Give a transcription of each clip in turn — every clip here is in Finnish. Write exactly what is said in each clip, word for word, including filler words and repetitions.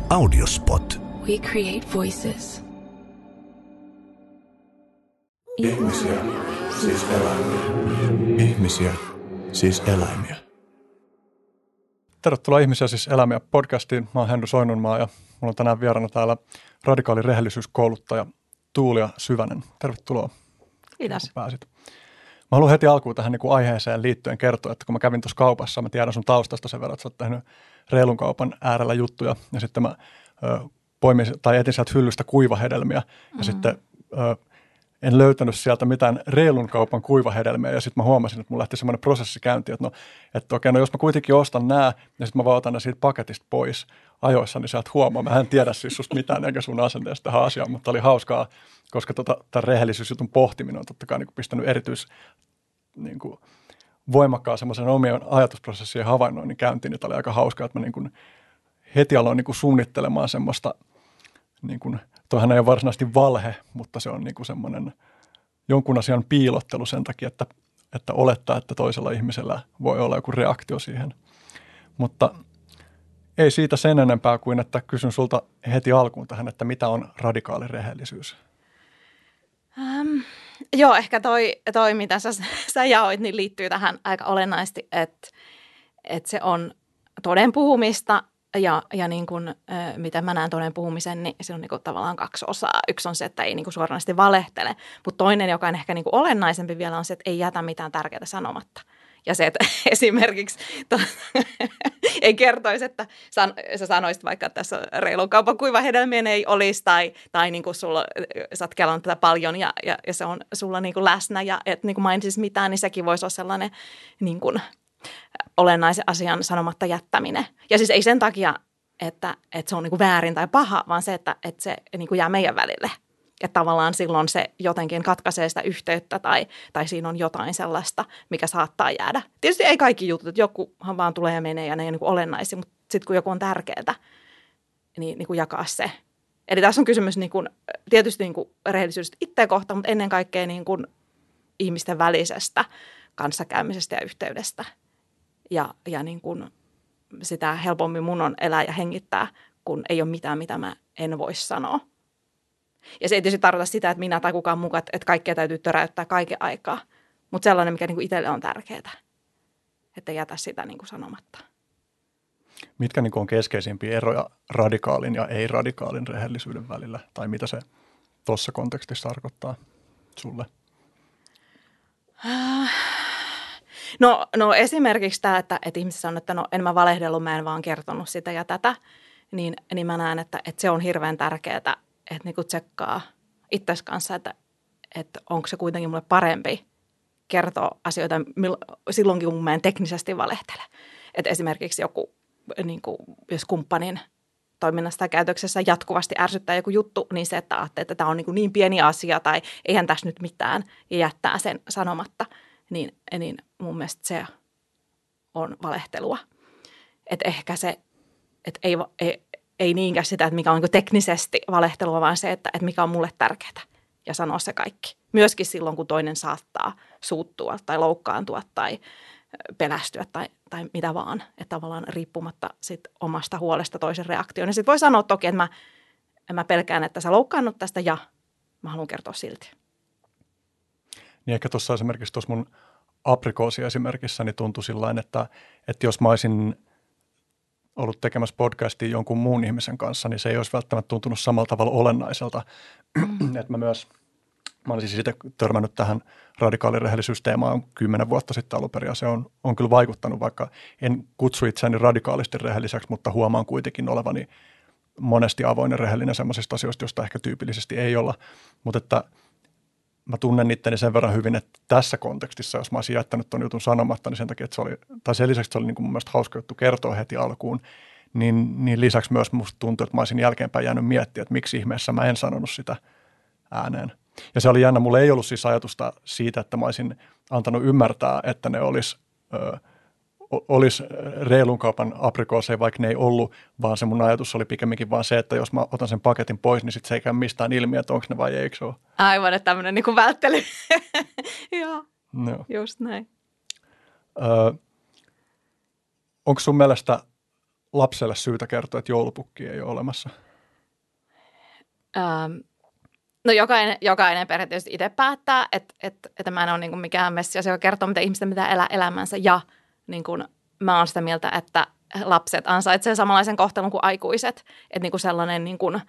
Audiospot. We create voices. Ihmisiä, siis eläimiä. Ihmisiä, siis eläimiä. Tervetuloa Ihmisiä, siis eläimiä podcastiin. Mä oon Henry Soinunmaa ja mulla on tänään vieraana täällä radikaali rehellisyyskouluttaja Tuulia Syvänen. Tervetuloa. Kiitos. Pääsit. Mä haluan heti alkuun tähän niin kuin aiheeseen liittyen kertoa, että kun mä kävin tuossa kaupassa, mä tiedän sun taustasta sen verran, että sä oot tehnyt reilun kaupan äärellä juttuja ja sitten mä ö, poimin tai etin sieltä hyllystä kuivahedelmiä ja mm-hmm. sitten ö, en löytänyt sieltä mitään reilun kaupan kuivahedelmiä ja sitten mä huomasin, että mulla lähti semmoinen prosessi käyntiin, että no, että okei, no jos mä kuitenkin ostan nämä ja sitten mä vaan otan ne siitä paketista pois ajoissa, niin sieltä huomaa. Mä en tiedä siis susta mitään eikä sun asenteesta tähän asiaan, mutta oli hauskaa, koska tota, tämän rehellisyysjutun pohtiminen on totta kai niin kuin pistänyt erityis niin kuin voimakkaan semmoisen omien ajatusprosessien havainnoinnin käyntiin, niin oli aika hauskaa, että mä niin kuin heti aloin niin kuin suunnittelemaan semmoista, niin kuin, toihan ei ole varsinaisesti valhe, mutta se on niin kuin semmoinen jonkun asian piilottelu sen takia, että, että olettaa, että toisella ihmisellä voi olla joku reaktio siihen. Mutta ei siitä sen enempää kuin, että kysyn sulta heti alkuun tähän, että mitä on radikaali rehellisyys? Um, joo, ehkä toi, toi mitä sä, sä jaoit, niin liittyy tähän aika olennaisesti, että, että se on toden puhumista ja, ja niin kuin, miten mä näen toden puhumisen, niin se on niin kuin tavallaan kaksi osaa. Yksi on se, että ei niin kuin suoranaisesti valehtele, mutta toinen, joka on ehkä niin kuin olennaisempi vielä, on se, että ei jätä mitään tärkeää sanomatta. Ja se, että esimerkiksi to, ei kertoisi, että san, sä sanoisit vaikka, että tässä reilun kaupan kuivahedelmien ei olisi, tai, tai niin kuin sulla, sä oot kelannut tätä paljon ja, ja, ja se on sulla niin kuin läsnä, ja et niin kuin mainitsisi mitään, niin sekin voisi olla sellainen niin kuin olennaisen asian sanomatta jättäminen. Ja siis ei sen takia, että, että se on niin kuin väärin tai paha, vaan se, että, että se niin kuin jää meidän välille. Että tavallaan silloin se jotenkin katkaisee sitä yhteyttä tai, tai siinä on jotain sellaista, mikä saattaa jäädä. Tietysti ei kaikki jutut, että jokuhan vaan tulee ja menee ja ne ei ole niin olennaisia, mutta sitten kun joku on tärkeää, niin, niin kuin jakaa se. Eli tässä on kysymys niin kuin, tietysti niin kuin rehellisyydestä itseä kohtaan, mutta ennen kaikkea niin kuin ihmisten välisestä kanssakäymisestä ja yhteydestä. Ja, ja niin kuin sitä helpommin mun on elää ja hengittää, kun ei ole mitään, mitä mä en voi sanoa. Ja se ei tietysti tarkoita sitä, että minä tai kukaan mukaan, että kaikkea täytyy töräyttää kaiken aikaa. Mutta sellainen, mikä niinku itselle on tärkeää, että jätä sitä niinku sanomatta. Mitkä niinku on keskeisimpiä eroja radikaalin ja ei-radikaalin rehellisyyden välillä? Tai mitä se tuossa kontekstissa tarkoittaa sulle? No, no esimerkiksi tämä, että, että ihmiset sanoo, että no en mä valehdellut, mä en vaan kertonut sitä ja tätä. Niin, niin mä näen, että, että se on hirveän tärkeää, että niinku tsekkaa itsesi kanssa, että, että onko se kuitenkin mulle parempi kertoa asioita silloinkin, kun mä en teknisesti valehtele. Että esimerkiksi joku, niin kuin, jos kumppanin toiminnassa tai käytöksessä jatkuvasti ärsyttää joku juttu, niin se, että ajattelee, että tämä on niin, kuin niin pieni asia tai eihän tässä nyt mitään ja jättää sen sanomatta, niin, niin mun mielestä se on valehtelua. Että ehkä se, että ei, ei Ei niinkään sitä, että mikä on niin teknisesti valehtelua, vaan se, että, että mikä on mulle tärkeää ja sanoa se kaikki. Myöskin silloin, kun toinen saattaa suuttua tai loukkaantua tai pelästyä tai, tai mitä vaan. Että tavallaan riippumatta sit omasta huolesta toisen reaktioon. Ja sitten voi sanoa toki, että mä, mä pelkään, että sä loukkaannut tästä ja mä haluan kertoa silti. Niin ehkä tuossa esimerkiksi tuossa mun aprikoosi-esimerkissä niin tuntui sillain, että, että jos mä olisin ollut tekemässä podcastia jonkun muun ihmisen kanssa, niin se ei olisi välttämättä tuntunut samalla tavalla olennaiselta. Mm. Että mä myös, mä olisin siis itse törmännyt tähän radikaalirehellisyysteemaan kymmenen vuotta sitten alun perin, ja se on, on kyllä vaikuttanut, vaikka en kutsu itseäni radikaalisti rehelliseksi, mutta huomaan kuitenkin olevani monesti avoin ja rehellinen sellaisista asioista, joista ehkä tyypillisesti ei olla. Mutta että mä tunnen itteni sen verran hyvin, että tässä kontekstissa, jos mä olisin jättänyt ton jutun sanomatta, niin sen takia, että se oli, tai sen lisäksi se oli niin kuin mun mielestä hauska juttu kertoa heti alkuun, niin, niin lisäksi myös musta tuntui, että mä olisin jälkeenpäin jäänyt miettiä, että miksi ihmeessä mä en sanonut sitä ääneen. Ja se oli jännä, mulla ei ollut siis ajatusta siitä, että mä olisin antanut ymmärtää, että ne olisi, ö, olisi reilun kaupan aprikooseja, vaikka ne ei ollut, vaan se mun ajatus oli pikemminkin vaan se, että jos mä otan sen paketin pois, niin sit se ei käy mistään ilmi, että onko ne vai eikö se ole. Aivan, että tämmöinen niin kuin välttely. Joo, no. Just näin. Ö, onko sun mielestä lapselle syytä kertoa, että joulupukki ei ole olemassa? Ähm, no jokainen, jokainen perhe tietysti itse päättää, että, että, että mä en ole niin kuin mikään messias, joka kertoo, mitä ihmisten pitää elää elämänsä. Ja niin kuin, mä oon sitä mieltä, että lapset ansaitsevat samanlaisen kohtelun kuin aikuiset. Että niin kuin sellainen niin kuin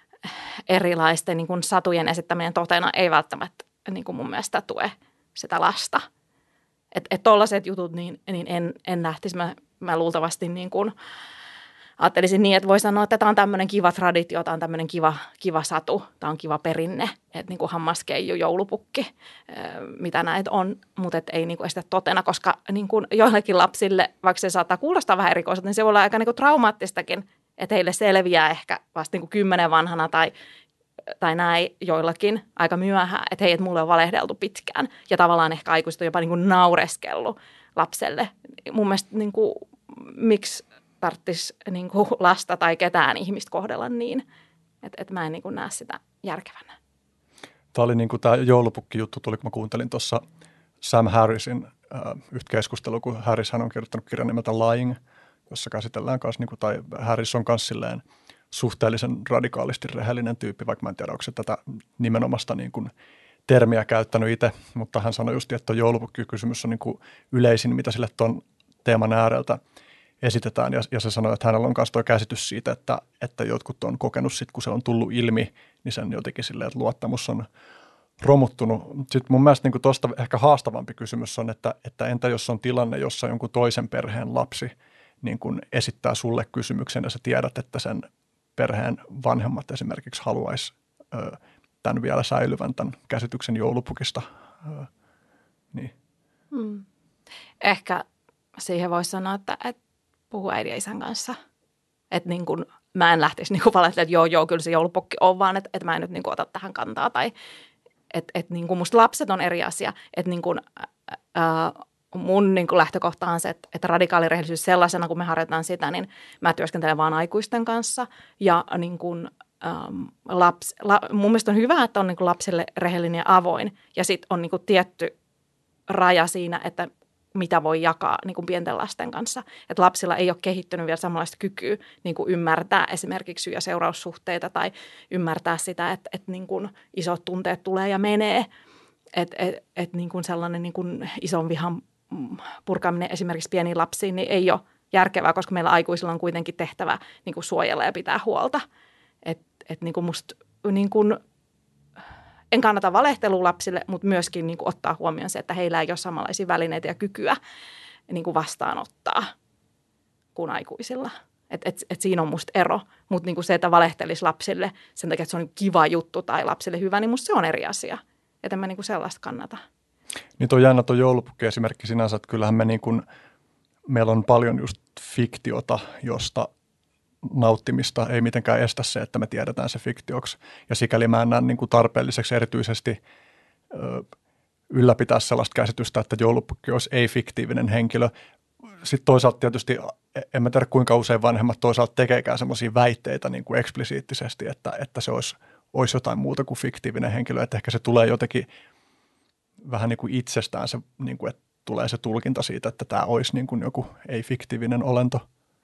erilaisten niin kuin satujen esittäminen totena ei välttämättä niin kuin mun mielestä tue sitä lasta. Että et tollaiset jutut, niin, niin en, en lähtisi. Mä, mä luultavasti niin kuin ajattelisin niin, että voi sanoa, että tämä on tämmöinen kiva traditio, tämä on tämmöinen kiva, kiva satu, tämä on kiva perinne, että niin kuin hammaskeiju, joulupukki, mitä näitä on, mutta ei niin kuin estä totena, koska niin kuin joillekin lapsille, vaikka se saattaa kuulostaa vähän erikoiselta, niin se voi olla aika niin kuin traumaattistakin, että heille selviää ehkä vasta niin kuin kymmenen vanhana tai, tai näin joillakin aika myöhään, että hei, että mulle on valehdeltu pitkään ja tavallaan ehkä aikuiset on jopa niin kuin naureskellut lapselle. Mun mielestä niin kuin, miksi tarvitsisi niin kuin lasta tai ketään ihmistä kohdella niin, että, että mä en niin kuin näe sitä järkevänä. Tämä oli niin kuin tämä joulupukki-juttu, tuli kun mä kuuntelin tuossa Sam Harrisin äh, yhtä keskustelua, kun Harris hän on kirjoittanut kirjan nimeltä Lying, jossa käsitellään kanssa, niin kuin, tai Harris on kanssa silleen suhteellisen radikaalisti rehellinen tyyppi, vaikka mä en tiedä, onko se tätä nimenomaista niin kuin termiä käyttänyt itse, mutta hän sanoi just, että joulupukki-kysymys on niin kuin yleisin, mitä sille tuon teeman ääreltä esitetään, ja, ja se sanoi, että hänellä on myös tuo käsitys siitä, että, että jotkut on kokenut sitten, kun se on tullut ilmi, niin sen jotenkin silleen, että luottamus on romuttunut. Sitten mun mielestä niin tuosta ehkä haastavampi kysymys on, että, että entä jos on tilanne, jossa jonkun toisen perheen lapsi niin kun esittää sulle kysymyksen, ja sä tiedät, että sen perheen vanhemmat esimerkiksi haluaisi ö, tämän vielä säilyvän, tämän käsityksen joulupukista. Ö, niin. Hmm. Ehkä siihen voisi sanoa, että, että puhu äidin ja isän kanssa. Että niin kuin mä en lähtisi niin valehtelemaan, että joo, joo, kyllä se joulupukki on, vaan että, että mä en nyt niin kuin ota tähän kantaa. Tai että, että niin kuin musta lapset on eri asia. Että niin kuin, ää, mun niin kuin lähtökohta on se, että, että radikaalirehellisyys sellaisena, kun me harjoitetaan sitä, niin mä työskentelen vaan aikuisten kanssa. Ja niin kuin, ähm, laps, la, mun mielestä on hyvä, että on niin kuin lapsille rehellinen ja avoin. Ja sitten on niin kuin tietty raja siinä, että mitä voi jakaa niin kuin pienten lasten kanssa. Että lapsilla ei ole kehittynyt vielä samanlaista kykyä niin kuin ymmärtää esimerkiksi syy- ja seuraussuhteita tai ymmärtää sitä, että, että niin kuin isot tunteet tulee ja menee. Että et, et niin kuin sellainen niin kuin ison vihan purkaminen esimerkiksi pieniin lapsiin niin ei ole järkevää, koska meillä aikuisilla on kuitenkin tehtävä niin kuin suojella ja pitää huolta. Että et niin kuin musta niin kuin en kannata valehtelua lapsille, mutta myöskin niin kuin ottaa huomioon se, että heillä ei ole samanlaisia välineitä ja kykyä niin kuin vastaanottaa kuin aikuisilla. Et, et, et siinä on musta ero, mutta niin kuin se, että valehtelisi lapsille sen takia, että se on kiva juttu tai lapsille hyvä, niin musta se on eri asia. Että en mä niin kuin sellaista kannata. Niin tuo jännä tuo joulupukki-esimerkki sinänsä, että kyllähän me niin kuin, meillä on paljon just fiktiota, josta nauttimista ei mitenkään estä se, että me tiedetään se fiktioksi. Ja sikäli mä en näe niin kuin tarpeelliseksi erityisesti ö, ylläpitää sellaista käsitystä, että joulupukki olisi ei-fiktiivinen henkilö. Sitten toisaalta tietysti, en mä tiedä kuinka usein vanhemmat toisaalta tekeekään semmoisia väitteitä niin kuin eksplisiittisesti, että, että se olisi, olisi jotain muuta kuin fiktiivinen henkilö. Että ehkä se tulee jotenkin vähän niin kuin itsestään, se, niin kuin, että tulee se tulkinta siitä, että tämä olisi niin kuin joku ei-fiktiivinen olento.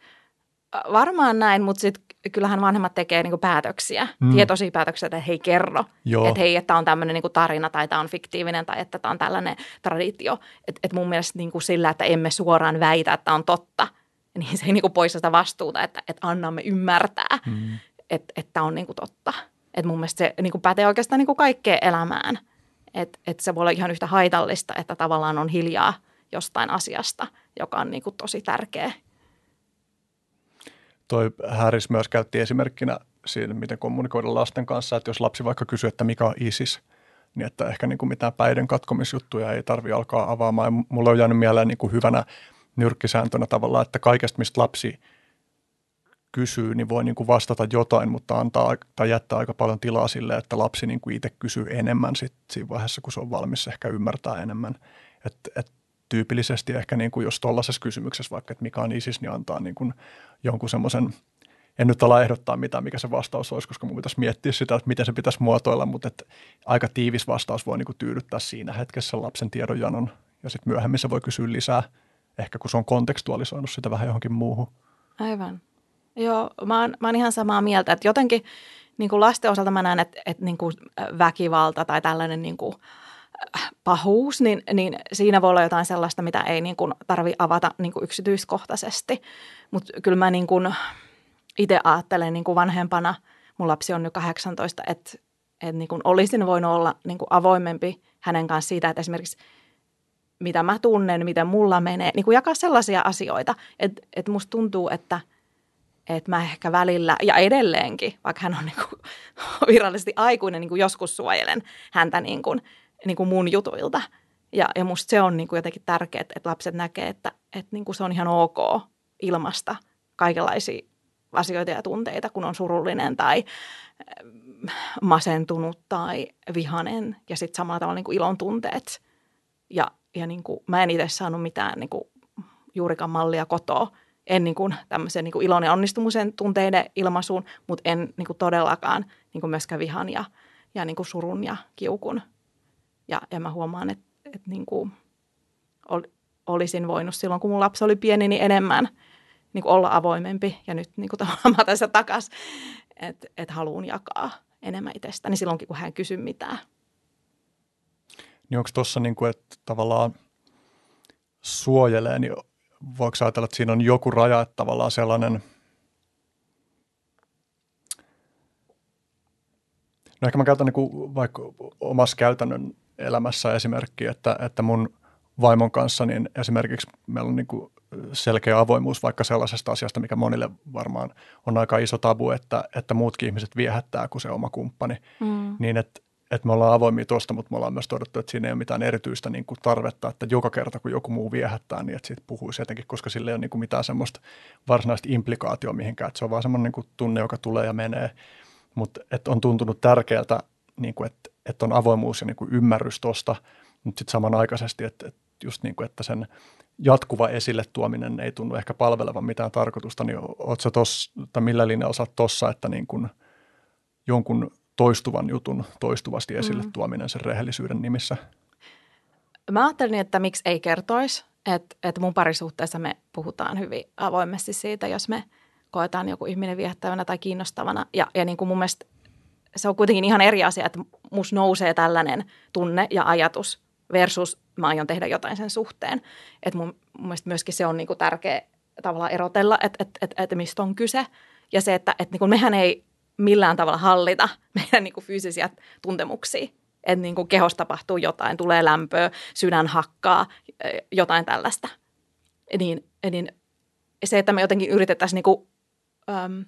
Varmaan näin, mutta sitten kyllähän vanhemmat tekee niinku päätöksiä, mm. tietoisia päätöksiä, että he ei kerro, Joo. että hei, että tämä on tämmöinen niinku tarina tai tämä on fiktiivinen tai että tämä on tällainen traditio. Että et mun mielestä niinku sillä, että emme suoraan väitä, että on totta, niin se ei niinku poista sitä vastuuta, että, että annamme ymmärtää, mm. että, että on niinku totta. Että mun mielestä se niinku pätee oikeastaan niinku kaikkeen elämään. Että, että se voi olla ihan yhtä haitallista, että tavallaan on hiljaa jostain asiasta, joka on niinku tosi tärkeä. Toi Harris myös käytti esimerkkinä siinä, miten kommunikoida lasten kanssa, että jos lapsi vaikka kysyy, että mikä on ISIS, niin että ehkä niin kuin mitään päiden katkomisjuttuja ei tarvitse alkaa avaamaan. Ja mulle on jäänyt mieleen niin kuin hyvänä nyrkkisääntönä tavallaan, että kaikesta, mistä lapsi kysyy, niin voi niin kuin vastata jotain, mutta antaa tai jättää aika paljon tilaa sille, että lapsi niin kuin itse kysyy enemmän sit siinä vaiheessa, kun se on valmis ehkä ymmärtää enemmän. Että et, tyypillisesti ehkä niin kuin jos tuollaisessa kysymyksessä vaikka, että mikä on ISIS, niin antaa niin kuin jonkun semmoisen, en nyt ala ehdottaa mitään, mikä se vastaus olisi, koska mun pitäisi miettiä sitä, että miten se pitäisi muotoilla, mutta että aika tiivis vastaus voi niin kuin tyydyttää siinä hetkessä lapsen tiedonjanon ja sitten myöhemmin se voi kysyä lisää, ehkä kun se on kontekstualisoinut sitä vähän johonkin muuhun. Aivan. Joo, mä oon, mä oon ihan samaa mieltä, että jotenkin niin kuin lasten osalta mä näen, että, että niin kuin väkivalta tai tällainen niin kuin pahuus, niin, niin siinä voi olla jotain sellaista, mitä ei niin kuin tarvitse avata niin kuin yksityiskohtaisesti. Mutta kyllä mä niin kuin itse ajattelen niin kuin vanhempana, mun lapsi on nyt kahdeksantoista, että, että niin kuin olisin voinut olla niin kuin avoimempi hänen kanssa siitä, että esimerkiksi mitä mä tunnen, miten mulla menee, niin kuin jakaa sellaisia asioita, että, että musta tuntuu, että että mä ehkä välillä, ja edelleenkin, vaikka hän on niin kuin virallisesti aikuinen, niin kuin joskus suojelen häntä niin kuin, niin kuin mun jutuilta. Ja, ja musta se on niin kuin jotenkin tärkeää, että lapset näkee, että, että niin kuin se on ihan ok ilmasta kaikenlaisia asioita ja tunteita, kun on surullinen tai masentunut tai vihanen. Ja sitten samalla tavalla niin kuin ilon tunteet. Ja, ja niin kuin, mä en itse saanut mitään niin kuin juurikaan mallia kotoa. En niin kuin tämmöisen niin kuin ilon ja onnistumisen tunteiden ilmaisuun, mutta en niin kuin todellakaan niin kuin myöskään vihan ja, ja niin kuin surun ja kiukun. Ja, ja mä huomaan, että, että niin kuin ol, olisin voinut silloin, kun mun lapsi oli pieni, niin enemmän niin kuin olla avoimempi. Ja nyt niin kuin tavallaan mä tässä takaisin, että, että haluan jakaa enemmän itsestäni silloinkin, kun hän kysyy mitään. Niin onko tuossa, niin kuin, että tavallaan suojelee, niin voiko ajatella, että siinä on joku raja, että tavallaan sellainen, no ehkä mä käytän niin kuin vaikka omassa käytännön elämässä esimerkkiä, että, että mun vaimon kanssa niin esimerkiksi meillä on niin kuin selkeä avoimuus vaikka sellaisesta asiasta, mikä monille varmaan on aika iso tabu, että, että muutkin ihmiset viehättää kuin se oma kumppani, mm. niin että että me ollaan avoimia tuosta, mutta me ollaan myös todettu, että siinä ei ole mitään erityistä niin kuin tarvetta, että joka kerta kun joku muu viehättää, niin että siitä puhuisi jotenkin, koska sillä ei ole niin kuin mitään semmoista varsinaista implikaatioa mihinkään, että se on vaan semmoinen niin kuin tunne, joka tulee ja menee, mutta että on tuntunut tärkeältä, niin kuin, että, että on avoimuus ja niin kuin ymmärrys tuosta, mutta sitten samanaikaisesti, että, että just niin kuin, että sen jatkuva esille tuominen ei tunnu ehkä palvelevan mitään tarkoitusta, niin ootko sä tossa, tai millä linjalla sä oot tossa, että niin kuin jonkun toistuvan jutun toistuvasti esille tuominen sen rehellisyyden nimissä? Mä ajattelin, että miksi ei kertoisi, että, että mun parisuhteessa me puhutaan hyvin avoimesti siitä, jos me koetaan joku ihminen viehättävänä tai kiinnostavana. Ja, ja niin kuin mun mielestä se on kuitenkin ihan eri asia, että musta nousee tällainen tunne ja ajatus versus mä aion tehdä jotain sen suhteen. Että mun, mun mielestä myöskin se on niin kuin tärkeä tavallaan erotella, että, että, että, että mistä on kyse. Ja se, että, että niin kuin mehän ei millään tavalla hallita meidän niin kuin fyysisiä tuntemuksia. Että niin kuin kehossa tapahtuu jotain, tulee lämpöä, sydän hakkaa, jotain tällaista. Niin, niin se, että me jotenkin yritettäisiin niin kuin, äm,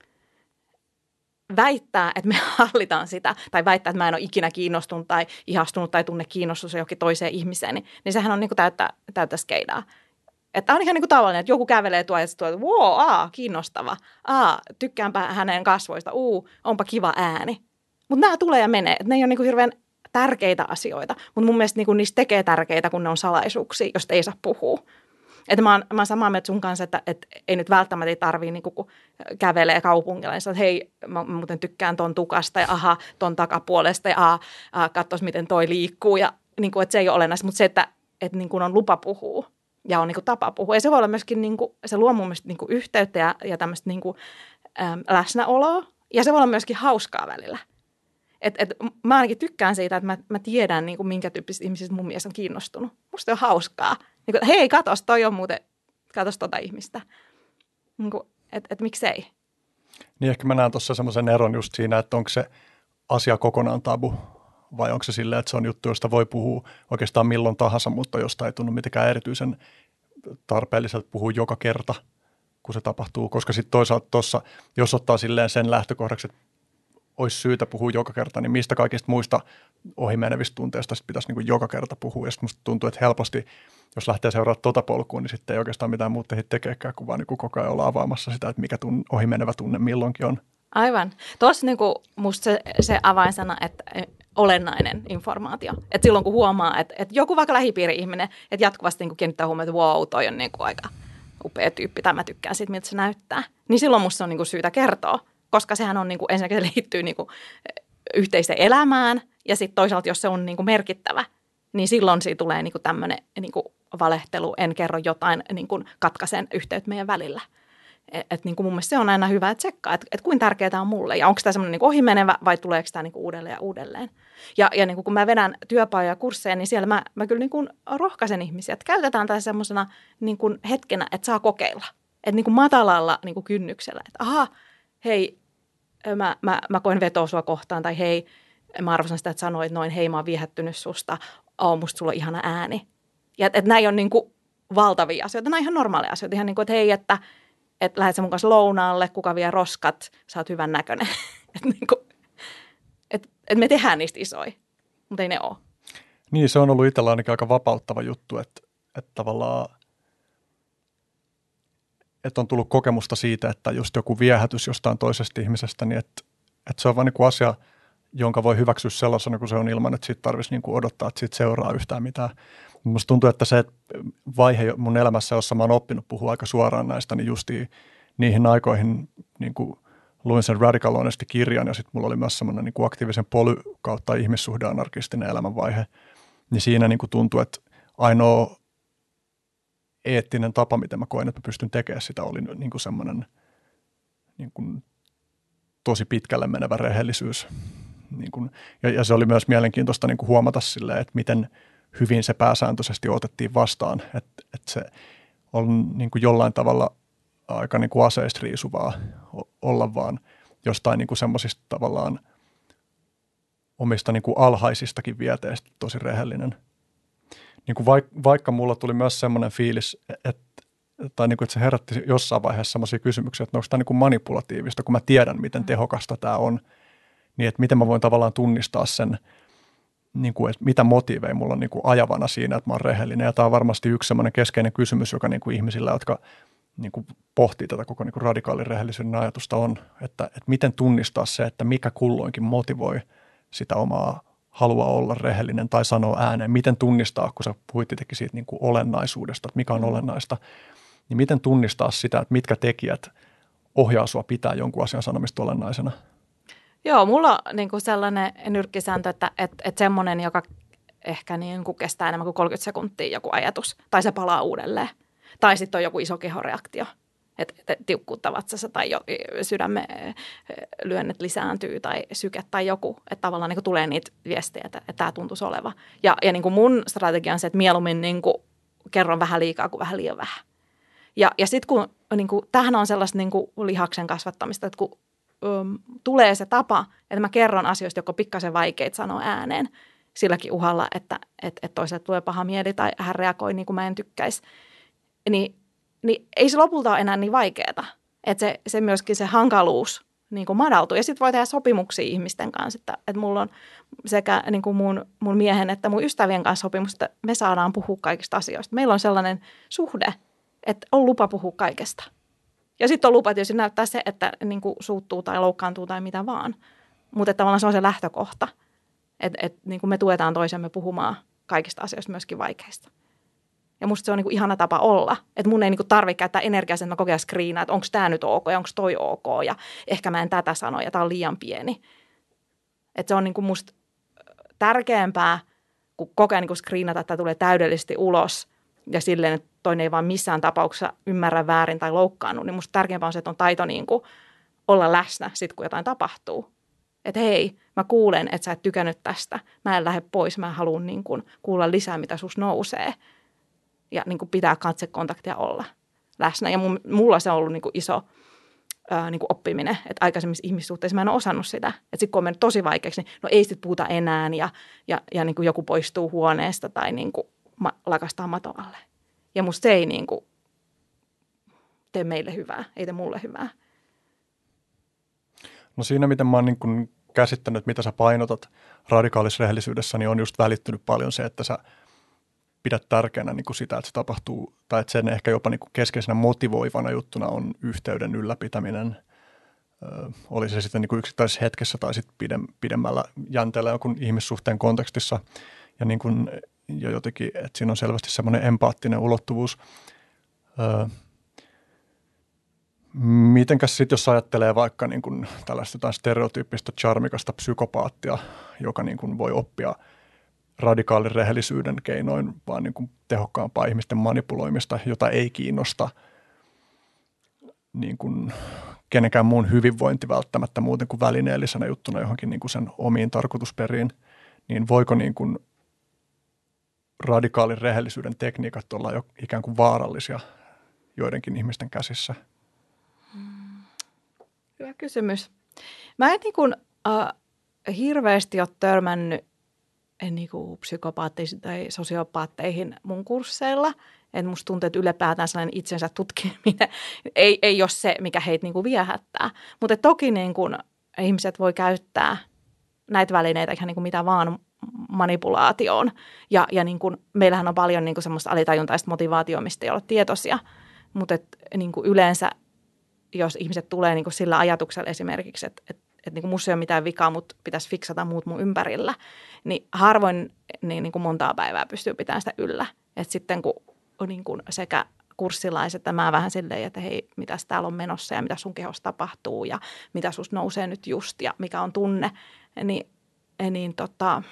väittää, että me hallitaan sitä, tai väittää, että mä en ole ikinä kiinnostunut tai ihastunut tai tunne kiinnostus johonkin toiseen ihmiseen, niin, niin sehän on niin kuin täyttä, täyttä skeidaa. Että on ihan niin kuin tavallinen, että joku kävelee tuo ja sitten tuo, että wow, aa, kiinnostava, aa, tykkäänpä hänen kasvoista, uu, onpa kiva ääni. Mutta nämä tulee ja menee, että ne ei ole niin kuin hirveän tärkeitä asioita, mutta mun mielestä niin kuin niistä tekee tärkeitä, kun ne on salaisuuksia, josta ei saa puhua. Että mä oon, mä oon samaa mieltä sun kanssa, että, että ei nyt välttämättä ei tarvii, niin kun kävelee kaupungilla, niin sanoo, että hei, mä muuten tykkään ton tukasta ja aha, ton takapuolesta ja aha, aha katsos miten toi liikkuu. Ja niin kuin, että se ei ole olennaista, mutta se, että, että niin kuin on lupa puhua ja on niin kuin tapa puhua. Ja se voi olla myöskin, niin kuin, se luo mun mielestä niin kuin yhteyttä ja, ja tämmöistä niin kuin, äm, läsnäoloa. Ja se voi olla myöskin hauskaa välillä. Et, et, mä ainakin tykkään siitä, että mä, mä tiedän, niin kuin, minkä tyyppisistä ihmisistä mun mies on kiinnostunut. Musta on hauskaa. Niin kuin, hei, katos, toi on muuten, katos tota ihmistä. Niin kuin, et, et miksei? Niin ehkä mä näen tuossa semmoisen eron just siinä, että onko se asia kokonaan tabu vai onko se silleen, että se on juttu, josta voi puhua oikeastaan milloin tahansa, mutta josta ei tunnu mitenkään erityisen tarpeelliselta puhua joka kerta, kun se tapahtuu. Koska sitten toisaalta tuossa, jos ottaa silleen sen lähtökohdaksi, että olisi syytä puhua joka kerta, niin mistä kaikista muista ohimenevistä tunteista sit pitäisi niin kuin joka kerta puhua. Ja sitten musta tuntuu, että helposti, jos lähtee seuraamaan tuota polkua, niin sitten ei oikeastaan mitään muuta tekeekään, kuin vaan niin kuin koko ajan olla avaamassa sitä, että mikä tunne, ohimenevä tunne milloinkin on. Aivan. Tuossa niin kuin musta se, se avainsana, että olennainen informaatio. Että silloin kun huomaa, että, että joku vaikka lähipiiri-ihminen, että jatkuvasti niin kuin kiinnittää huomioon, että wow, toi on niin kuin aika upea tyyppi, tai mä tykkään siitä, miltä se näyttää. Niin silloin musta on niin kuin syytä kertoa. Koska sehän on, niin kuin, ensinnäkin se liittyy niin kuin, yhteiseen elämään ja sitten toisaalta, jos se on niin kuin, merkittävä, niin silloin siitä tulee niin kuin, tämmöinen niin kuin, valehtelu, en kerro jotain, niin kuin, katkaisen yhteyttä meidän välillä. Että et, niin kuin mun mielestä se on aina hyvä, että tsekkaa, että et kuinka tärkeää tämä on mulle ja onko tämä semmoinen niin ohimenevä vai tuleeko tämä niin kuin uudelleen ja uudelleen. Ja, ja niin kuin kun mä vedän työpajoja ja kursseja, niin siellä mä, mä kyllä niin kuin rohkaisen ihmisiä, että käytetään tämä semmoisena niin kuin hetkenä, että saa kokeilla. Että niin kuin matalalla niin kuin kynnyksellä, että aha, hei, mä, mä, mä koen vetoa sua kohtaan tai hei, mä arvosan sitä, että sanoit noin, hei mä oon viehättynyt susta, oo musta sulla on ihana ääni. Ja että et näin on niin kuin valtavia asioita, nämä on ihan normaaleja asioita, ihan niin kuin, että hei, että että lähdet sä mun kanssa lounaalle, kuka vie roskat, sä oot hyvän näköinen. että niin et, et me tehdään niistä isoja, mutta ei ne ole. Niin, se on ollut itsellä ainakin aika vapauttava juttu, että, että tavallaan että on tullut kokemusta siitä, että just joku viehätys jostain toisesta ihmisestä, niin että, että se on vaan niin kuin asia, jonka voi hyväksyä sellaisena kuin se on ilman, että siitä tarvitsisi niin kuin odottaa, että siitä seuraa yhtään mitään. Minusta tuntuu, että se vaihe mun elämässä, jossa mä oon oppinut puhua aika suoraan näistä, niin justiin niihin aikoihin niin kuin luin sen Radical Honesty-kirjan ja sitten mulla oli myös semmoinen niin kuin aktiivisen poly- kautta ihmissuhdeanarkistinen elämänvaihe. Niin siinä niin kuin tuntui, että ainoa eettinen tapa, miten mä koin, että mä pystyn tekemään sitä, oli niin kuin semmoinen niin kuin tosi pitkälle menevä rehellisyys. Niin kuin, ja, ja se oli myös mielenkiintoista niin kuin huomata silleen, että miten hyvin se pääsääntöisesti otettiin vastaan, että, että se on niin kuin jollain tavalla aika niin kuin aseista riisuvaa olla vaan jostain niin kuin semmoisista tavallaan omista niin kuin alhaisistakin vieteistä tosi rehellinen. Niin kuin vaik, vaikka mulla tuli myös semmoinen fiilis, että, tai niin kuin, että se herätti jossain vaiheessa semmoisia kysymyksiä, että onko tämä niin kuin manipulatiivista, kun mä tiedän, miten tehokasta tämä on, niin että miten mä voin tavallaan tunnistaa sen, niin kuin, että mitä motiiveja mulla on niin kuin ajavana siinä, että mä oon rehellinen. Ja tämä on varmasti yksi semmoinen keskeinen kysymys, joka niin kuin ihmisillä, jotka niin kuin pohtii tätä koko niin kuin radikaalin rehellisyyden ajatusta on, että, että miten tunnistaa se, että mikä kulloinkin motivoi sitä omaa halua olla rehellinen tai sanoa ääneen. Miten tunnistaa, kun sä puhuit tietenkin siitä niin kuin olennaisuudesta, että mikä on olennaista, niin miten tunnistaa sitä, että mitkä tekijät ohjaa sua pitää jonkun asian sanomista olennaisena? Joo, mulla on niin kuin sellainen nyrkkisääntö, että, että, että semmoinen, joka ehkä niin kuin kestää enemmän kuin kolmekymmentä sekuntia joku ajatus, tai se palaa uudelleen. Tai sitten on joku iso kehoreaktio, että et, tiukkuutta vatsassa tai jo, sydämen lyönnet lisääntyy tai syke tai joku. Että tavallaan niin kuin tulee niitä viestejä, että, että tämä tuntuisi oleva. Ja, ja niin kuin mun strategia on se, että mieluummin niin kuin kerron vähän liikaa kuin vähän liian vähän. Ja, ja sitten kun niin kuin, tämähän on sellaista niin kuin lihaksen kasvattamista, että kun um, tulee se tapa, että mä kerron asioista, jotka on pikkasen vaikeita sanoa ääneen silläkin uhalla, että et, et toiselta tulee paha mieli tai hän reagoi niin kuin mä en tykkäisi, niin, niin ei se lopulta ole enää niin vaikeaa. Että se, se myöskin se hankaluus niin kuin madaltuu. Ja sitten voi tehdä sopimuksia ihmisten kanssa, että, että mulla on sekä niin kuin mun, mun miehen että mun ystävien kanssa sopimus, että me saadaan puhua kaikista asioista. Meillä on sellainen suhde, että on lupa puhua kaikesta. Ja sitten on lupa tietysti näyttää se, että niin kuin suuttuu tai loukkaantuu tai mitä vaan. Mutta tavallaan se on se lähtökohta, että, että niin kuin me tuetaan toisemme puhumaan kaikista asioista, myöskin vaikeista. Ja musta se on niin kuin ihana tapa olla. Että mun ei niin kuin tarvitse käyttää energiaa sen, että mä kokea screenaa, että onko tämä nyt ok ja onko toi ok ja ehkä mä en tätä sano ja tämä on liian pieni. Että se on niin kuin musta tärkeämpää, kun kokea niin kuin screenata, että tämä tulee täydellisesti ulos ja silleen, että toinen ei vaan missään tapauksessa ymmärrä väärin tai loukkaannut. Niin musta tärkeämpää on se, että on taito niin kuin olla läsnä sit, kun jotain tapahtuu. Että hei, mä kuulen, että sä et tykännyt tästä. Mä en lähde pois, mä haluan niin kuin kuulla lisää, mitä sus nousee. Ja niin kuin pitää katsekontaktia olla läsnä. Ja mulla se on ollut niin kuin iso ää, niin kuin oppiminen, että aikaisemmissa ihmissuhteissa mä en ole osannut sitä. Että sitten kun on mennyt tosi vaikeaksi, niin no ei sitten puhuta enää ja, ja, ja niin kuin joku poistuu huoneesta tai niin kuin ma- lakastaa maton alle. Ja musta se ei niin kuin tee meille hyvää, ei tee mulle hyvää. No siinä, miten mä oon niin kuin käsittänyt, mitä sä painotat radikaalisessa rehellisyydessä, niin on just välittynyt paljon se, että sä pidät tärkeänä niin kuin sitä, että se tapahtuu, tai että sen ehkä jopa niin kuin keskeisenä motivoivana juttuna on yhteyden ylläpitäminen. Ö, oli se sitten niin kuin yksittäisessä hetkessä tai sitten pidem, pidemmällä jänteellä jonkun ihmissuhteen kontekstissa. Ja, niin kuin, ja jotenkin, että siinä on selvästi semmoinen empaattinen ulottuvuus. Ö, mitenkäs sitten, jos ajattelee vaikka niin kuin tällaista jotain stereotyyppistä charmikasta psykopaattia, joka niin kuin voi oppia radikaalin rehellisyyden keinoin, vaan niin kuin tehokkaampaa ihmisten manipuloimista, jota ei kiinnosta niin kuin kenenkään muun hyvinvointi välttämättä muuten kuin välineellisenä juttuna johonkin niin kuin sen omiin tarkoitusperiin, niin voiko niin kuin radikaalin rehellisyyden tekniikat olla jo ikään kuin vaarallisia joidenkin ihmisten käsissä? Hyvä kysymys. Mä en niin kuin, äh, hirveästi ole törmännyt niin kuin psykopaatteihin tai sosiopaatteihin mun kursseilla. Et musta tuntuu, että ylipäätään sellainen itsensä tutkiminen ei, ei ole se, mikä heitä niin kuin viehättää. Mutta toki niin kuin ihmiset voi käyttää näitä välineitä ihan niin kuin mitä vaan manipulaatioon. Ja, ja niin kuin, meillähän on paljon niin kuin semmoista alitajuntaista motivaatiota, mistä ei ole tietoisia. Mutta niin kuin yleensä, jos ihmiset tulee niin kuin sillä ajatuksella esimerkiksi, että, että, että niin kuin musta ei ole mitään vikaa, mutta pitäisi fiksata muut mun ympärillä, niin harvoin niin, niin kuin montaa päivää pystyy pitämään sitä yllä. Että sitten kun niin kuin sekä kurssilaiset että mä vähän silleen, että hei, mitäs täällä on menossa ja mitä sun kehossa tapahtuu ja mitä susta nousee nyt just ja mikä on tunne, niin, niin tota,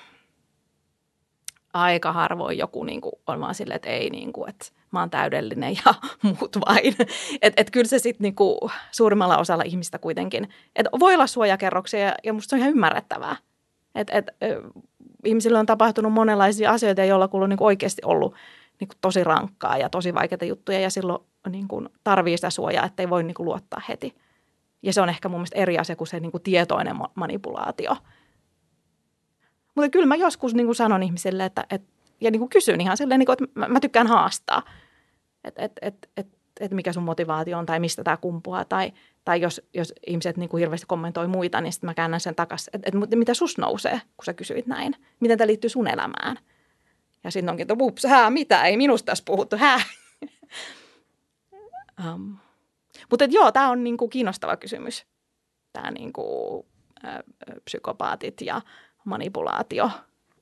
aika harvoin joku niin kuin on vaan silleen, että ei, niin kuin, että mä oon täydellinen ja muut vain. Että et kyllä se sitten niin kuin suurimmalla osalla ihmistä kuitenkin, että voi olla suojakerroksia ja, ja musta se on ihan ymmärrettävää. Että et, ihmisille on tapahtunut monenlaisia asioita, joilla on niin kuin oikeasti ollut niin kuin tosi rankkaa ja tosi vaikeita juttuja ja silloin niin kuin tarvii sitä suojaa, ettei voi niin kuin luottaa heti. Ja se on ehkä mun mielestä eri asia kuin se niin kuin tietoinen manipulaatio. Mutta kyllä mä joskus niin kuin sanon ihmisille, että, et, ja niin kuin kysyn ihan silleen, niin kuin, että mä, mä tykkään haastaa, että et, et, et, et mikä sun motivaatio on tai mistä tämä kumpuaa. Tai, tai jos, jos ihmiset niin kuin hirveästi kommentoi muita, niin sitten mä käännän sen takaisin, että et, mitä sus nousee, kun sä kysyit näin. Miten tämä liittyy sun elämään? Ja sitten onkin, että ups, hää, mitä, ei minusta tässä puhuttu, hää. um. Mutta joo, tämä on niinku kiinnostava kysymys, tämä niinku, ä, psykopaatit ja manipulaatio.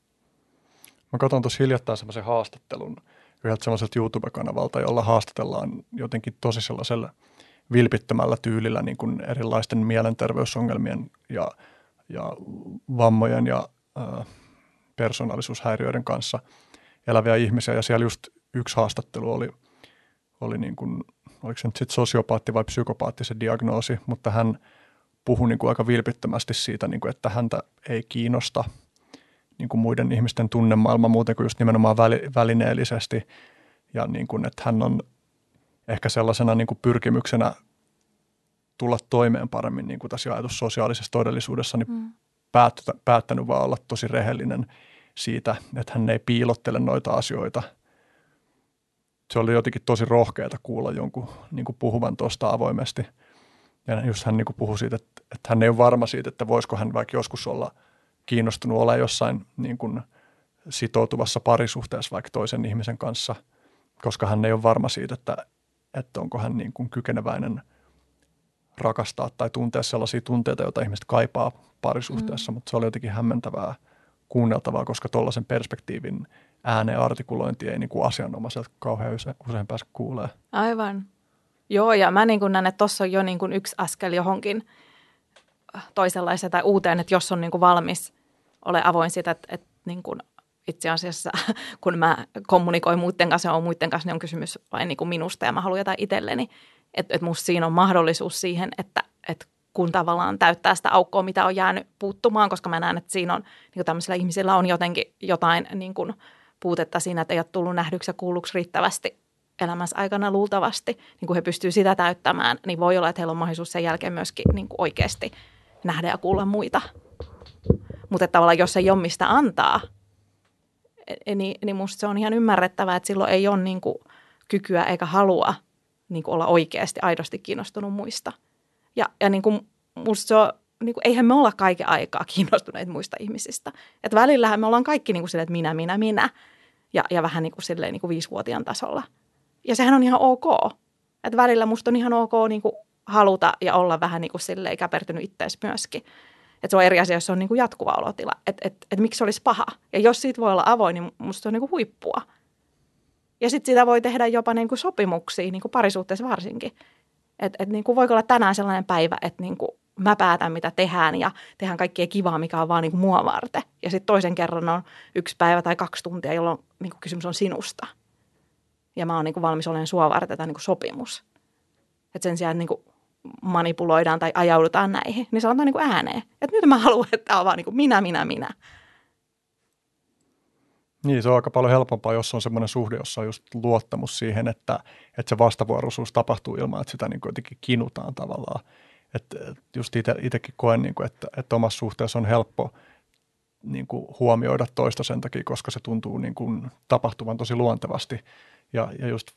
Mä katson tuossa hiljattain semmoisen haastattelun yhdeltä semmoiselta YouTube-kanavalta, jolla haastatellaan jotenkin tosi sellaisella vilpittömällä tyylillä niin kuin erilaisten mielenterveysongelmien ja, ja vammojen ja ä, persoonallisuushäiriöiden kanssa eläviä ihmisiä. Ja siellä just yksi haastattelu oli, oli niin kuin, oliko se nyt sitten sosiopaatti vai psykopaatti se diagnoosi, mutta hän puhui niin kuin aika vilpittömästi siitä, niin kuin, että häntä ei kiinnosta niin kuin muiden ihmisten tunnemaailma muuten kuin just nimenomaan väli, välineellisesti. Ja niin kuin, että hän on ehkä sellaisena niin kuin pyrkimyksenä tulla toimeen paremmin niin kuin tässä ajatus sosiaalisessa todellisuudessa, niin mm. päättä, päättänyt vaan olla tosi rehellinen siitä, että hän ei piilottele noita asioita. Se oli jotenkin tosi rohkeata kuulla jonkun niin kuin puhuvan tuosta avoimesti. Ja just hän niin kuin puhui siitä, että, että hän ei ole varma siitä, että voisiko hän vaikka joskus olla kiinnostunut olla jossain niin kuin sitoutuvassa parisuhteessa vaikka toisen ihmisen kanssa, koska hän ei ole varma siitä, että, että onko hän niin kuin kykeneväinen rakastaa tai tuntea sellaisia tunteita, joita ihmiset kaipaa parisuhteessa, mm. mutta se oli jotenkin hämmentävää kuunneltavaa, koska tuollaisen perspektiivin ääneen artikulointi ei niin kuin asianomaiselta kauhean usein, usein pääse kuulee. Aivan. Joo, ja mä niin kuin näen, että tuossa on jo niin kuin yksi askel johonkin toisenlaiseen tai uuteen, että jos on niin kuin valmis, ole avoin siitä, että, että niin kuin itse asiassa kun mä kommunikoin muiden kanssa ja olen muiden kanssa, niin on kysymys vain niin kuin minusta ja mä haluan jotain itselleni. Että, että musta siinä on mahdollisuus siihen, että, että kun tavallaan täyttää sitä aukkoa, mitä on jäänyt puuttumaan, koska mä näen, että siinä on niin kuin tämmöisillä ihmisillä on jotenkin jotain niin kuin puutetta siinä, että ei ole tullut nähdyksi ja kuulluksi riittävästi elämänsä aikana luultavasti, niin kun he pystyvät sitä täyttämään, niin voi olla, että heillä on mahdollisuus sen jälkeen myöskin niin kuin oikeasti nähdä ja kuulla muita. Mutta tavallaan jos ei ole mistä antaa, niin, niin musta se on ihan ymmärrettävää, että silloin ei ole niin kuin kykyä eikä halua niin kuin olla oikeasti aidosti kiinnostunut muista. Ja, ja niin kuin musta se on, niin kuin, eihän me olla kaiken aikaa kiinnostuneita muista ihmisistä. Että välillähän me ollaan kaikki niin kuin silleen, että minä, minä, minä ja, ja vähän niin kuin silleen niin kuin viisivuotiaan tasolla. Ja sehän on ihan ok. Että välillä musta on ihan ok niin kuin haluta ja olla vähän niin kuin silleen käpertynyt ittees myöskin. Että se on eri asia, jos se on niin kuin jatkuva olotila. Että et, et miksi se olisi paha. Ja jos siitä voi olla avoin, niin musta se on niin kuin huippua. Ja sitten sitä voi tehdä jopa niin kuin sopimuksia, niin kuin parisuhteessa varsinkin. Että et niin kuin voiko olla tänään sellainen päivä, että niin kuin mä päätän, mitä tehdään ja tehdään kaikkea kivaa, mikä on vaan niin kuin mua varten. Ja sitten toisen kerran on yksi päivä tai kaksi tuntia, jolloin niin kuin kysymys on sinusta. Ja mä oon niin kuin valmis olemaan sua varten, tai niin kuin sopimus. Että sen sijaan niin kuin manipuloidaan tai ajaudutaan näihin, niin sanotaan niin kuin ääneen. Että nyt mä haluan, että tämä on vaan niin kuin minä, minä, minä. Niin, se on aika paljon helpompaa, jos on semmoinen suhde, jossa on just luottamus siihen, että, että se vastavuoroisuus tapahtuu ilman, että sitä niin kuin jotenkin kinutaan tavallaan. Että just itsekin koen, niin kuin, että, että omassa suhteessa on helppo niin kuin huomioida toista sen takia, koska se tuntuu niin kuin tapahtuvan tosi luontevasti. Ja, ja just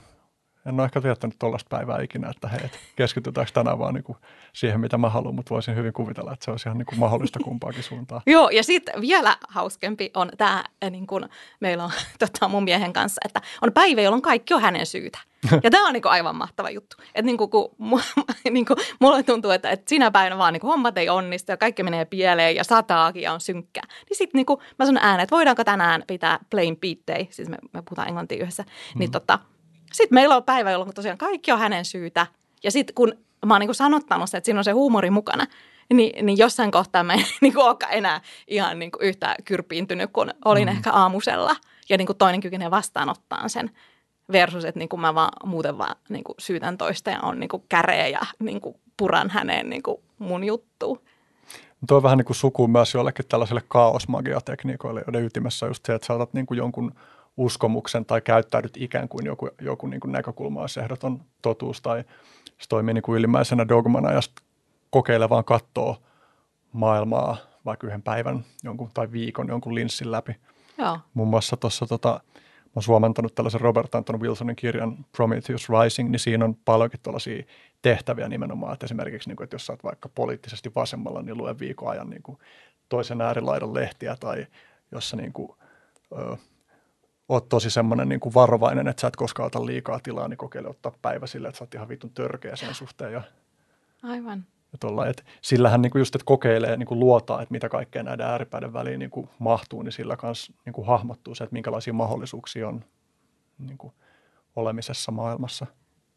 en ole ehkä viettänyt tuollaista päivää ikinä, että hei, et keskitytäänkö tänään vaan niin kuin siihen, mitä mä haluan, mutta voisin hyvin kuvitella, että se olisi ihan niin kuin mahdollista kumpaakin suuntaan. Joo, ja sitten vielä hauskempi on tämä, niin kuin meillä on tota, mun miehen kanssa, että on päivä, jolloin kaikki on hänen syytä. Ja tämä on niin kuin aivan mahtava juttu. Että niin kuin, kun niin kuin, mulle tuntuu, että, että sinä päivänä vaan niin kuin hommat ei onnistu ja kaikki menee pieleen ja sataakin ja on synkkää. Niin sitten niin kuin, mä sanon ääneen, että voidaanko tänään pitää plain beat day, siis me, me puhutaan englantia yhdessä, mm. niin tota, sitten meillä on päivä, jolloin tosiaan kaikki on hänen syytä. Ja sitten kun mä oon niin kuin sanottanut se, että siinä on se huumori mukana, niin, niin jossain kohtaa mä en niin kuin olekaan enää ihan niin kuin yhtä kyrpiintynyt, kun olin mm. ehkä aamusella. Ja niin kuin toinen kykenee vastaanottaan sen versus, että niin kuin mä vaan muuten vaan niin kuin syytän toista ja on niin kuin käreä ja niin kuin puran häneen niin kuin mun juttuun. Tuo on vähän niin kuin suku myös jollekin tällaiselle kaosmagiatekniikoille, joiden ytimessä on just se, että sä otat niin kuin jonkun uskomuksen tai käyttäydyt ikään kuin joku, joku niin kuin näkökulma olisi ehdoton totuus tai se toimii niin kuin ylimmäisenä dogmana ja kokeilee vaan katsoa maailmaa vaikka yhden päivän jonkun, tai viikon jonkun linssin läpi. Joo. Muun muassa tuossa tota, mä oon suomentanut tällaisen Robert Anton Wilsonin kirjan Prometheus Rising, niin siinä on paljonkin tällaisia tehtäviä nimenomaan, että esimerkiksi niin kuin, että jos sä oot vaikka poliittisesti vasemmalla, niin lue viikon ajan niin kuin toisen äärilaidan lehtiä tai jos sä niin kuin, ö, oot tosi semmoinen niin kuin varovainen, että sä et koskaan ota liikaa tilaa, niin kokeile ottaa päivä sille, että sä oot ihan vitun törkeä sen suhteen. Ja, Aivan. ja tolla, että sillähän niin kuin just, että kokeilee niin kuin luotaa, että mitä kaikkea näiden ääripäiden väliin niin kuin mahtuu, niin sillä kanssa niin kuin hahmottuu se, että minkälaisia mahdollisuuksia on niin kuin olemisessa maailmassa.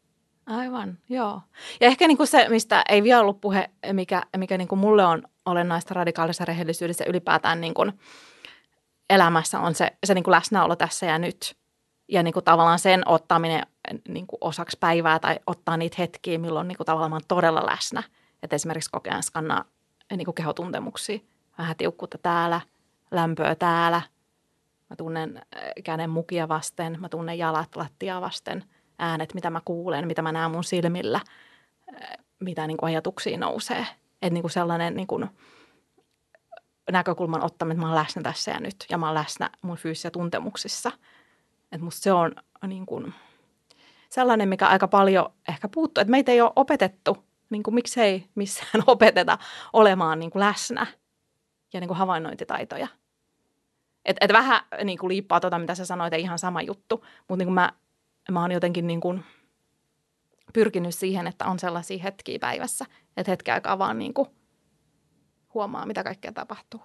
Aivan, joo. Ja ehkä niin kuin se, mistä ei vielä ollut puhe, mikä, mikä niin kuin mulle on olennaista radikaalisessa rehellisyydessä ylipäätään niin kuin elämässä on se, se niin kuin läsnäolo tässä ja nyt. Ja niin kuin tavallaan sen ottaminen niin kuin osaksi päivää tai ottaa niitä hetkiä, milloin niin kuin tavallaan mä oon todella läsnä. Että esimerkiksi kokea skannaa niin kuin kehotuntemuksia. Vähän tiukkuutta täällä, lämpöä täällä. Mä tunnen käden mukia vasten, mä tunnen jalat lattiaa vasten, äänet, mitä mä kuulen, mitä mä näen mun silmillä, mitä niin kuin ajatuksia nousee. Että niin kuin sellainen niin kuin näkökulman ottaminen, että mä oon läsnä tässä ja nyt ja mä oon läsnä mun fyysisissä tuntemuksissa. Että musta se on niin kuin sellainen, mikä aika paljon ehkä puuttuu, että meitä ei ole opetettu, niin kuin miksei missään opeteta olemaan niin kuin läsnä ja niin kuin havainnointitaitoja. Että et vähän niin kuin liippaa tuota, mitä sä sanoit, ei ihan sama juttu, mutta niin kuin mä, mä oon jotenkin niin kuin pyrkinyt siihen, että on sellaisia hetkiä päivässä, että hetken aikaa vaan niin kuin huomaa, mitä kaikkea tapahtuu.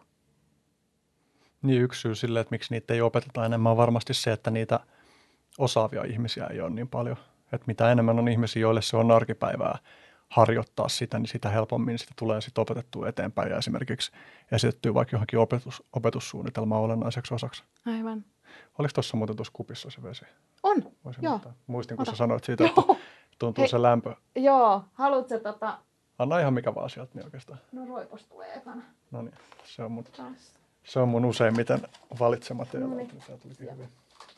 Niin yksi syy sille, että miksi niitä ei opeteta enemmän on varmasti se, että niitä osaavia ihmisiä ei ole niin paljon. Että mitä enemmän on ihmisiä, joille se on arkipäivää harjoittaa sitä, niin sitä helpommin sitä tulee sitten opetettua eteenpäin ja esimerkiksi esitettyä vaikka johonkin opetus, opetussuunnitelmaan olennaiseksi osaksi. Aivan. Oliko tuossa muuten tuossa kupissa se vesi? On, Voisin joo. ottaa. Muistin, kun Ota. sä sanoit siitä, Joo. että tuntuu Hei. se lämpö. Joo, haluatko tota... Anna ihan mikä vaan sieltä niin oikeastaan. No roipos tulee ekana. No niin, se on mun, Taas. se on mun useimmiten valitsema teillä. No niin. Tämä tulikin hyvin.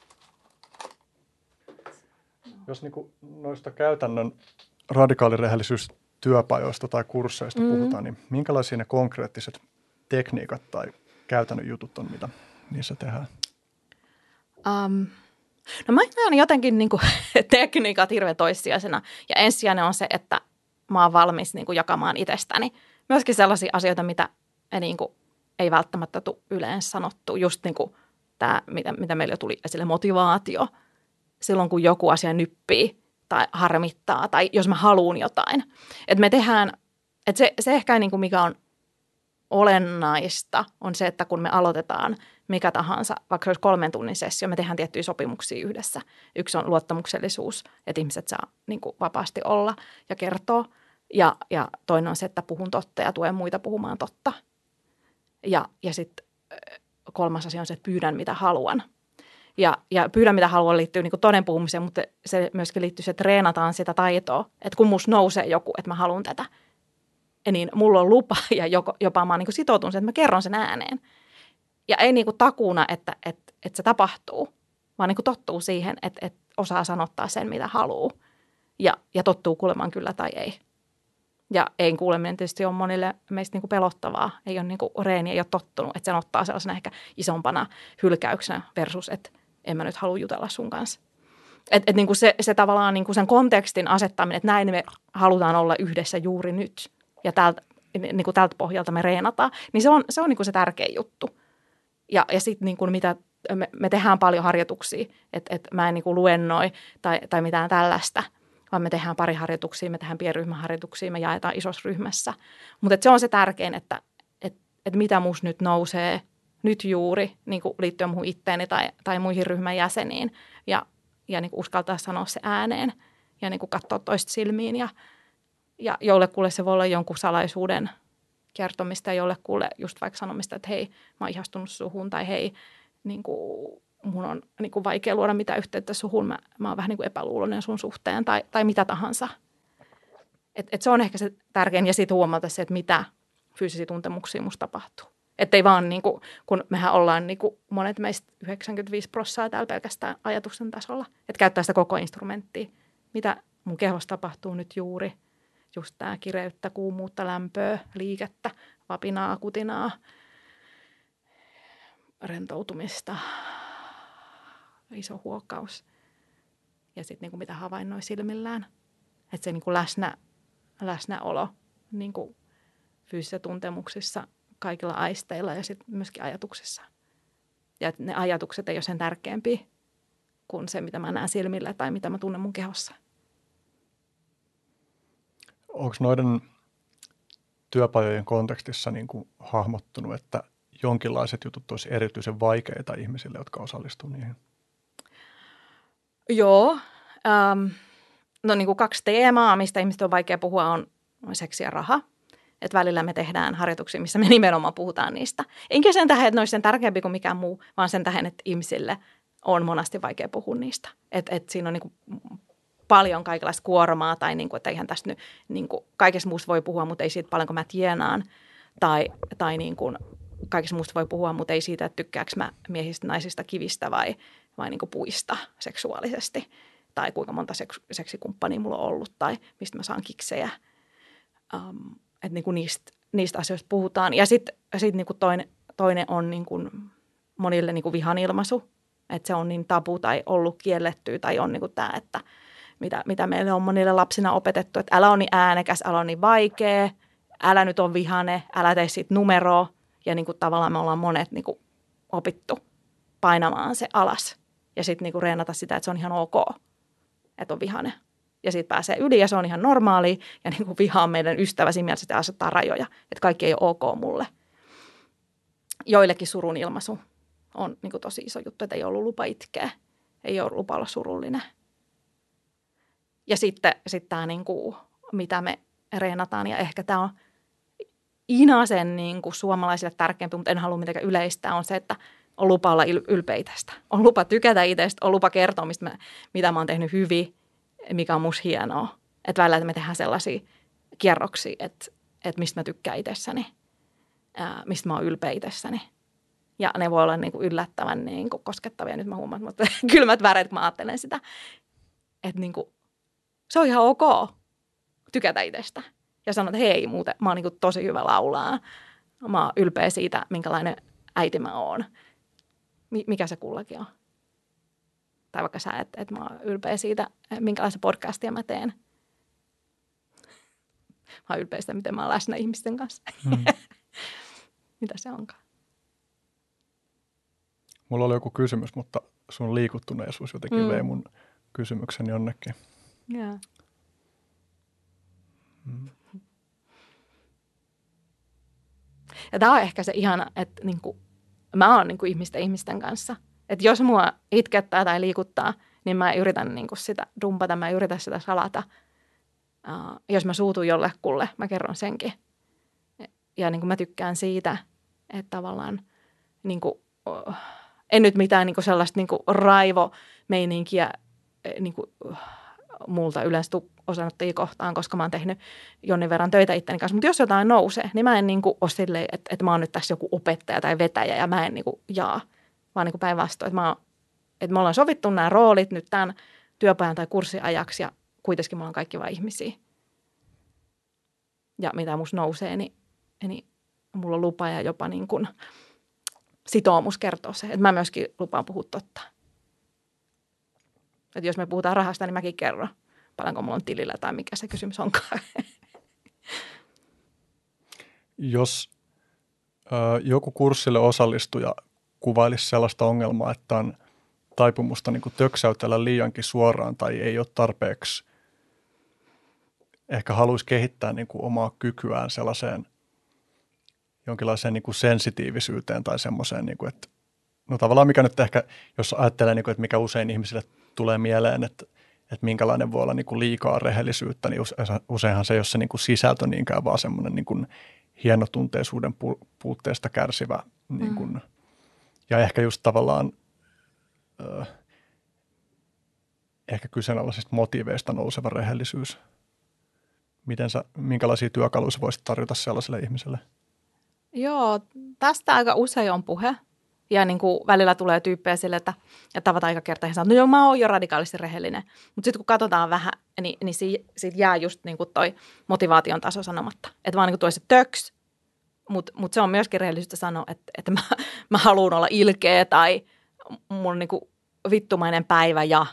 Jos niinku noista käytännön radikaalirehellisyystyöpajoista tai kursseista mm. puhutaan, niin minkälaisia ne konkreettiset tekniikat tai käytännön jutut on, mitä niissä tehdään? Um, no mä näen jotenkin niin kuin, tekniikat hirveän toissijaisena. Ja ensisijainen on se, että mä oon valmis niin kuin, jakamaan itsestäni. Myöskin sellaisia asioita, mitä niin kuin, ei välttämättä tule yleensä sanottu. Just niin kuin tämä, mitä, mitä meillä tuli esille, motivaatio. Silloin, kun joku asia nyppii tai harmittaa tai jos mä haluun jotain. Että me tehdään, että se, se ehkä niin kuin mikä on olennaista on se, että kun me aloitetaan mikä tahansa, vaikka se olisi kolmen tunnin sessio, me tehdään tiettyjä sopimuksia yhdessä. Yksi on luottamuksellisuus, että ihmiset saa niin kuin vapaasti olla ja kertoa. Ja, ja toinen on se, että puhun totta ja tuen muita puhumaan totta. Ja, ja sitten kolmas asia on se, että pyydän mitä haluan. Ja, ja pyydä mitä haluan liittyy niin kuin toden puhumiseen, mutta se myöskin liittyy siihen, että treenataan sitä taitoa. Että kun musta nousee joku, että mä haluan tätä, niin mulla on lupa ja joko, jopa mä oon niin kuin sitoutunut siihen, että mä kerron sen ääneen. Ja ei niin kuin takuuna, että, että, että se tapahtuu, vaan niin kuin tottuu siihen, että, että osaa sanottaa sen, mitä haluaa. Ja, ja tottuu kuulemaan kyllä tai ei. Ja ei kuuleminen tietysti on monille meistä niin kuin pelottavaa. Ei ole niin kuin reeni, ei ole tottunut, että sen ottaa sellaisena ehkä isompana hylkäyksenä versus, että en mä nyt halua jutella sun kanssa. Että et niin kuin se, se tavallaan niin kuin sen kontekstin asettaminen, että näin me halutaan olla yhdessä juuri nyt. Ja tältä, niin kuin tältä pohjalta me reenataan. Niin se on se, on niin kuin se tärkein juttu. Ja, ja sitten niin kuin mitä me, me tehdään paljon harjoituksia, että, että mä en niin kuin luennoi tai, tai mitään tällaista, vaan me tehdään pari harjoituksia, me tehdään pienryhmäharjoituksia, me jaetaan isossa ryhmässä. Mutta se on se tärkein, että, että, että mitä musta nyt nousee nyt juuri niin kuin liittyen muuhun itteeni tai, tai muihin ryhmän jäseniin ja, ja niin kuin uskaltaa sanoa se ääneen ja niin kuin katsoa toista silmiin. Ja, ja jollekulle se voi olla jonkun salaisuuden kertomista ja jollekulle just vaikka sanomista, että hei, mä oon ihastunut suhun tai hei, niin kuin mun on niin kuin vaikea luoda mitään yhteyttä suhun, mä, mä oon vähän niin kuin epäluuloinen sun suhteen tai, tai mitä tahansa. Et, et se on ehkä se tärkein ja sitten huomata se, että mitä fyysisiä tuntemuksia musta tapahtuu. Että ei vaan niin kuin, kun mehän ollaan niin kuin monet meistä yhdeksänkymmentäviisi prosenttia täällä pelkästään ajatuksen tasolla. Että käyttää sitä koko instrumenttia. Mitä mun kehossa tapahtuu nyt juuri. Just tämä kireyttä, kuumuutta, lämpöä, liikettä, vapinaa, kutinaa, rentoutumista, iso huokaus. Ja sitten niinku mitä havainnoi silmillään. Että se niinku läsnä, läsnäolo niinku fyysisissä tuntemuksissa, kaikilla aisteilla ja sitten myöskin ajatuksissa. Ja että ne ajatukset ei ole sen tärkeämpiä kuin se, mitä mä näen silmillä tai mitä mä tunnen mun kehossa. Onko noiden työpajojen kontekstissa niin kuin hahmottunut, että jonkinlaiset jutut olisi erityisen vaikeita ihmisille, jotka osallistuu niihin? Joo. Ähm, no niin kuin kaksi teemaa, mistä ihmiset on vaikea puhua, on seksi ja raha. Että välillä me tehdään harjoituksia, missä me nimenomaan puhutaan niistä. Enkä sen tähden, että ne olisi sen tärkeämpi kuin mikään muu, vaan sen tähden, että ihmisille on monasti vaikea puhua niistä. Että et siinä on niin kuin paljon kaikenlaista kuormaa tai niin kuin, että eihän tästä nyt niin kuin kaikessa muusta voi puhua, mutta ei siitä paljonko mä tienaan. Tai, tai niin kuin kaikessa muusta voi puhua, mutta ei siitä, että tykkääkö mä miehistä, naisista, kivistä vai, vai niin kuin puista seksuaalisesti. Tai kuinka monta seks- seksikumppania mulla on ollut tai mistä mä saan kiksejä. Um, että niin kuin niistä, niistä asioista puhutaan. Ja sitten sit niin kuin toinen, toinen on niin kuin monille niin kuin vihan ilmaisu. Että se on niin tabu tai ollut kielletty tai on niin kuin tämä, että mitä, mitä meille on monille lapsina opetettu, että älä ole niin äänekäs, älä ole niin vaikea, älä nyt on vihane, älä tee siitä numeroa. Ja niin kuin tavallaan me ollaan monet niin kuin opittu painamaan se alas ja sitten niin kuin reenata sitä, että se on ihan ok, että on vihane. Ja siitä pääsee yli ja se on ihan normaalia ja niin kuin viha on meidän ystävä siinä mielessä, että asettaa rajoja, että kaikki ei ole ok mulle. Joillekin surun ilmaisu on niin kuin tosi iso juttu, että ei ollut lupa itkeä, ei ole lupa olla surullinen. Ja sitten sit tämä, niin kuin, mitä me reenataan, ja ehkä tämä on inasen niin kuin suomalaisille tärkeämpi, mutta en halua mitenkään yleistää, on se, että on lupa olla ylpeä itsestä. On lupa tykätä itsestä, on lupa kertoa, mistä mä, mitä mä oon tehnyt hyvin, mikä on musta hienoa. Että välillä että me tehdään sellaisia kierroksia, että, että mistä mä tykkään itsessäni, ää, mistä mä oon ylpeä itsessäni. Ja ne voi olla niin kuin yllättävän niin kuin koskettavia. Nyt mä huomaan, mutta kylmät väreet, kun mä ajattelen sitä. Että niin kuin, se on ihan ok tykätä itsestä. Ja sanoa, että hei, muuten mä oon niin kuin tosi hyvä laulaa. Mä oon ylpeä siitä, minkälainen äiti mä oon. Mikä se kullakin on. Tai vaikka sä, että, että mä oon ylpeä siitä, minkälaista podcastia mä teen. Mä oon ylpeä siitä, miten mä oon läsnä ihmisten kanssa. Hmm. Mitä se onkaan? Mulla oli joku kysymys, mutta sun liikuttuneisuus jotenkin mm. vei mun kysymyksen jonnekin. Yeah. Mm. Ja tää on ehkä se ihana, että niinku, mä oon niinku ihmisten ihmisten kanssa. Että jos mua itkettää tai liikuttaa, niin mä yritän niinku sitä dumpata, mä yritän sitä salata. Uh, jos mä suutun jollekulle, mä kerron senkin. Ja niinku mä tykkään siitä, että tavallaan niinku, uh, En nyt mitään niin kuin sellaista niin kuin raivomeininkiä niin kuin multa yleensä osanottajia kohtaan, koska mä oon tehnyt jonnin verran töitä itteni kanssa. Mutta jos jotain nousee, niin mä en niin kuin ole silleen, että, että mä oon nyt tässä joku opettaja tai vetäjä ja mä en niin kuin jaa, vaan niin kuin päinvastoin, että, mä, että me ollaan sovittu nämä roolit nyt tämän työpajan tai kurssin ajaksi ja kuitenkin me ollaan kaikki vain ihmisiä. Ja mitä musta nousee, niin, niin mulla on lupa ja jopa niin kuin sitoumus kertoo se, että mä myöskin lupaan puhua totta. Että jos me puhutaan rahasta, niin mäkin kerron, paljonko mulla on tilillä tai mikä se kysymys onkaan. Jos ö, joku kurssille osallistuja kuvailisi sellaista ongelmaa, että on taipumusta niin kuin töksäytellä liiankin suoraan tai ei ole tarpeeksi, ehkä haluaisi kehittää niin kuin omaa kykyään sellaiseen jonkinlaiseen niin kuin sensitiivisyyteen tai semmoiseen, niin kuin, että no tavallaan mikä nyt ehkä, jos ajattelee, niin kuin, että mikä usein ihmisille tulee mieleen, että, että minkälainen voi olla niin kuin liikaa rehellisyyttä, niin useinhan se ei ole se niin kuin sisältö niinkään, vaan semmoinen niin kuin hienotunteisuuden puutteesta kärsivä niin kuin, mm. ja ehkä just tavallaan äh, ehkä kyseenalaisista motiiveista nouseva rehellisyys. Miten sä, minkälaisia työkaluja sä voisit tarjota sellaiselle ihmiselle? Joo, tästä aika usein on puhe. Ja niin kuin välillä tulee tyyppejä sille, että ja tavataan aika kertaa ja sanoo, no joo, mä oon jo radikaalisti rehellinen. Mutta sitten kun katsotaan vähän, niin, niin siitä, siitä jää just niin kuin toi motivaation taso sanomatta. Että vaan niin kuin tuo se töks, mutta mut se on myöskin rehellisyyttä sanoa, että, että mä, mä haluan olla ilkeä tai mun on niin kuin vittumainen päivä ja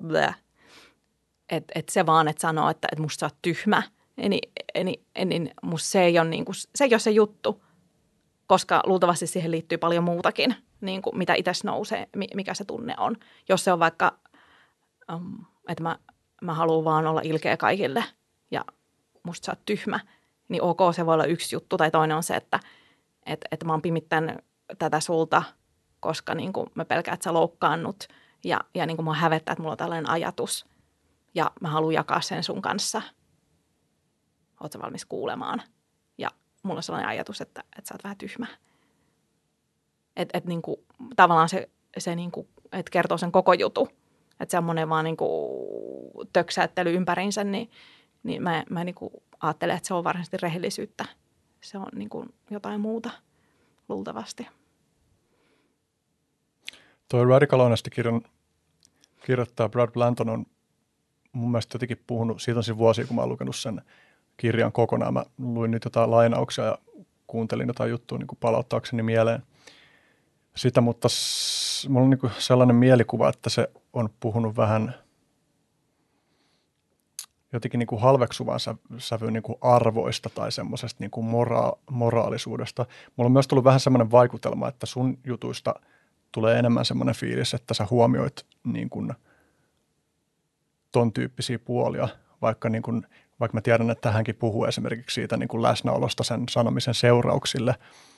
että et se vaan, että sanoo, että et musta sä oot tyhmä. Niin, niin, niin musta se ei ole niin kuin, se ei ole se juttu. Koska luultavasti siihen liittyy paljon muutakin, niin kuin mitä itse nousee, mikä se tunne on. Jos se on vaikka, um, että mä, mä haluan vaan olla ilkeä kaikille ja musta sä oot tyhmä, niin ok, se voi olla yksi juttu. Tai toinen on se, että et, et mä oon pimittänyt tätä sulta, koska niin kuin mä pelkään, että sä loukkaannut ja, ja niin kuin mua hävettää, että mulla on tällainen ajatus ja mä haluan jakaa sen sun kanssa. Oot sä valmis kuulemaan? Ja mulla on sellainen ajatus, että, että sä oot vähän tyhmä. Että et niinku, tavallaan se, se niinku, että kertoo sen koko jutu. Että semmoinen vaan niinku töksäyttely ympärinsä, niin, niin mä, mä niinku ajattelen, että se on varsinaisesti rehellisyyttä. Se on niinku jotain muuta luultavasti. Tuo Radical Honesty-kirjan kirjoittaja Brad Blanton on mun mielestä jotenkin puhunut, siitä on siinä vuosia, kun mä oon lukenut sen kirjan kokonaan. Mä luin nyt jotain lainauksia ja kuuntelin jotain juttua niin kuin palauttaakseni mieleen sitä, mutta s- mulla on niin kuin sellainen mielikuva, että se on puhunut vähän jotenkin niin kuin halveksuvan sävyyn niin kuin arvoista tai semmoisesta niin kuin mora- moraalisuudesta. Mulla on myös tullut vähän semmoinen vaikutelma, että sun jutuista tulee enemmän semmoinen fiilis, että sä huomioit niin kuin ton tyyppisiä puolia, vaikka niin kuin vaikka mä tiedän, että hänkin puhuu esimerkiksi siitä niin kuin läsnäolosta sen sanomisen seurauksille.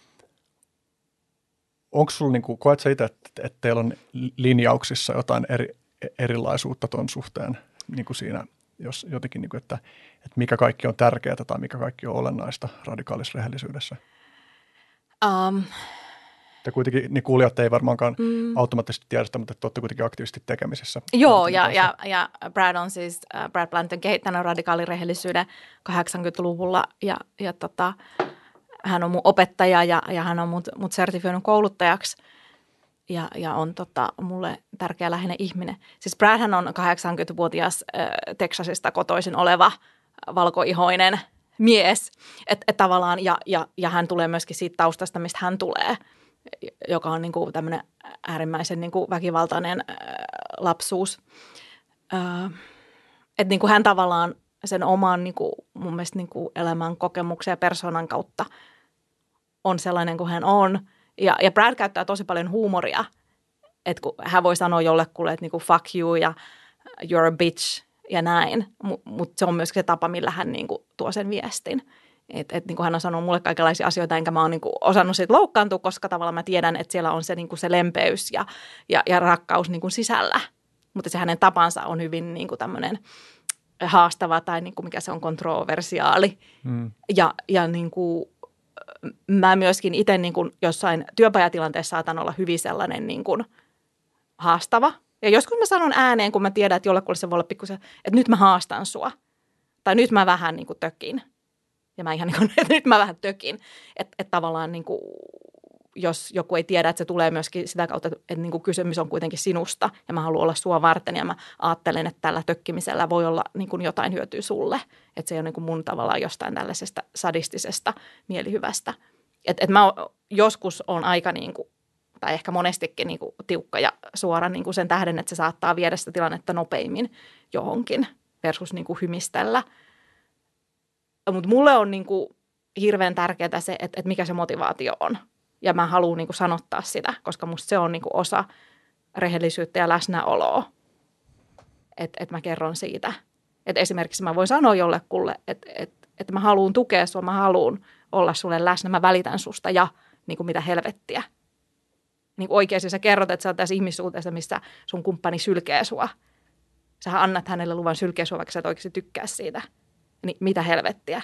Onko sulla, niin kuin, koet sä itse, että, että teillä on linjauksissa jotain eri, erilaisuutta ton suhteen niin kuin siinä, jos jotenkin, niin kuin, että, että mikä kaikki on tärkeää tai mikä kaikki on olennaista radikaalissa rehellisyydessä? Um. Te kuitenkin, niin kuulijat ei varmaankaan mm. automaattisesti tiedä sitä, mutta te olette kuitenkin aktiivisesti tekemisissä. Joo, ja, ja, ja Brad on siis, uh, Brad Blanton kehittänyt radikaalirehellisyyden kahdeksankymmentäluvulla ja, ja tota, hän on mun opettaja ja, ja hän on mut, mut sertifioinut kouluttajaksi ja, ja on tota, mulle tärkeä läheinen ihminen. Siis Bradhän on kahdeksankymmentävuotias äh, Teksasista kotoisin oleva valkoihoinen mies, että et tavallaan, ja, ja, ja hän tulee myöskin siitä taustasta, mistä hän tulee, joka on niin kuin tämmöinen äärimmäisen niin kuin väkivaltainen äh, lapsuus. Äh, että niin kuin hän tavallaan sen oman niin kuin, mun mielestä niin kuin elämän kokemuksen ja persoonan kautta on sellainen kuin hän on. Ja, ja Brad käyttää tosi paljon huumoria, että kun hän voi sanoa jollekulle, että niin kuin fuck you ja you're a bitch ja näin, mutta mut se on myös se tapa, millä hän niin kuin tuo sen viestin. Että et, niin kuin hän on sanonut mulle kaikenlaisia asioita, enkä mä oon niin kuin osannut siitä loukkaantua, koska tavallaan mä tiedän, että siellä on se, niin kuin se lempeys ja, ja, ja rakkaus niin kuin sisällä. Mutta se hänen tapansa on hyvin niin kuin tämmöinen haastava tai niin kuin mikä se on, kontroversiaali. Mm. Ja, ja niin kuin, mä myöskin itse niin kuin jossain työpajatilanteessa saatan olla hyvin sellainen niin kuin haastava. Ja joskus mä sanon ääneen, kun mä tiedän, että jollekulle se voi olla pikkusen, että nyt mä haastan sua. Tai nyt mä vähän niin kuin tökin. Ja mä ihan niin kuin, että nyt mä vähän tökin. Että et tavallaan niin kuin, jos joku ei tiedä, että se tulee myöskin sitä kautta, että niin kuin kysymys on kuitenkin sinusta. Ja mä haluan olla sua varten ja mä ajattelen, että tällä tökkimisellä voi olla niin kuin jotain hyötyä sulle. Että se ei ole niin kuin mun tavallaan jostain tällaisesta sadistisesta mielihyvästä. Että et mä joskus on aika niin kuin, tai ehkä monestikin niin kuin tiukka ja suora niin kuin sen tähden, että se saattaa viedä sitä tilannetta nopeimmin johonkin versus niin kuin hymistellä. Mutta mulle on niin kuin hirveän tärkeää se, että, että mikä se motivaatio on. Ja mä haluan niin kuin sanottaa sitä, koska musta se on niin kuin osa rehellisyyttä ja läsnäoloa. Että, että mä kerron siitä. Että esimerkiksi mä voin sanoa jollekulle, että, että, että mä haluan tukea sua, mä haluan olla sulle läsnä, mä välitän susta ja niin kuin mitä helvettiä. Niin kuin oikeasti sä kerrot, että sä oot tässä ihmissuhteessa, missä sun kumppani sylkee sua. Sähän annat hänelle luvan sylkeä sua, vaikka sä et oikeasti tykkää siitä. Niin mitä helvettiä.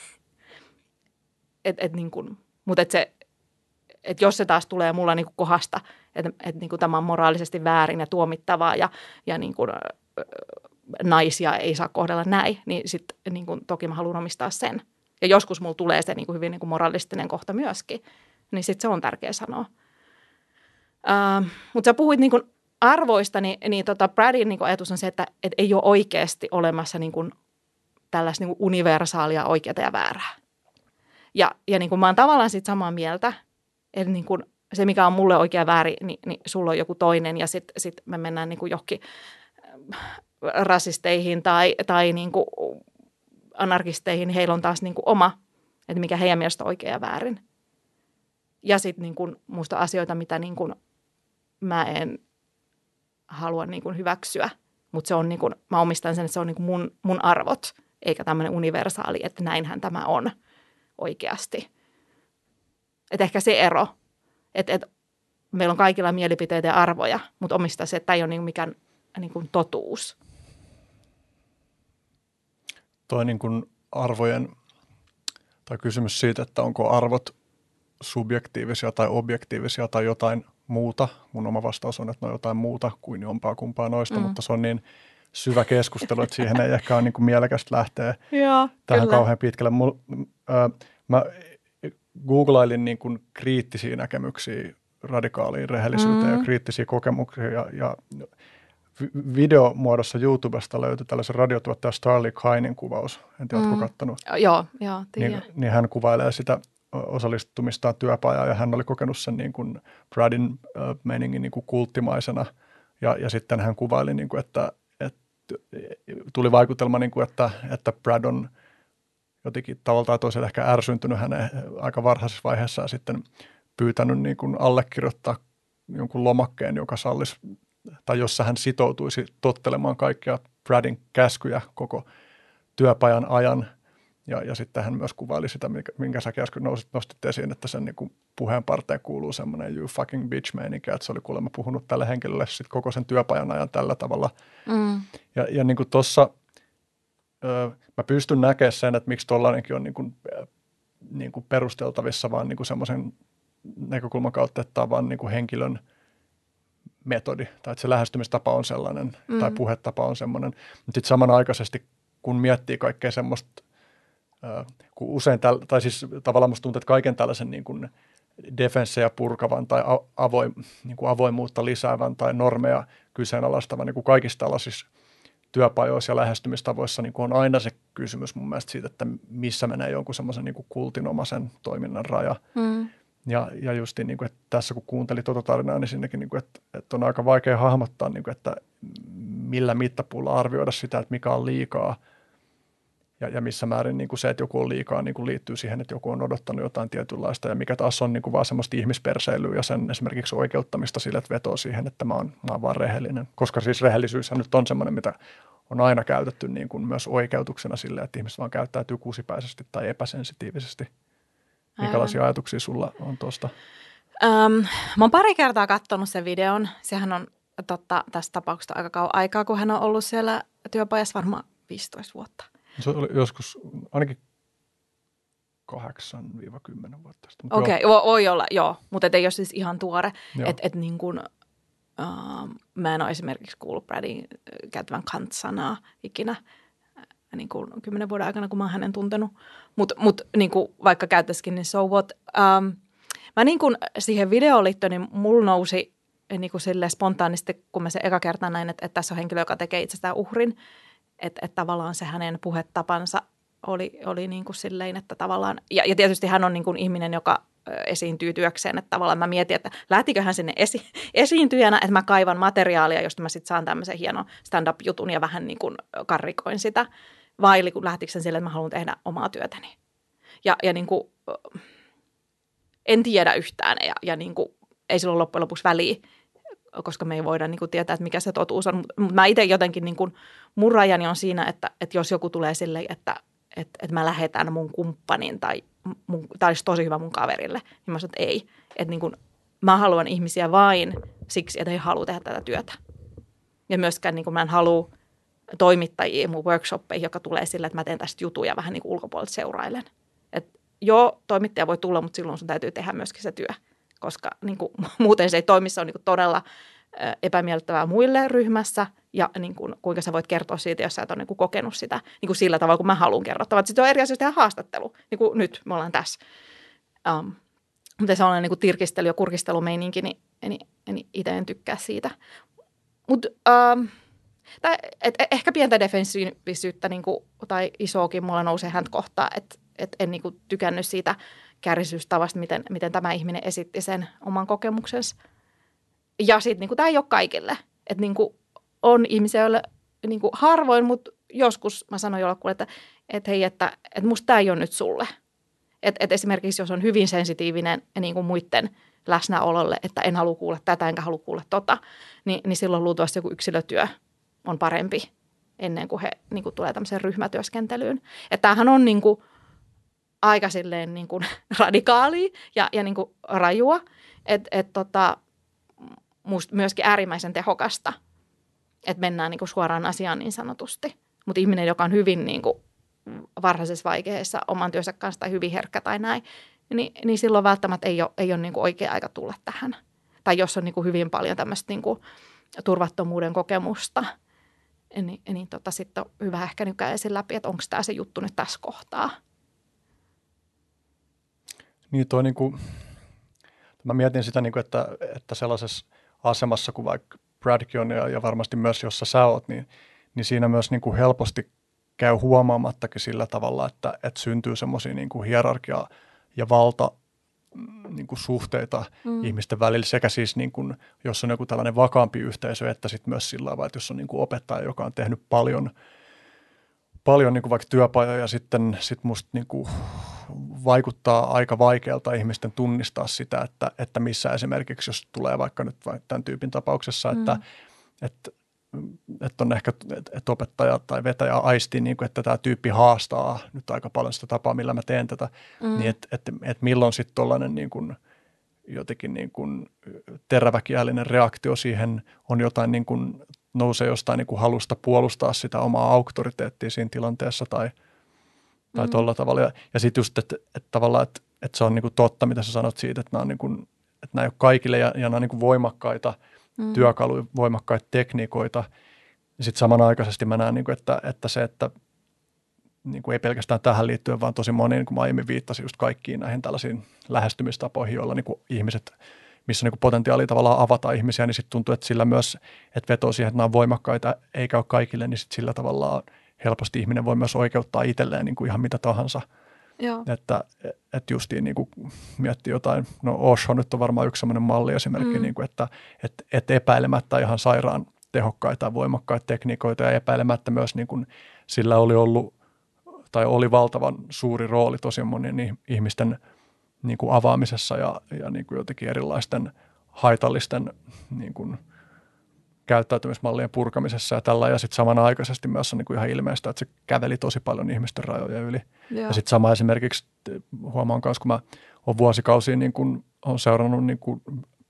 et, et niin kuin, mutta et se, et jos se taas tulee mulla niin kuin kohdasta, että et niin kuin tämä on moraalisesti väärin ja tuomittavaa ja, ja niin kuin, naisia ei saa kohdella näin, niin sitten niin kuin, toki mä haluan omistaa sen. Ja joskus mulla tulee se niin kuin hyvin niin kuin moralistinen kohta myöskin, niin sitten se on tärkeä sanoa. Uh, mutta sä puhuit niin kuin arvoista, niin, niin tota Bradin niin kuin ajatus on se, että et ei ole oikeasti olemassa niin kuin tällaista niin kuin universaalia oikeaa ja väärää. Ja, ja niin kuin mä oon tavallaan sit samaa mieltä, eli niin kuin se mikä on mulle oikea väärin, niin, niin sulla on joku toinen ja sitten sit me mennään niin kuin johonkin rasisteihin tai, tai niin kuin anarkisteihin, niin heillä on taas niin kuin oma, että mikä heidän mielestä on oikea ja väärin. Ja sitten niin kuin musta asioita, mitä niin kuin mä en halua niin kuin hyväksyä, mutta se on niin kuin, mä omistan sen, että se on niin kuin mun, mun arvot, eikä tämmöinen universaali, että näinhän tämä on oikeasti. Että ehkä se ero, että, että meillä on kaikilla mielipiteitä ja arvoja, mutta omistaa se, että tämä ei ole niin kuin mikään niin kuin totuus. Toi niin kuin arvojen, tai kysymys siitä, että onko arvot subjektiivisia tai objektiivisia tai jotain muuta. Mun oma vastaus on, että ne on jotain muuta kuin jompaa kumpaa noista, mm. mutta se on niin syvä keskustelu, että siihen ei ehkä ole niin kuin mielekästä lähteä Joo, tähän kyllä. kauhean pitkälle. Mul, äh, mä googlailin niin kuin kriittisiä näkemyksiä radikaaliin rehellisyyteen mm. ja kriittisiä kokemuksia ja, ja videomuodossa YouTubesta löytyi tällaisen radiotuottaja Starley Kynen kuvaus. En tiedä, mm. oletko kattonut? Joo, joo, tiedän. Niin, niin hän kuvailee sitä osallistumistaan työpajaa ja hän oli kokenut sen niin kuin Bradin äh, meiningin niin kuin kulttimaisena ja, ja sitten hän kuvaili, niin kuin, että, että tuli vaikutelma, niin kuin, että, että Brad on jotenkin tavalla tai toisella ehkä ärsyntynyt hänen aika varhaisessa vaiheessa ja sitten pyytänyt niin kuin allekirjoittaa jonkun lomakkeen, joka sallisi tai jossa hän sitoutuisi tottelemaan kaikkia Bradin käskyjä koko työpajan ajan. Ja, ja sitten hän myös kuvaili sitä, minkä, minkä säkin äsken nostit esiin, että sen niin kuin puheen parteen kuuluu semmoinen you fucking bitch -meininki, että se oli kuulemma puhunut tälle henkilölle sit koko sen työpajan ajan tällä tavalla. Mm. Ja, ja niin kuin tuossa mä pystyn näkemään sen, että miksi tuollainenkin on niin kuin, niin kuin perusteltavissa vaan niin kuin semmoisen näkökulman kautta, että tämä on vaan niin kuin henkilön metodi, tai että se lähestymistapa on sellainen, mm. tai puhetapa on semmoinen. Mutta sitten samanaikaisesti, kun miettii kaikkea semmoista, äh, kun usein, täl, tai siis tavallaan musta tuntuu, että kaiken tällaisen niin kuin defenssejä purkavan tai avoim, niin kuin avoimuutta lisäävän tai normeja kyseenalaistavan, niin kuin kaikissa tällaisissa työpajoissa ja lähestymistavoissa niin kuin on aina se kysymys mun mielestä siitä, että missä menee jonkun semmoisen niin kuin kultinomaisen toiminnan raja. Mm. Ja, ja just niin kuin, että tässä kun kuuntelin tuota tarinaa, niin sinnekin, niin kuin, että, että on aika vaikea hahmottaa, niin kuin, että millä mittapuulla arvioida sitä, että mikä on liikaa ja, ja missä määrin niin kuin se, että joku on liikaa, niin kuin liittyy siihen, että joku on odottanut jotain tietynlaista ja mikä taas on niin kuin vaan semmoista ihmisperseilyä ja sen esimerkiksi oikeuttamista sille, että vetoo siihen, että mä oon, mä oon vaan rehellinen. Koska siis rehellisyyshän nyt on semmoinen, mitä on aina käytetty niin kuin myös oikeutuksena sille, että ihmiset vaan käyttäytyy kusipäisesti tai epäsensitiivisesti. Minkälaisia ajatuksia sulla on tuosta? Um, mä oon pari kertaa katsonut sen videon. Sehän on totta tästä tapauksesta aika kauan aikaa, kun hän on ollut siellä työpajassa varmaan viisitoista vuotta. Se oli joskus ainakin kahdeksan kymmenen vuotta sitten. Okei, okay, voi olla, joo, mutta ei ole siis ihan tuore. Että et niin kuin, uh, mä en ole esimerkiksi kuullut Bradin käyttävän kant-sanaa ikinä niin kuin kymmenen vuoden aikana, kun mä oon hänen tuntenut. Mutta mut, niin kuin vaikka käyttäisikin, niin so what. Um, mä niin kuin siihen videoon liittyen, niin mulla nousi niin kuin sille spontaanisti, kun mä se eka kertaa näin, että, että tässä on henkilö, joka tekee itsestään uhrin. Että, että tavallaan se hänen puhetapansa oli, oli niin kuin silleen, että tavallaan, ja, ja tietysti hän on niin kuin ihminen, joka esiintyy työkseen, että tavallaan mä mietin, että lähtikö hän sinne esi, esiintyjänä, että mä kaivan materiaalia, josta mä sitten saan tämmöisen hienon stand-up-jutun ja vähän niin kuin karrikoin sitä, vai lähtikö hän sille, että mä haluan tehdä omaa työtäni. Ja, ja niin kuin, en tiedä yhtään ja, ja niin kuin, ei sillä ole loppujen lopuksi väliä, koska me ei voida niin kuin tietää, että mikä se totuus on. Mutta mä itse jotenkin, niin kuin, mun rajani on siinä, että, että jos joku tulee silleen, että, että, että mä lähetän mun kumppanin tai mun, tämä olisi tosi hyvä mun kaverille, niin mä sanon, että ei. Että niin kuin, mä haluan ihmisiä vain siksi, että he haluaa tehdä tätä työtä. Ja myöskään niin kuin mä en halua toimittajia mun workshoppeihin, joka tulee sille, että mä teen tästä jutuja vähän niin kuin ulkopuolelta seurailen. Että joo, toimittaja voi tulla, mutta silloin sun täytyy tehdä myöskin se työ. Koska niin kuin, muuten se ei toimi, se on niin kuin todella epämiellyttävää muille ryhmässä ja niin kuin, kuinka sä voit kertoa siitä, jos sä et ole niin kuin kokenut sitä niin kuin sillä tavalla, kun mä haluan kerrottavaa. Sitten on eri asioista tehdä haastattelu, niin kuin nyt me ollaan tässä. Um, mutta se on niin kuin tirkistely- ja kurkistelumeininki, niin, niin, niin itse en tykkää siitä. Mutta um, ehkä pientä defensiivisyyttä niin kuin, tai isoakin mulla nousee häntä kohtaa, että et en niin kuin, tykännyt siitä kärjisyystavasta, miten, miten tämä ihminen esitti sen oman kokemuksensa. Ja sitten niin tämä ei ole kaikille. Että niin on ihmisiä, joille niin harvoin, mutta joskus mä sanon jollekulle, että, että hei, että, että musta tämä ei ole nyt sulle. Että et esimerkiksi jos on hyvin sensitiivinen niin kuin muiden läsnäololle, että en halua kuulla tätä enkä halua kuulla tota, niin, niin silloin luultavasti joku yksilötyö on parempi ennen kuin he niin kuin tulee tämmöiseen ryhmätyöskentelyyn. Että tämähän on niin kuin aika silleen niin kuin radikaalia ja, ja niin kuin rajua, että et tota, musta myöskin äärimmäisen tehokasta, että mennään niin kuin suoraan asiaan niin sanotusti. Mutta ihminen, joka on hyvin niin kuin varhaisessa vaiheessa oman työnsä kanssa tai hyvin herkkä tai näin, niin, niin silloin välttämättä ei ole, ei ole niin kuin oikea aika tulla tähän. Tai jos on niin kuin hyvin paljon tämmöistä niin kuin turvattomuuden kokemusta, niin, niin tota, sitten on hyvä ehkä nyt käydä sen läpi, että onko tämä se juttu nyt tässä kohtaa. Niin toi niin kuin, mä mietin sitä, niin kuin, että, että sellaisessa asemassa kuin vaikka Bradkin on ja, ja varmasti myös jossa sä oot, niin, niin siinä myös niin kuin helposti käy huomaamattakin sillä tavalla, että, että syntyy semmoisia niin kuin hierarkia- ja valta niin kuin suhteita mm. ihmisten välillä sekä siis niin kuin, jos on joku tällainen vakaampi yhteisö, että sitten myös sillä tavalla, että jos on niin kuin opettaja, joka on tehnyt paljon, paljon niin kuin vaikka työpajoja ja sitten sit musta niin kuin vaikuttaa aika vaikealta ihmisten tunnistaa sitä, että, että missä esimerkiksi, jos tulee vaikka nyt vaikka tämän tyypin tapauksessa, mm. että, että, että on ehkä, että opettaja tai vetäjä aistii, niin kuin, että tämä tyyppi haastaa nyt aika paljon sitä tapaa, millä mä teen tätä, mm. niin että, että, että milloin sitten tuollainen niin kuin jotenkin niin kuin teräväkielinen reaktio siihen on jotain niin kuin nousee jostain niin kuin halusta puolustaa sitä omaa auktoriteettia siinä tilanteessa tai tai mm. tuolla tavalla. Ja, ja sitten just, että, että tavallaan, että, että se on niin kuin totta, mitä sä sanot siitä, että nämä, on niin kuin, että nämä ei ole kaikille ja, ja nämä on niin kuin voimakkaita mm. työkaluja, voimakkaita tekniikoita. Ja sitten samanaikaisesti mä näen, niin kuin, että, että se, että niin kuin ei pelkästään tähän liittyen, vaan tosi moni, niin kuin mä aiemmin viittasin just kaikkiin näihin tällaisiin lähestymistapoihin, joilla niin kuin ihmiset, missä niin kuin potentiaalia tavallaan avata ihmisiä, niin sitten tuntuu, että sillä myös, että vetoo siihen, että nämä on voimakkaita, eikä ole kaikille, niin sitten sillä tavalla helposti ihminen voi myös oikeuttaa itselleen niin kuin ihan mitä tahansa. Joo. Että, että justiin niin kuin miettii jotain, no Osho nyt on varmaan yksi sellainen malli esimerkki, mm. niin kuin, että, että, että epäilemättä ihan sairaan tehokkaita ja voimakkaita tekniikoita ja epäilemättä myös niin kuin sillä oli ollut tai oli valtavan suuri rooli tosi monien ihmisten niin kuin avaamisessa ja, ja niin kuin jotenkin erilaisten haitallisten niin kuin käyttäytymismallien purkamisessa ja tällä. Ja sitten samanaikaisesti myös on niin kuin ihan ilmeistä, että se käveli tosi paljon ihmisten rajoja yli. Joo. Ja sitten sama esimerkiksi huomaan myös, kun mä olen vuosikausia niin kuin, olen seurannut niin kuin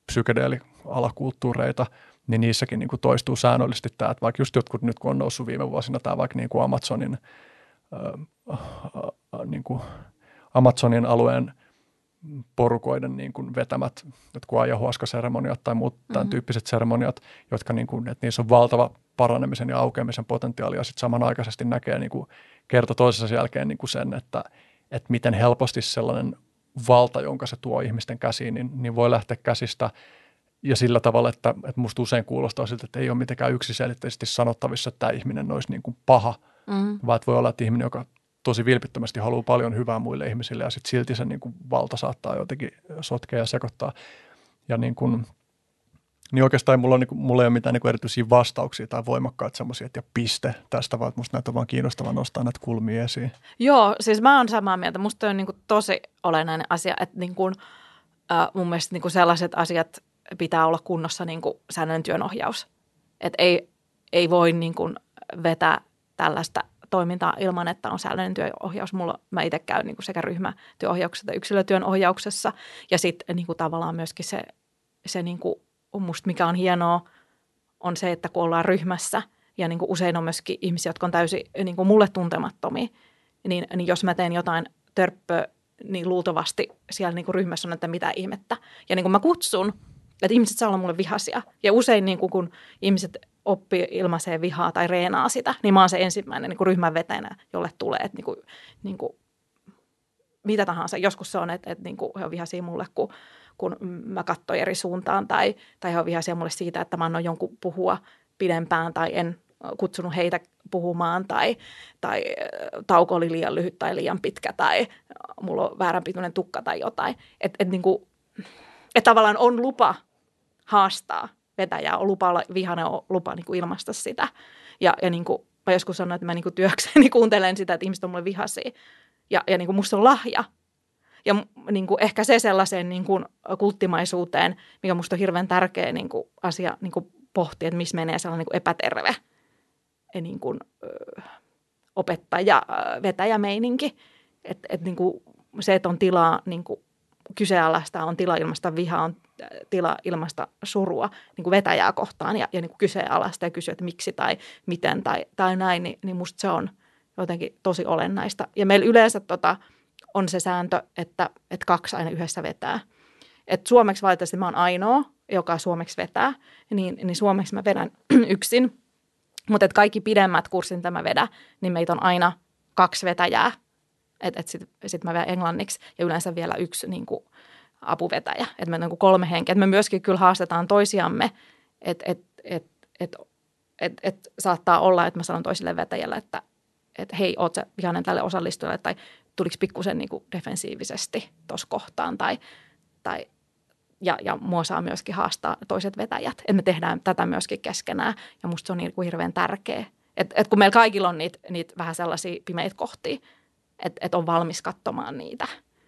psykedeeli-alakulttuureita, niin niissäkin niin kuin toistuu säännöllisesti tämä, että vaikka just jotkut nyt kun on noussut viime vuosina tämä vaikka niin kuin Amazonin, äh, äh, niin kuin Amazonin alueen porukoiden niin kuin vetämät jotkut ayahuasca-seremoniat tai muut tämän mm-hmm. tyyppiset seremoniat, jotka niin kuin, että niissä on valtava paranemisen ja aukeamisen potentiaali ja sitten samanaikaisesti näkee niin kuin kerta toisensa jälkeen niin kuin sen, että, että miten helposti sellainen valta, jonka se tuo ihmisten käsiin, niin, niin voi lähteä käsistä ja sillä tavalla, että, että musta usein kuulostaa siltä, että ei ole mitenkään yksiselitteisesti sanottavissa, että tämä ihminen olisi niin kuin paha, mm-hmm. vaan voi olla, että ihminen, joka tosi vilpittömästi haluaa paljon hyvää muille ihmisille ja sitten silti sen niin kuin valta saattaa jotenkin sotkea ja sekoittaa. Ja niin, kuin, niin oikeastaan mulla, on, niin kuin, mulla ei ole mitään niin kuin erityisiä vastauksia tai voimakkaita semmoisia, että ja piste tästä, vaan musta näitä on vaan kiinnostavaa nostaa näitä kulmia esiin. Joo, siis mä oon samaa mieltä. Musta on niin kuin tosi olennainen asia, että niin kuin, äh, mun mielestä niin kuin sellaiset asiat pitää olla kunnossa niin kuin säännöllinen työnohjaus. Että ei, ei voi niin kuin vetää tällaista toimintaa ilman, että on säännöllinen työohjaus. Mulla, mä itse käyn niin kuin sekä ryhmätyöohjauksessa että yksilötyön ohjauksessa. Ja sitten niin kuin tavallaan myöskin se, se niin kuin, musta mikä on hienoa, on se, että kun ollaan ryhmässä ja niin kuin usein on myöskin ihmisiä, jotka on täysin niin kuin mulle tuntemattomia, niin, niin jos mä teen jotain törppöä, niin luultavasti siellä niin kuin ryhmässä on, että mitä ihmettä. Ja niin kuin mä kutsun, että ihmiset saa olla mulle vihaisia. Ja usein niin kuin, kun ihmiset oppii ilmaiseen vihaa tai reenaa sitä, niin mä oon se ensimmäinen niin kuin ryhmän vetäjänä, jolle tulee, että niin kuin, niin kuin, mitä tahansa. Joskus se on, että, että niin kuin he on vihaisia mulle, kun, kun mä katsoin eri suuntaan, tai, tai he on vihaisia mulle siitä, että mä annoin jonkun puhua pidempään, tai en kutsunut heitä puhumaan, tai, tai tauko oli liian lyhyt tai liian pitkä, tai mulla on väärän pituinen tukka tai jotain. Että et, niin kuin, et tavallaan on lupa haastaa vetäjää, on lupa olla vihainen, on lupa niin kuin ilmaista sitä. Ja, ja niin kuin mä joskus sanoin, että mä niin kuin työkseni kuuntelen sitä, että ihmiset on mulle vihaisia. Ja, ja niin kuin musta on lahja. Ja niin kuin ehkä se sellaiseen niin kuin kulttimaisuuteen, mikä musta on hirveän tärkeä niin kuin asia niin kuin pohtia, että missä menee sellainen niin kuin epäterve niin kuin, ö, opettaja-vetäjämeininki. Että et niin kuin se, että on tilaa niin kuin kyseenalaistaa, on tila ilmaista vihaa, on tila ilmaista surua niin kuin vetäjää kohtaan ja, ja niin kuin kyseenalaista ja kysyä, että miksi tai miten tai, tai näin, niin, niin musta se on jotenkin tosi olennaista. Ja meillä yleensä tota, on se sääntö, että, että kaksi aina yhdessä vetää. Et suomeksi valitettavasti mä oon ainoa, joka suomeksi vetää, niin, niin suomeksi mä vedän yksin. Mutta kaikki pidemmät kurssit, mitä mä vedän, niin meitä on aina kaksi vetäjää. Että et sitten sit mä vedän englanniksi ja yleensä vielä yksi niin kuin apuvetäjä. Että meillä on niin kuin kolme henkeä. Et me myöskin kyllä haastetaan toisiamme, että et, et, et, et, et saattaa olla, että mä sanon toiselle vetäjälle, että et hei, oot sä vihainen tälle osallistujalle tai tuliko pikkusen niin kuin defensiivisesti tuossa kohtaan. Tai, tai, ja, ja mua saa myöskin haastaa toiset vetäjät. Että me tehdään tätä myöskin keskenään ja musta se on niin kuin hirveän tärkeä. Että et kun meillä kaikilla on niitä, niitä vähän sellaisia pimeitä kohtia, että et on valmis katsomaan niitä.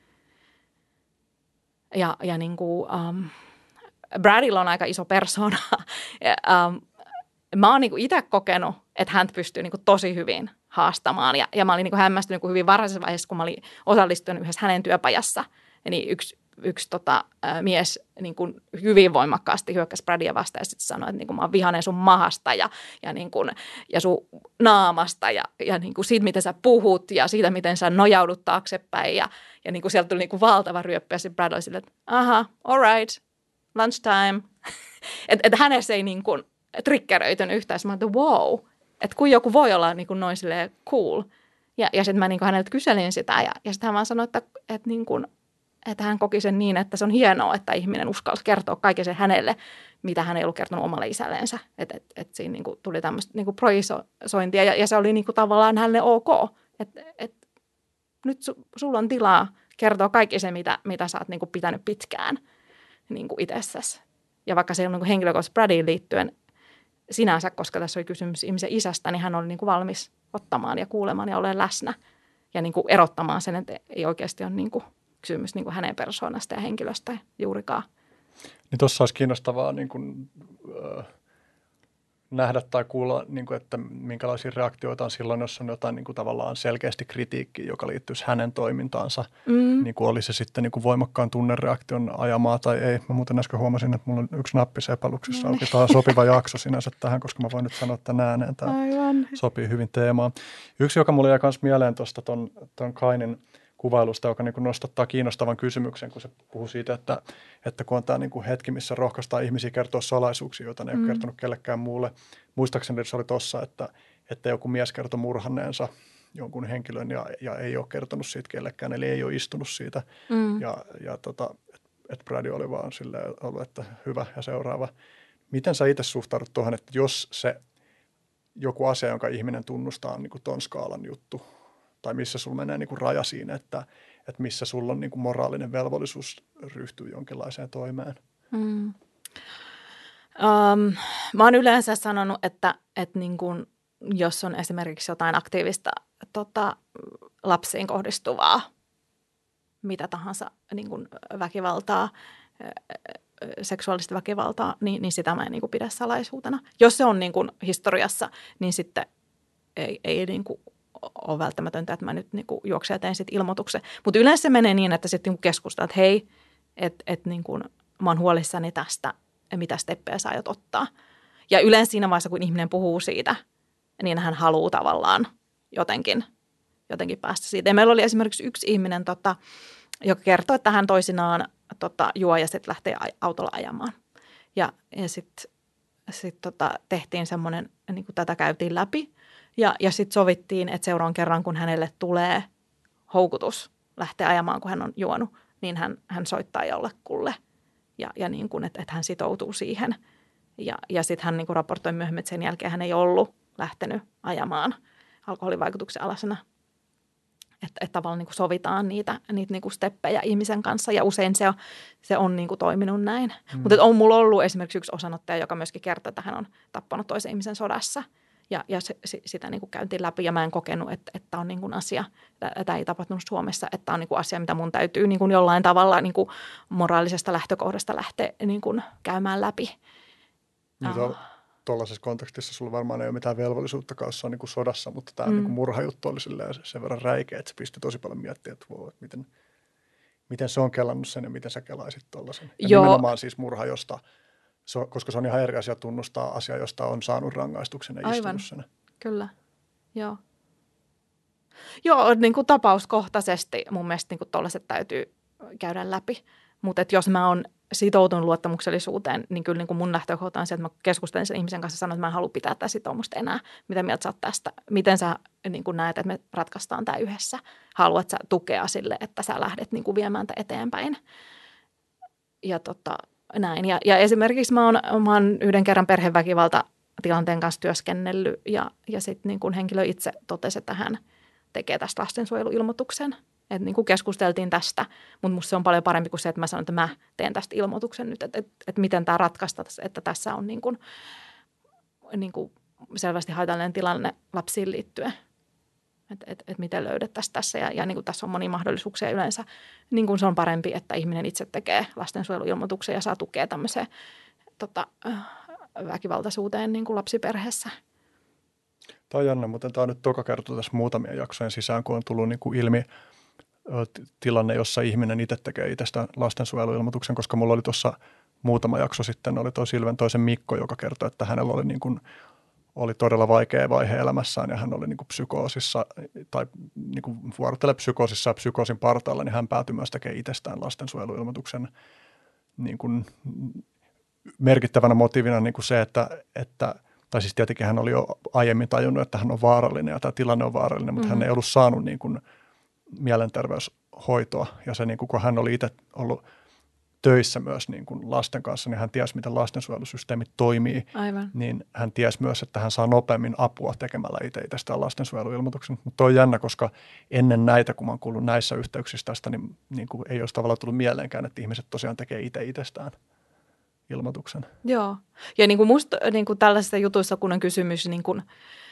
Ja, ja niin kuin, um, Bradilla on aika iso persona. ja, um, mä oon niin kuin itse kokenut, että hän pystyy niin kuin tosi hyvin haastamaan. Ja, ja mä olin niin kuin hämmästynyt niin kuin hyvin varhaisessa vaiheessa, kun mä olin osallistunut yhdessä hänen työpajassa. Niin yksi, yksi tota, ä, mies niin kuin hyvin voimakkaasti hyökkäsi Bradia vastaan ja sitten sanoi, että niin kuin mä oon vihainen sun mahasta ja, ja, niin kuin, ja sun naamasta ja, ja niin kuin siitä, miten sä puhut ja siitä, miten sä nojaudut taaksepäin. Ja, ja niin kuin sieltä tuli niin kuin valtava ryöppy ja sitten Brad oli silleen, että aha, all right, lunchtime. että et hänessä ei niin kuin triggeröitynyt yhtään. Mä ajattelin, wow, että kun joku voi olla niin kuin noin silleen cool. Ja, ja sitten mä niin kuin häneltä kyselin sitä ja, ja sitten hän vaan sanoi, että, että, niin kuin, että hän koki sen niin, että se on hienoa, että ihminen uskalsi kertoa kaiken sen hänelle, mitä hän ei ollut kertonut omalle isällensä. Että et, et siinä niin kuin tuli tämmöistä niin kuin projisointia ja, ja se oli niin kuin tavallaan hänelle ok. Että et, nyt su, sulla on tilaa kertoa kaikki se, mitä, mitä sä oot niin kuin pitänyt pitkään niin kuin itsessäsi. Ja vaikka se on niin henkilökohtaisesti Bradiin liittyen sinänsä, koska tässä oli kysymys ihmisen isästä, niin hän oli niin kuin valmis ottamaan ja kuulemaan ja olemaan läsnä. Ja niin kuin erottamaan sen, että ei oikeasti ole niin kuin kysymys niin kuin hänen persoonasta ja henkilöstä juurikaan. Niin tuossa olisi kiinnostavaa niin kuin, äh, nähdä tai kuulla, niin kuin, että minkälaisia reaktioita on silloin, jos on jotain niin kuin tavallaan selkeästi kritiikkiä, joka liittyisi hänen toimintaansa. Mm. Niin kuin oli se sitten niin kuin voimakkaan tunnereaktion ajamaa tai ei. Mä muuten äsken huomasin, että mulla on yksi nappi sepaluksissa. No niin. Tämä on sopiva jakso sinänsä tähän, koska mä voin nyt sanoa tämän ääneen. Tämä Aivan. Sopii hyvin teemaan. Yksi, joka mulle jäi myös mieleen tuosta ton, ton Kainin kuvailusta, joka niin kuin nostattaa kiinnostavan kysymyksen, kun se puhuu siitä, että, että kun on tämä niin kuin hetki, missä rohkaistaan ihmisiä kertoa salaisuuksia, joita ne ei mm. ole kertonut kellekään muulle. Muistaakseni se oli tossa, että, että joku mies kertoi murhanneensa jonkun henkilön ja, ja ei ole kertonut siitä kellekään, eli ei ole istunut siitä. Mm. Ja, ja tota, että et Brady oli vaan silleen ollut, että hyvä ja seuraava. Miten sä itse suhtaudut tuohon, että jos se joku asia, jonka ihminen tunnustaa, on niin kuin ton skaalan juttu, tai missä sulla menee niin kuin raja siinä, että, että missä sulla on niin kuin moraalinen velvollisuus ryhtyä jonkinlaiseen toimeen? Mm. Um, mä oon yleensä sanonut, että, että niin kuin, jos on esimerkiksi jotain aktiivista tota, lapsiin kohdistuvaa, mitä tahansa niin kuin väkivaltaa, seksuaalista väkivaltaa, niin, niin sitä mä en niin kuin pidä salaisuutena. Jos se on niin kuin historiassa, niin sitten ei, ei niin kuin ole välttämätöntä, että mä nyt niin kuin juoksen ja teen sitten ilmoituksen. Mutta yleensä se menee niin, että sitten niin keskustellaan, että hei, että et niin kuin mä oon huolissani tästä, mitä steppejä sä aiot ottaa. Ja yleensä siinä vaiheessa, kun ihminen puhuu siitä, niin hän haluaa tavallaan jotenkin, jotenkin päästä siitä. Ja meillä oli esimerkiksi yksi ihminen, tota, joka kertoi, että hän toisinaan tota, juo ja sitten lähtee autolla ajamaan. Ja, ja sitten sit, tota, tehtiin semmoinen, niin kuin tätä käytiin läpi. Ja, ja sitten sovittiin, että seuraavan kerran, kun hänelle tulee houkutus lähteä ajamaan, kun hän on juonut, niin hän, hän soittaa jollekulle. Ja, ja niin kuin, että, että hän sitoutuu siihen. Ja, ja sitten hän niin kuin raportoi myöhemmin, että sen jälkeen hän ei ollut lähtenyt ajamaan alkoholivaikutuksen alasena. Että, että tavallaan niin kuin sovitaan niitä, niitä niin kuin steppejä ihmisen kanssa ja usein se on, se on niin kuin toiminut näin. Mm. Mutta on mulla ollut esimerkiksi yksi osanottaja, joka myöskin kertoo, että hän on tappanut toisen ihmisen sodassa. Ja, ja se, sitä niin kuin käyntiin läpi ja mä en kokenut, että tämä on niin kuin asia, tämä ei tapahtunut Suomessa, että tämä on niin kuin asia, mitä mun täytyy niin kuin jollain tavalla niin kuin moraalisesta lähtökohdasta lähteä niin kuin käymään läpi. Niin to, tuollaisessa kontekstissa sulla varmaan ei ole mitään velvollisuuttakaan, jos se on niin kuin sodassa, mutta tämä mm. niin kuin murhajuttu oli sen verran räikeä, että se pisti tosi paljon miettiä, että, wow, että miten, miten se on kelannut sen ja miten sä kelaisit tuollaisen. Ja Joo. nimenomaan siis murha, josta... So, koska se on ihan eri asia tunnustaa asia, josta on saanut rangaistuksen ja istunut sen. Kyllä, joo. Joo, niin kuin tapauskohtaisesti mun mielestä niin tuollaiset täytyy käydä läpi. Mutta jos mä oon sitoutunut luottamuksellisuuteen, niin kyllä niin kuin mun lähtökohta on se, että mä keskustelen sen ihmisen kanssa ja sanon, että mä en halua pitää tätä sitoumusta enää. Mitä mieltä sä oot tästä? Miten sä niin kuin näet, että me ratkaistaan tämä yhdessä? Haluat sä tukea sille, että sä lähdet niin kuin viemään tätä eteenpäin? Ja tota... Näin. Ja, ja esimerkiksi mä oon, mä oon yhden kerran perheväkivaltatilanteen kanssa työskennellyt ja, ja sitten niin kun henkilö itse totesi, että hän tekee tästä lastensuojeluilmoituksen. Että niin kuin keskusteltiin tästä, mutta musta se on paljon parempi kuin se, että mä sanon, että mä teen tästä ilmoituksen nyt, että, että, että miten tämä ratkaista, että tässä on niin kuin, niin kuin selvästi haitallinen tilanne lapsiin liittyen. Että et, et miten löydettäisiin tässä ja, ja niin kuin tässä on monia mahdollisuuksia yleensä. Niin kuin se on parempi, että ihminen itse tekee lastensuojeluilmoituksen ja saa tukea tämmöiseen tota, väkivaltaisuuteen niin kuin lapsiperheessä. Tämä on jännä, mutta tämä on nyt toka kerta tässä muutamien jaksojen sisään, kun on tullut niin kuin ilmi tilanne, jossa ihminen itse tekee itsestä lastensuojeluilmoituksen, koska mulla oli tuossa muutama jakso sitten, oli tuo Silven toisen Mikko, joka kertoi, että hänellä oli niin kuin oli todella vaikea vaihe elämässään ja hän oli niin kuin psykoosissa tai niin kuin vuorottelee psykoosissa ja psykoosin partaalla, niin hän päätyi myös tekemään itsestään lastensuojeluilmoituksen niin kuin merkittävänä motiivina niin kuin se, että, että tai siis tietenkin hän oli jo aiemmin tajunnut, että hän on vaarallinen ja tämä tilanne on vaarallinen, mutta mm-hmm. hän ei ollut saanut niin kuin mielenterveyshoitoa ja se niin kuin, kun hän oli itse ollut töissä myös niin kuin lasten kanssa, niin hän tiesi, miten lastensuojelusysteemi toimii. Aivan. Niin hän tiesi myös, että hän saa nopeammin apua tekemällä itse itsestään lastensuojeluilmoituksen. Mutta on jännä, koska ennen näitä, kun mä oon kuullut näissä yhteyksissä tästä, niin, niin kuin ei olisi tavallaan tullut mieleenkään, että ihmiset tosiaan tekee itse itsestään ilmoituksen. Joo. Ja niin kuin musta niin kuin tällaisissa jutuissa, kun on kysymys niin kuin,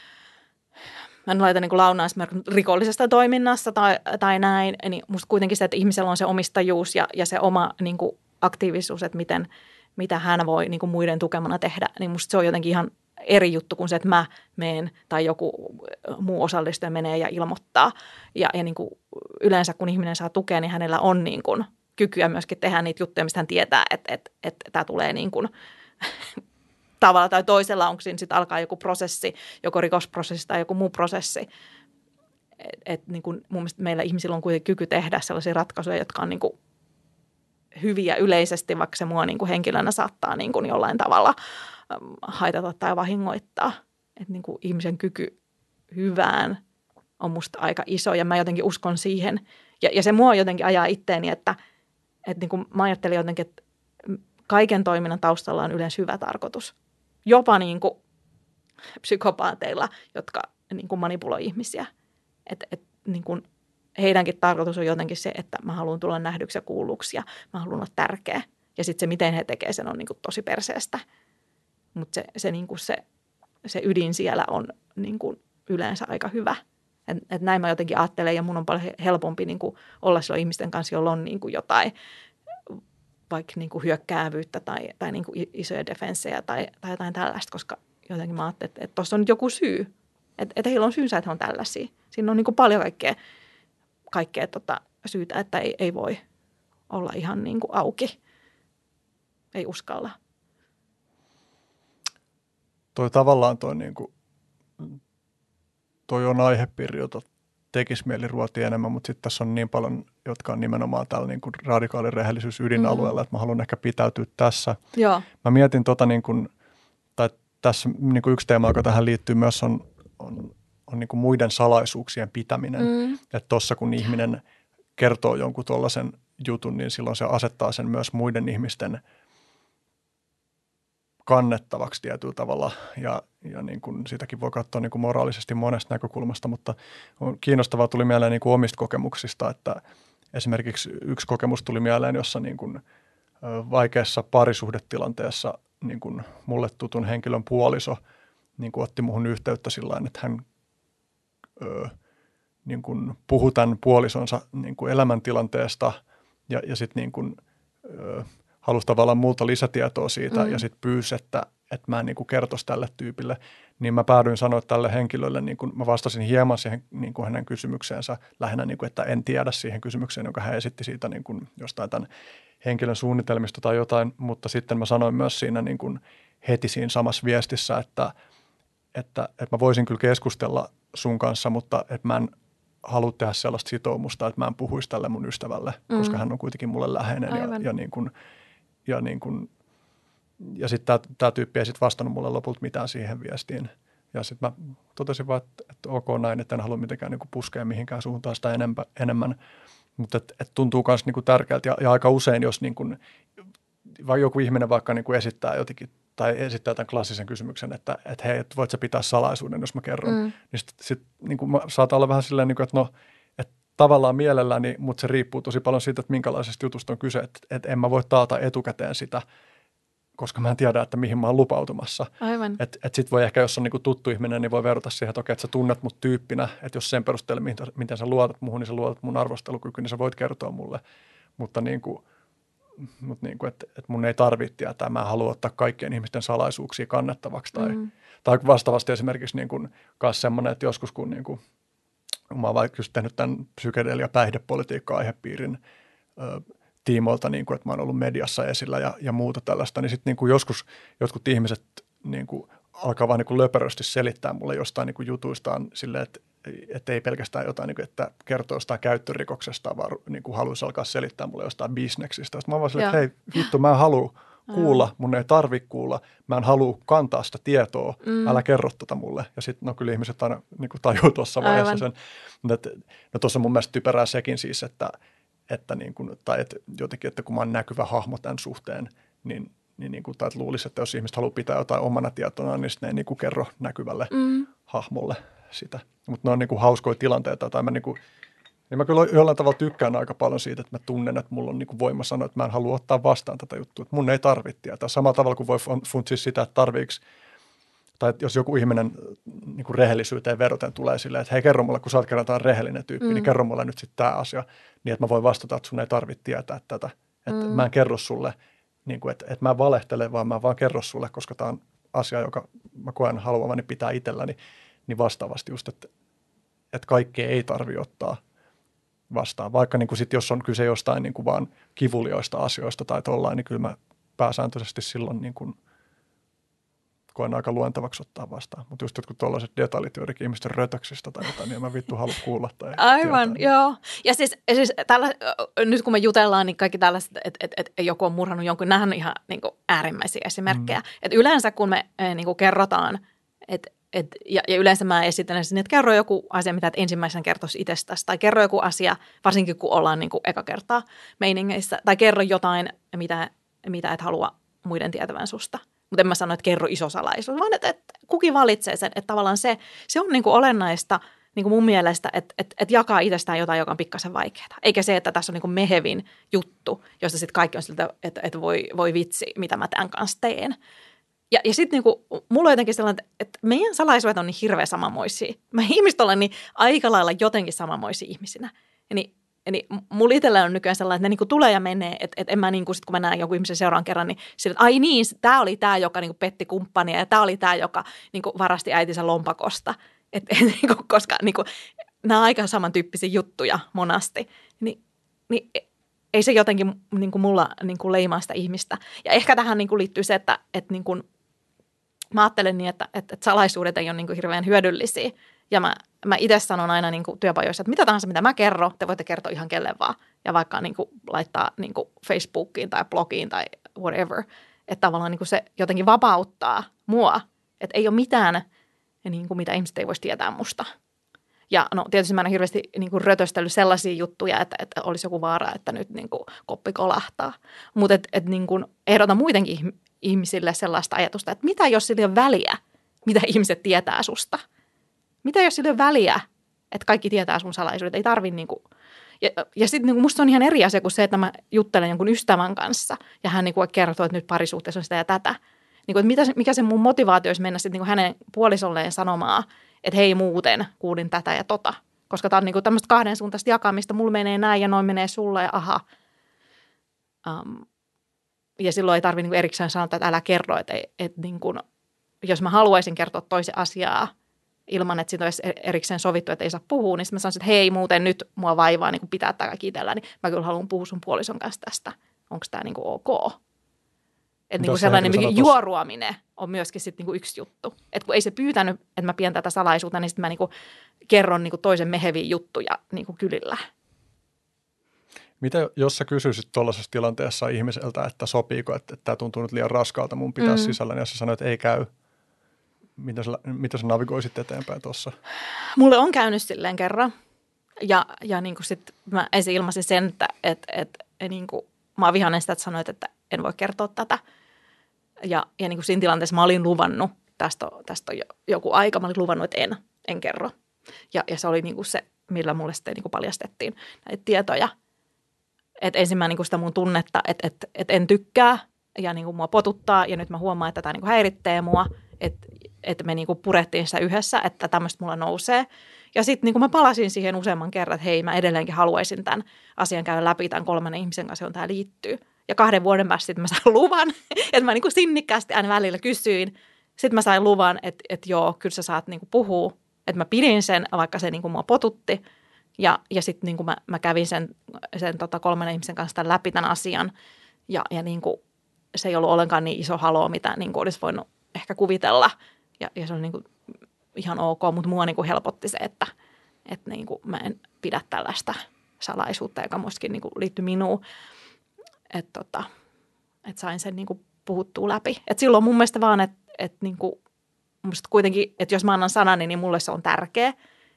mä en laita niin kuin launausmerkin rikollisesta toiminnasta tai, tai näin, niin musta kuitenkin se, että ihmisellä on se omistajuus ja, ja se oma niin kuin aktiivisuus, että miten, mitä hän voi niin kuin muiden tukemana tehdä, niin musta se on jotenkin ihan eri juttu kuin se, että mä meen tai joku muu osallistuja menee ja ilmoittaa. Ja, ja niin kuin yleensä kun ihminen saa tukea, niin hänellä on niin kuin kykyä myöskin tehdä niitä juttuja, mistä hän tietää, että, että, että tämä tulee niin kuin tavalla tai toisella, onko siinä sitten alkaa joku prosessi, joko rikosprosessi tai joku muu prosessi. että et, niin kuin mun mielestä meillä ihmisillä on kuitenkin kyky tehdä sellaisia ratkaisuja, jotka on niin kuin hyviä yleisesti, vaikka se mua niin kuin henkilönä saattaa niin kuin jollain tavalla haitata tai vahingoittaa. Että niin kuin ihmisen kyky hyvään on musta aika iso ja mä jotenkin uskon siihen. Ja, ja se mua jotenkin ajaa itteeni, että, että niin kuin mä ajattelin jotenkin, että kaiken toiminnan taustalla on yleensä hyvä tarkoitus. Jopa niin kuin psykopaateilla, jotka niin kuin manipuloi ihmisiä. Että et, niin kuin heidänkin tarkoitus on jotenkin se, että mä haluan tulla nähdyksi ja kuulluksi ja mä haluan olla tärkeä. Ja sitten se, miten he tekevät sen, on niin kuin tosi perseestä. Mutta se, se, niin kuin se, se ydin siellä on niin kuin yleensä aika hyvä. Että et näin mä jotenkin ajattelen ja mun on paljon helpompi niin kuin olla silloin ihmisten kanssa, jolla on niin kuin jotain vaikka niin kuin hyökkäävyyttä tai, tai niin kuin isoja defenssejä tai, tai jotain tällaista, koska jotenkin mä ajattelin, että tuossa on nyt joku syy. Että et heillä on syynsä, että he on tällaisia. Siinä on niin kuin paljon kaikkea, kaikkea tota syytä, että ei, ei voi olla ihan niin kuin auki. Ei uskalla. Toi tavallaan toi, niin kuin, toi on aihepiiri, jota tekisi mieli ruotia enemmän, mutta sitten tässä on niin paljon, jotka on nimenomaan tällä niin kuin radikaali rehellisyys ydinalueella, mm. että mä haluan ehkä pitäytyä tässä. Joo. Mä mietin tota niin kuin, tai tässä niin kuin yksi teema, joka tähän liittyy myös on, on, on niin kuin muiden salaisuuksien pitäminen. Mm. Että tuossa kun ihminen kertoo jonkun tuollaisen jutun, niin silloin se asettaa sen myös muiden ihmisten kannettavaksi tietyllä tavalla ja, ja niin kuin sitäkin voi katsoa niin kuin moraalisesti monesta näkökulmasta, mutta kiinnostavaa tuli mieleen niin kuin omista kokemuksista, että esimerkiksi yksi kokemus tuli mieleen, jossa niin kuin vaikeassa parisuhdetilanteessa niin kuin mulle tutun henkilön puoliso niin kuin otti muhun yhteyttä sillain, että hän ö, niin kuin puhui tämän puolisonsa niin kuin elämäntilanteesta ja, ja sitten niin kuin ö, halusi tavallaan multa lisätietoa siitä mm. ja sitten pyysi, että, että mä en niin kuin kertoisi tälle tyypille. Niin mä päädyin sanoa tälle henkilölle, niin kuin mä vastasin hieman siihen niin kuin hänen kysymykseensä, lähinnä niin kuin, että en tiedä siihen kysymykseen, jonka hän esitti siitä niin kuin jostain tämän henkilön suunnitelmista tai jotain, mutta sitten mä sanoin myös siinä niin kuin heti siinä samassa viestissä, että, että, että mä voisin kyllä keskustella sun kanssa, mutta että mä en halua tehdä sellaista sitoumusta, että mä en puhuisi tälle mun ystävälle, mm. koska hän on kuitenkin mulle läheinen ja, ja niin kuin Ja, niin kun, ja sitten tämä tyyppi ei sitten vastannut mulle lopulta mitään siihen viestiin. Ja sitten mä totesin vaan, että, että ok näin, että en halua mitenkään niin puskea mihinkään suuntaan sitä enempä, enemmän. Mutta et, et tuntuu myös niin tärkeältä ja, ja aika usein, jos niin kun, vai joku ihminen vaikka niin esittää jotenkin, tai esittää tämän klassisen kysymyksen, että et hei, et voit sä pitää salaisuuden, jos mä kerron. Mm. Niin sitten sit, niin saattaa olla vähän silleen, niin kun, että no, tavallaan mielelläni, mutta se riippuu tosi paljon siitä, että minkälaisesta jutusta on kyse. Että et en mä voi taata etukäteen sitä, koska mä en tiedä, että mihin mä oon lupautumassa. Aivan. Että et sit voi ehkä, jos on niinku tuttu ihminen, niin voi verrata siihen, että okei, että sä tunnet mut tyyppinä. Että jos sen perusteella, miten sä luotat muhun, niin sä luotat mun arvostelukyky, niin sä voit kertoa mulle. Mutta niinku, mut niinku, että et mun ei tarvitse tietää. Mä haluan ottaa kaikkien ihmisten salaisuuksia kannettavaksi. Tai, mm. tai vastaavasti esimerkiksi niinku, myös semmoinen, että joskus kun niinku, mä oon vaikka just tehnyt tämän psykedelia- päihdepolitiikka-aihepiirin ö, tiimoilta, niin kuin, että mä oon ollut mediassa esillä ja, ja muuta tällaista, niin sitten niin joskus jotkut ihmiset niin kuin, alkaa vaan niin löperösti selittää mulle jostain niin kuin jutuistaan silleen, että, että ei pelkästään jotain, niin kuin, että kertoo jostain käyttörikoksesta, vaan niin kuin haluaisi alkaa selittää mulle jostain bisneksistä. Sitten mä oon vaan silleen, että hei vittu, mä en halua kuulla, mun ei tarvitse kuulla, mä en halua kantaa sitä tietoa, mm. älä kerro tota mulle. Ja sitten no kyllä ihmiset aina niin kuin tajuu tuossa vaiheessa sen. Että, no tuossa on mun mielestä typerää sekin siis, että, että niin kuin, tai että jotenkin, että kun mä oon näkyvä hahmo tämän suhteen, niin, niin, niin kuin, tai että luulisi, että jos ihmiset haluaa pitää jotain omana tietona, niin sitten ne ei niin kuin kerro näkyvälle mm. hahmolle sitä. Mutta ne on niin kuin hauskoja tilanteita, tai mä niin kuin, niin mä kyllä jollain tavalla tykkään aika paljon siitä, että mä tunnen, että mulla on niin kuin voima sanoa, että mä en halua ottaa vastaan tätä juttua, että mun ei tarvitse tietää. Samalla tavalla kuin voi funtsia sitä, että tarviiksi, tai että jos joku ihminen niin kuin rehellisyyteen vedoten tulee silleen, että hei kerro mulle, kun sä oot kerran rehellinen tyyppi, mm. niin kerro mulle nyt sitten tämä asia, niin että mä voin vastata, että sun ei tarvitse tietää tätä. Että mm. mä en kerro sulle, niin kuin, että, että mä en valehtele, vaan mä vaan kerro sulle, koska tämä on asia, joka mä koen haluavani pitää itselläni, niin vastaavasti just, että, että kaikkea ei tarvitse ottaa vastaan. Vaikka niin kuin sit, jos on kyse jostain niin kuin vaan kivulioista asioista tai tollain, niin kyllä mä pääsääntöisesti silloin niin kuin koen aika luontavaksi ottaa vastaan. Mutta just jotkut tuollaiset detailit joidenkin ihmisten rötöksistä tai jotain, niin mä vittu halua kuulla tai Aivan, tietää. joo. Ja siis, siis tällä, nyt kun me jutellaan, niin kaikki tällaiset, että et, et, et joku on murhannut jonkun, nämähän on ihan niin kuin äärimmäisiä esimerkkejä. Mm. Et yleensä kun me niin kuin kerrotaan, että et, ja, ja yleensä mä esittelen sinne, että kerro joku asia, mitä et ensimmäisenä kertoisi itsestäsi, tai kerro joku asia, varsinkin kun ollaan niin kuin eka kertaa meiningeissä, tai kerro jotain, mitä, mitä et halua muiden tietävän susta. Mutta en mä sano, että kerro iso salaisuus, vaan että, että kukin valitsee sen, että tavallaan se, se on niin kuin olennaista niin kuin mun mielestä, että, että, että jakaa itsestään jotain, joka on pikkasen vaikeaa. Eikä se, että tässä on niin kuin mehevin juttu, josta sitten kaikki on siltä, että, että voi, voi vitsi, mitä mä tämän kanssa teen. Ja, ja sitten niinku, mulla on jotenkin sellainen, että meidän salaisuudet on niin hirveän samanmoisia. Mä ihmiset ollaan niin aika lailla jotenkin samanmoisia ihmisinä. Ja niin, ja niin mulla itsellä on nykyään sellainen, että ne niinku tulee ja menee, että, että en mä niinku sit kun mä näen jonkun ihmisen seuraan kerran, niin sillä, että ai niin, tää oli tää, joka niinku petti kumppania ja tää oli tää, joka niinku varasti äitinsä lompakosta. Et, et, niinku, koska niinku, nämä on aika samantyyppisiä juttuja monasti. Ni, niin ei se jotenkin niinku mulla niinku leimaa sitä ihmistä. Ja ehkä tähän niinku liittyy se, että et, niinku, mä ajattelen niin, että, että, että salaisuudet ei ole niin kuin hirveän hyödyllisiä. Ja mä, mä itse sanon aina niin kuin työpajoissa, että mitä tahansa, mitä mä kerron, te voitte kertoa ihan kelle vaan. Ja vaikka niin kuin laittaa niin kuin Facebookiin tai blogiin tai whatever. Että tavallaan niin kuin se jotenkin vapauttaa mua. Että ei ole mitään, niin kuin mitä ihmiset ei voisi tietää musta. Ja no tietysti mä en ole hirveästi niin kuin rötöstellyt sellaisia juttuja, että, että olisi joku vaara, että nyt niin kuin koppi kolahtaa. Mutta et, et niin kuin ehdotan muidenkin ihmisille sellaista ajatusta, että mitä jos sillä ei ole väliä, mitä ihmiset tietää susta? Mitä jos sillä ei ole väliä, että kaikki tietää sun salaisuudet? Ei tarvitse niin kuin. Ja, ja sitten niin kuin musta on ihan eri asia kuin se, että mä juttelen jonkun ystävän kanssa ja hän niin kuin kertoo, että nyt parisuhteessa on sitä ja tätä. Niin kuin, että mitä, mikä se mun motivaatio olisi mennä sitten niin kuin hänen puolisolleen sanomaan, että hei muuten kuulin tätä ja tota. Koska tämä on niin kuin tämmöistä kahden suuntaista jakamista. Mulla menee näin ja noin menee sulla ja aha. Um, Ja silloin ei tarvitse niin erikseen sanoa, että älä kerro, että, että niin kuin, jos mä haluaisin kertoa toisen asiaa ilman, että siitä olisi erikseen sovittu, että ei saa puhua, niin mä sanoisin, että hei muuten nyt mua vaivaa niin kuin pitää tämä kaikki itsellä, niin mä kyllä haluan puhua sun puolison kanssa tästä. Onko tämä niin kuin ok? Että niin kuin sellainen niin juoruaminen on myöskin sit niin kuin yksi juttu. Että kun ei se pyytänyt, että mä pidän tätä salaisuutta, niin sitten mä niin kuin kerron niin kuin toisen meheviä juttuja niin kuin kylillä. Mitä jos sä kysyisit tuollaisessa tilanteessa ihmiseltä, että sopiiko, että, että tämä tuntuu nyt liian raskaalta mun pitää mm. sisällä, niin jos sä sanoit, että ei käy, mitä sä, mitä sä navigoisit eteenpäin tuossa? Mulle on käynyt silleen kerran ja, ja niin kuin sit mä ensin ilmaisin sen, että et, et, et, niin kuin, mä oon vihainen sitä, että sanoit, että en voi kertoa tätä. Ja, ja niin kuin siinä tilanteessa mä olin luvannut, tästä on, tästä on jo, joku aika, mä olin luvannut, että en, en kerro. Ja, ja se oli niin kuin se, millä mulle sitten niin kuin paljastettiin näitä tietoja. Että ensin mä niinku sitä mun tunnetta, että et, et en tykkää ja niinku mua potuttaa ja nyt mä huomaan, että tämä niinku häiritsee mua, että et me niinku purettiin sitä yhdessä, että tämmöistä mulla nousee. Ja sitten niinku mä palasin siihen useamman kerran, että hei mä edelleenkin haluaisin tämän asian käydä läpi tämän kolmannen ihmisen kanssa, johon tämä liittyy. Ja kahden vuoden päästä sitten mä sain luvan, että mä niinku sinnikkäästi aina välillä kysyin. Sitten mä sain luvan, että, että joo, kyllä sä saat niinku puhua, että mä pidin sen, vaikka se niinku mua potutti. Ja, ja sitten niin mä, mä kävin sen, sen tota kolmannen ihmisen kanssa tämän läpi tämän asian ja, ja niin kuin, se ei ollut ollenkaan niin iso haloo, mitä niin kuin olisi voinut ehkä kuvitella. Ja, ja se on niin kuin ihan ok, mutta mua niin kuin helpotti se, että, että niin kuin mä en pidä tällaista salaisuutta, joka mustakin niin kuin liittyi minuun. Että tota, et sain sen niin kuin puhuttua läpi. Et silloin mun mielestä vaan, että et niin kuin, musta kuitenkin, että jos mä annan sanani, niin mulle se on tärkeä.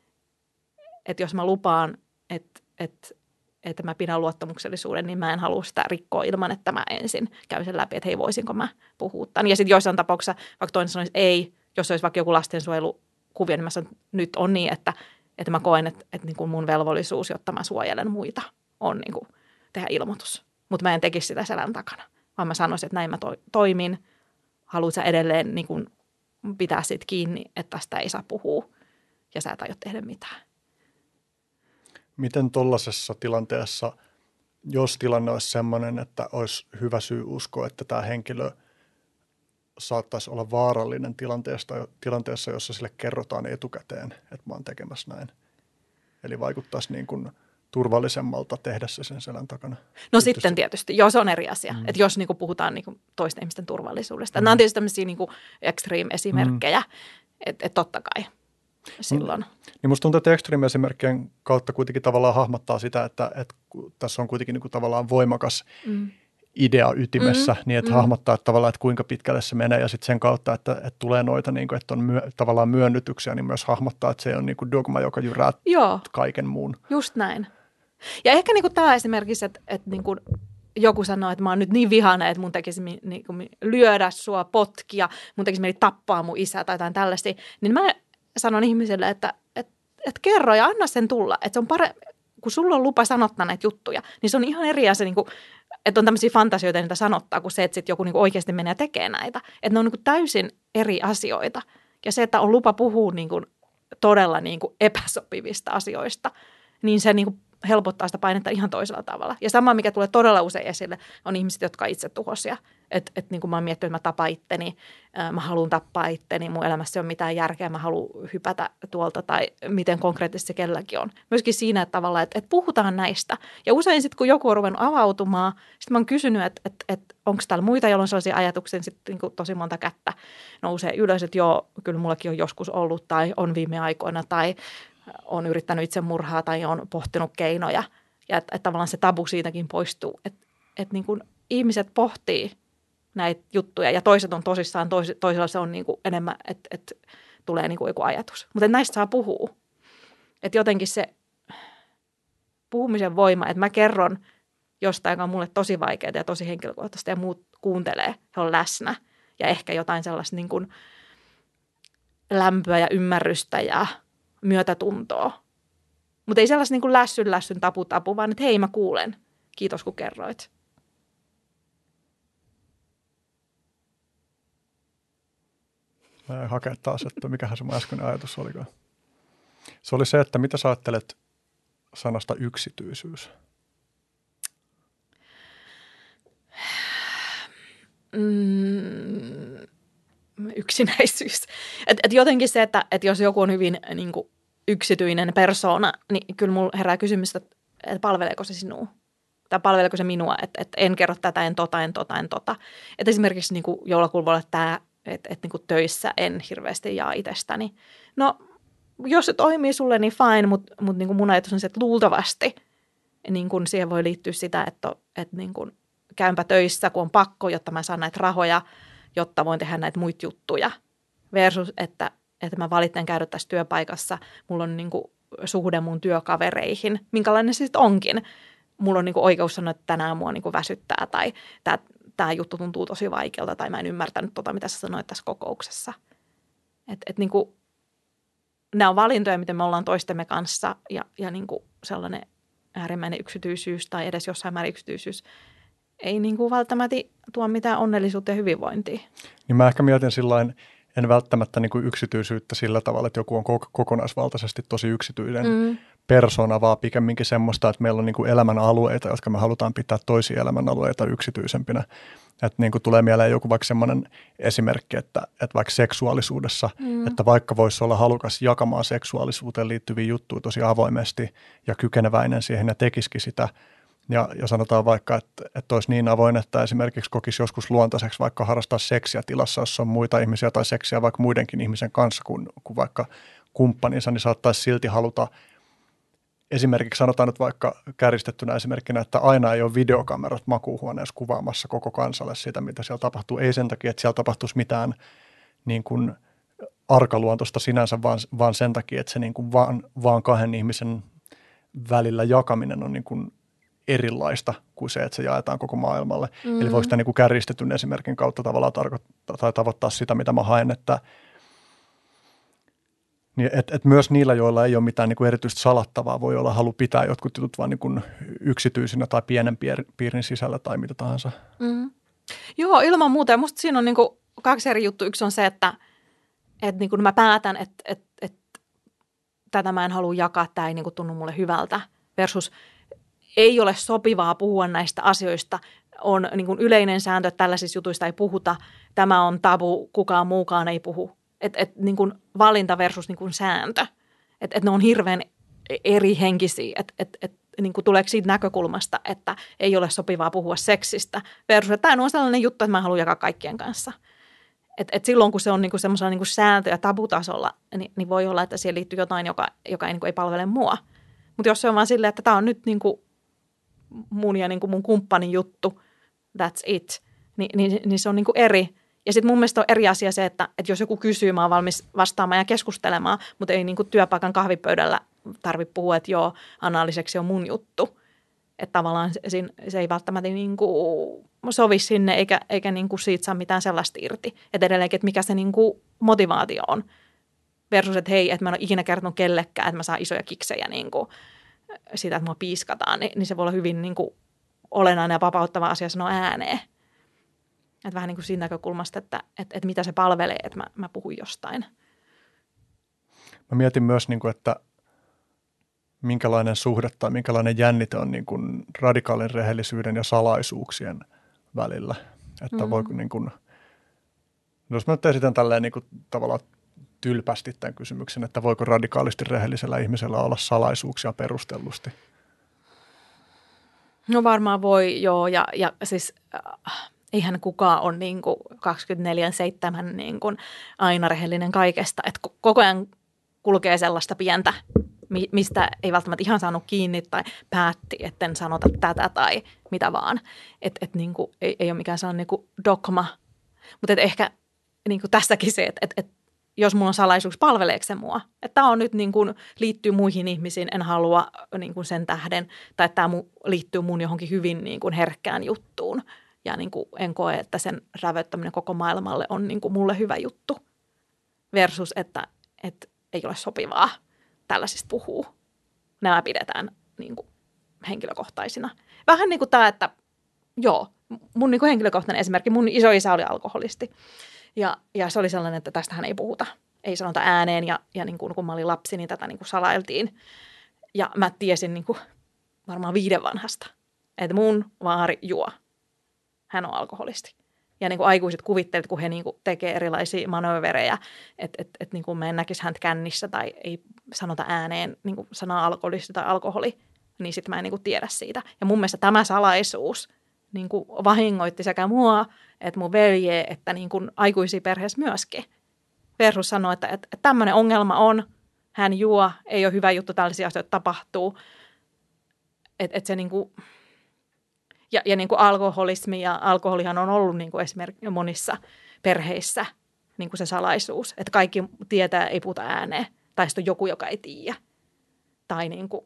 Että jos mä lupaan, että, että, että mä pidän luottamuksellisuuden, niin mä en halua sitä rikkoa ilman, että mä ensin käyn sen läpi, että hei, voisinko mä puhua tämän. Ja sitten joissain tapauksissa, vaikka toinen sanoisi ei, jos olisi vaikka joku lastensuojelukuvio, niin mä sanon, että nyt on niin, että, että mä koen, että, että niin kuin mun velvollisuus, jotta mä suojelen muita, on niin kuin tehdä ilmoitus. Mutta mä en tekisi sitä selän takana, vaan mä sanoisin, että näin mä to, toimin. Haluat sä edelleen niin kuin pitää siitä kiinni, että tästä ei saa puhua ja sä et aio tehdä mitään. Miten tuollaisessa tilanteessa, jos tilanne olisi sellainen, että olisi hyvä syy uskoa, että tämä henkilö saattaisi olla vaarallinen tilanteessa, tilanteessa jossa sille kerrotaan etukäteen, että mä oon tekemässä näin. Eli vaikuttaisi niin kuin turvallisemmalta tehdä se sen selän takana. No Pystyisi. sitten tietysti, joo, se on eri asia, Mm. että jos niin kuin puhutaan niin kuin toisten ihmisten turvallisuudesta. Mm. Nämä on tietysti tämmöisiä niin kuin extreme-esimerkkejä, mm. että et totta kai silloin. Mm. Niin musta tuntuu, että extreme-esimerkkien kautta kuitenkin tavallaan hahmottaa sitä, että, että tässä on kuitenkin niin kuin tavallaan voimakas mm. idea ytimessä, mm. niin että mm. hahmottaa että tavallaan, että kuinka pitkälle se menee ja sitten sen kautta, että, että tulee noita, niin kuin, että on myö, tavallaan myönnytyksiä, niin myös hahmottaa, että se on niin kuin dogma, joka jyrää joo. kaiken muun. Just näin. Ja ehkä niin kuin tämä esimerkiksi, että, että niin kuin joku sanoo, että mä oon nyt niin vihainen, että mun tekisi niin kuin lyödä sua, potkia, mun tekisi mieli tappaa mun isä tai jotain tällaista, niin mä sanon ihmiselle, että, että, että kerro ja anna sen tulla, että se on parempi, kun sulla on lupa sanottaa näitä juttuja, niin se on ihan eri asia, niin kuin, että on tämmöisiä fantasioita, niitä sanottaa, kuin se, että sitten joku niin kuin oikeasti menee tekemään näitä. Että ne on niin kuin täysin eri asioita. Ja se, että on lupa puhua niin kuin todella niin kuin epäsopivista asioista, niin se niin kuin helpottaa sitä painetta ihan toisella tavalla. Ja sama, mikä tulee todella usein esille, on ihmiset, jotka on itse tuhoisia. Että et, niin kuin mä oon miettinyt, että mä tapaan itteni, mä haluan tappaa itteni, mun elämässä ei ole mitään järkeä, mä haluan hypätä tuolta tai miten konkreettisesti se kelläkin on. Myöskin siinä, että tavallaan, että, että puhutaan näistä. Ja usein sitten, kun joku on ruvennut avautumaan, sitten mä oon kysynyt, että, että, että onko täällä muita, joilla on sellaisia ajatuksia, niin sitten niin tosi monta kättä nousee ylös, että joo, kyllä mullakin on joskus ollut tai on viime aikoina tai on yrittänyt itsemurhaa tai on pohtinut keinoja ja että, että tavallaan se tabu siitäkin poistuu, että, että niin kuin ihmiset pohtii näitä juttuja ja toiset on tosissaan, tois, toisella se on niin kuin enemmän, että, että tulee niin kuin joku ajatus. Mutta näistä saa puhua. Että jotenkin se puhumisen voima, että mä kerron jostain, joka on mulle tosi vaikeaa ja tosi henkilökohtaista ja muut kuuntelee, he on läsnä ja ehkä jotain sellaista niin kuin lämpöä ja ymmärrystä ja myötätuntoa. Mutta ei sellaista niin kuin lässyn, lässyn, tapu, tapu, vaan että hei, mä kuulen. Kiitos, kun kerroit. Mä en hakea taas, että mikähän se mun äskeinen ajatus olikaan. Se oli se, että mitä sä ajattelet sanasta yksityisyys? Mm, yksinäisyys. Et, et jotenkin se, että et jos joku on hyvin niin kuin yksityinen persoona, niin kyllä mulla herää kysymys, että, että palveleeko se sinua? Tai palveleeko se minua? Että, että en kerro tätä, en tota, en tota, en tota. Että esimerkiksi niin kuin jollakulla voi olla tämä, että, että niin kuin töissä en hirveästi jaa itsestäni. No, jos se toimii sulle, niin fine, mutta, mutta niin kuin mun ajatus on se, että luultavasti niin kuin siihen voi liittyä sitä, että, että niin kuin käynpä töissä, kun on pakko, jotta mä saan näitä rahoja, jotta voin tehdä näitä muita juttuja. Versus, että, että mä valitsen käydä tässä työpaikassa, mulla on niin kuin suhde mun työkavereihin, minkälainen se sitten onkin. Mulla on niin kuin oikeus sanoa, että tänään mua niin kuin väsyttää tai tämä, tämä juttu tuntuu tosi vaikealta tai mä en ymmärtänyt tota, mitä sä sanoit tässä kokouksessa. Että et niin kuin nämä on valintoja, miten me ollaan toistemme kanssa ja, ja niin kuin sellainen äärimmäinen yksityisyys tai edes jossain määrin yksityisyys ei niin kuin välttämättä tuo mitään onnellisuutta ja hyvinvointia. Niin mä ehkä mietin sillain, en välttämättä niin kuin yksityisyyttä sillä tavalla, että joku on kokonaisvaltaisesti tosi yksityinen mm. persona, vaan pikemminkin semmoista, että meillä on niin kuin elämän alueita, jotka me halutaan pitää toisia elämän alueita yksityisempinä. Että niin kuin tulee mieleen joku vaikka semmoinen esimerkki, että, että vaikka seksuaalisuudessa, mm. että vaikka voisi olla halukas jakamaan seksuaalisuuteen liittyviä juttuja tosi avoimesti ja kykeneväinen siihen ja tekisikin sitä, Ja, ja sanotaan vaikka, että, että olisi niin avoin, että esimerkiksi kokisi joskus luontaiseksi vaikka harrastaa seksiä tilassa, jossa on muita ihmisiä tai seksiä vaikka muidenkin ihmisen kanssa kuin, kuin vaikka kumppaninsa, niin saattaisi silti haluta, esimerkiksi sanotaan nyt vaikka kärjistettynä esimerkkinä, että aina ei ole videokamerat makuuhuoneessa kuvaamassa koko kansalle sitä, mitä siellä tapahtuu. Ei sen takia, että siellä tapahtuisi mitään niin kuin arkaluontoista sinänsä, vaan, vaan sen takia, että se niin kuin vaan, vaan kahden ihmisen välillä jakaminen on niin kuin erilaista kuin se, että se jaetaan koko maailmalle. Mm. Eli voiko sitä niin kuin kärjistetyn esimerkin kautta tavallaan tarkoittaa tai tavoittaa sitä, mitä mä haen, että niin et, et myös niillä, joilla ei ole mitään niin kuin erityistä salattavaa, voi olla halu pitää jotkut jutut vaan niin kuin yksityisinä tai pienen piirin sisällä tai mitä tahansa. Mm. Joo, ilman muuta. Ja musta siinä on niin kuin kaksi eri juttua. Yksi on se, että, että niin kuin mä päätän, että, että, että tätä mä en halua jakaa, tämä ei niin kuin tunnu mulle hyvältä versus ei ole sopivaa puhua näistä asioista. On niin kuin yleinen sääntö, että tällaisista jutuista ei puhuta. Tämä on tabu, kukaan muukaan ei puhu. Että et, niin kuin valinta versus niin kuin sääntö. Että et ne on hirveän eri henkisiä. Että et, et niin kuin tuleeko siitä näkökulmasta, että ei ole sopivaa puhua seksistä, versus, että tämä on sellainen juttu, että mä haluan jakaa kaikkien kanssa. Et, et silloin, kun se on niinku semmoisella niinku sääntö- ja tabutasolla, niin, niin voi olla, että siihen liittyy jotain, joka, joka ei, niinku ei palvele mua. Mutta jos se on vaan silleen, että tämä on nyt niinku mun ja niinku mun kumppanin juttu, that's it, niin, niin, niin se on niinku eri. Ja sitten mun mielestä on eri asia se, että, että jos joku kysyy, mä oon valmis vastaamaan ja keskustelemaan, mutta ei niinku työpaikan kahvipöydällä tarvitse puhua, että joo, anaaliseksi on mun juttu. Että tavallaan se, se ei välttämättä niinku sovi sinne, eikä, eikä niinku siitä saa mitään sellaista irti. Että edelleenkin, että mikä se niinku motivaatio on. Versus, että hei, että mä en ole ikinä kertonut kellekään, että mä saan isoja kiksejä niinku siitä, että mua piiskataan. Niin, niin se voi olla hyvin niinku olennainen ja vapauttava asia sanoa ääneen. Että vähän niin kuin siinä näkökulmasta, että, että, että mitä se palvelee, että mä, mä puhun jostain. Mä mietin myös, niin kuin, että minkälainen suhde tai minkälainen jännite on niin kuin radikaalin rehellisyyden ja salaisuuksien välillä. Että mm-hmm. voiko niin kuin, jos mä nyt esitän tälleen niin kuin tavallaan tylpästi tämän kysymyksen, että voiko radikaalisti rehellisellä ihmisellä olla salaisuuksia perustellusti? No varmaan voi, joo. Ja, ja siis äh, eihän kukaan ole niin kuin kaksikymmentäneljä seitsemän niin kuin aina rehellinen kaikesta. Että koko ajan kulkee sellaista pientä, mistä ei välttämättä ihan saanut kiinni tai päätti, etten sanota tätä tai mitä vaan. Että et niin kuin ei, ei ole mikään sellainen niin kuin dogma. Mutta ehkä niin kuin tässäkin se, että et, et jos mulla on salaisuus, palveleeko se mua? Että tämä on nyt niin kuin, liittyy muihin ihmisiin, en halua niin kuin sen tähden, tai että tämä liittyy mun johonkin hyvin niin kuin herkkään juttuun. Ja niin kuin en koe, että sen rävöttäminen koko maailmalle on niin kuin mulle hyvä juttu. Versus, että, että ei ole sopivaa tällaisista puhuu. Nämä pidetään niin kuin henkilökohtaisina. Vähän niin kuin tämä, että joo, mun niin kuin henkilökohtainen esimerkki, mun isoisä oli alkoholisti. Ja, ja se oli sellainen, että tästähän ei puhuta. Ei sanota ääneen ja, ja niin kuin, kun mä olin lapsi, niin tätä niin kuin salailtiin. Ja mä tiesin niin kuin varmaan viiden vanhasta, että mun vaari juo. Hän on alkoholisti. Ja niin kuin aikuiset kuvittelevat, kun he niin kuin tekee erilaisia manööverejä, että et, et niin kuin mä en näkisi häntä kännissä tai ei sanota ääneen niin kuin sanaa alkoholisti tai alkoholi, niin sitten mä en niin kuin tiedä siitä. Ja mun mielestä tämä salaisuus niin kuin vahingoitti sekä mua, että mun veljeä, että niin kuin aikuisia perheessä myöskin. Versus sanoi, että, että, että tämmöinen ongelma on, hän juo, ei ole hyvä juttu, tällaisia asioita tapahtuu. Että et se niin kuin, ja, ja niin kuin alkoholismi ja alkoholihan on ollut niin kuin esimerkiksi monissa perheissä niin kuin se salaisuus, että kaikki tietää, ei puhuta ääneen, tai sitten on joku, joka ei tiedä. Tai niin kuin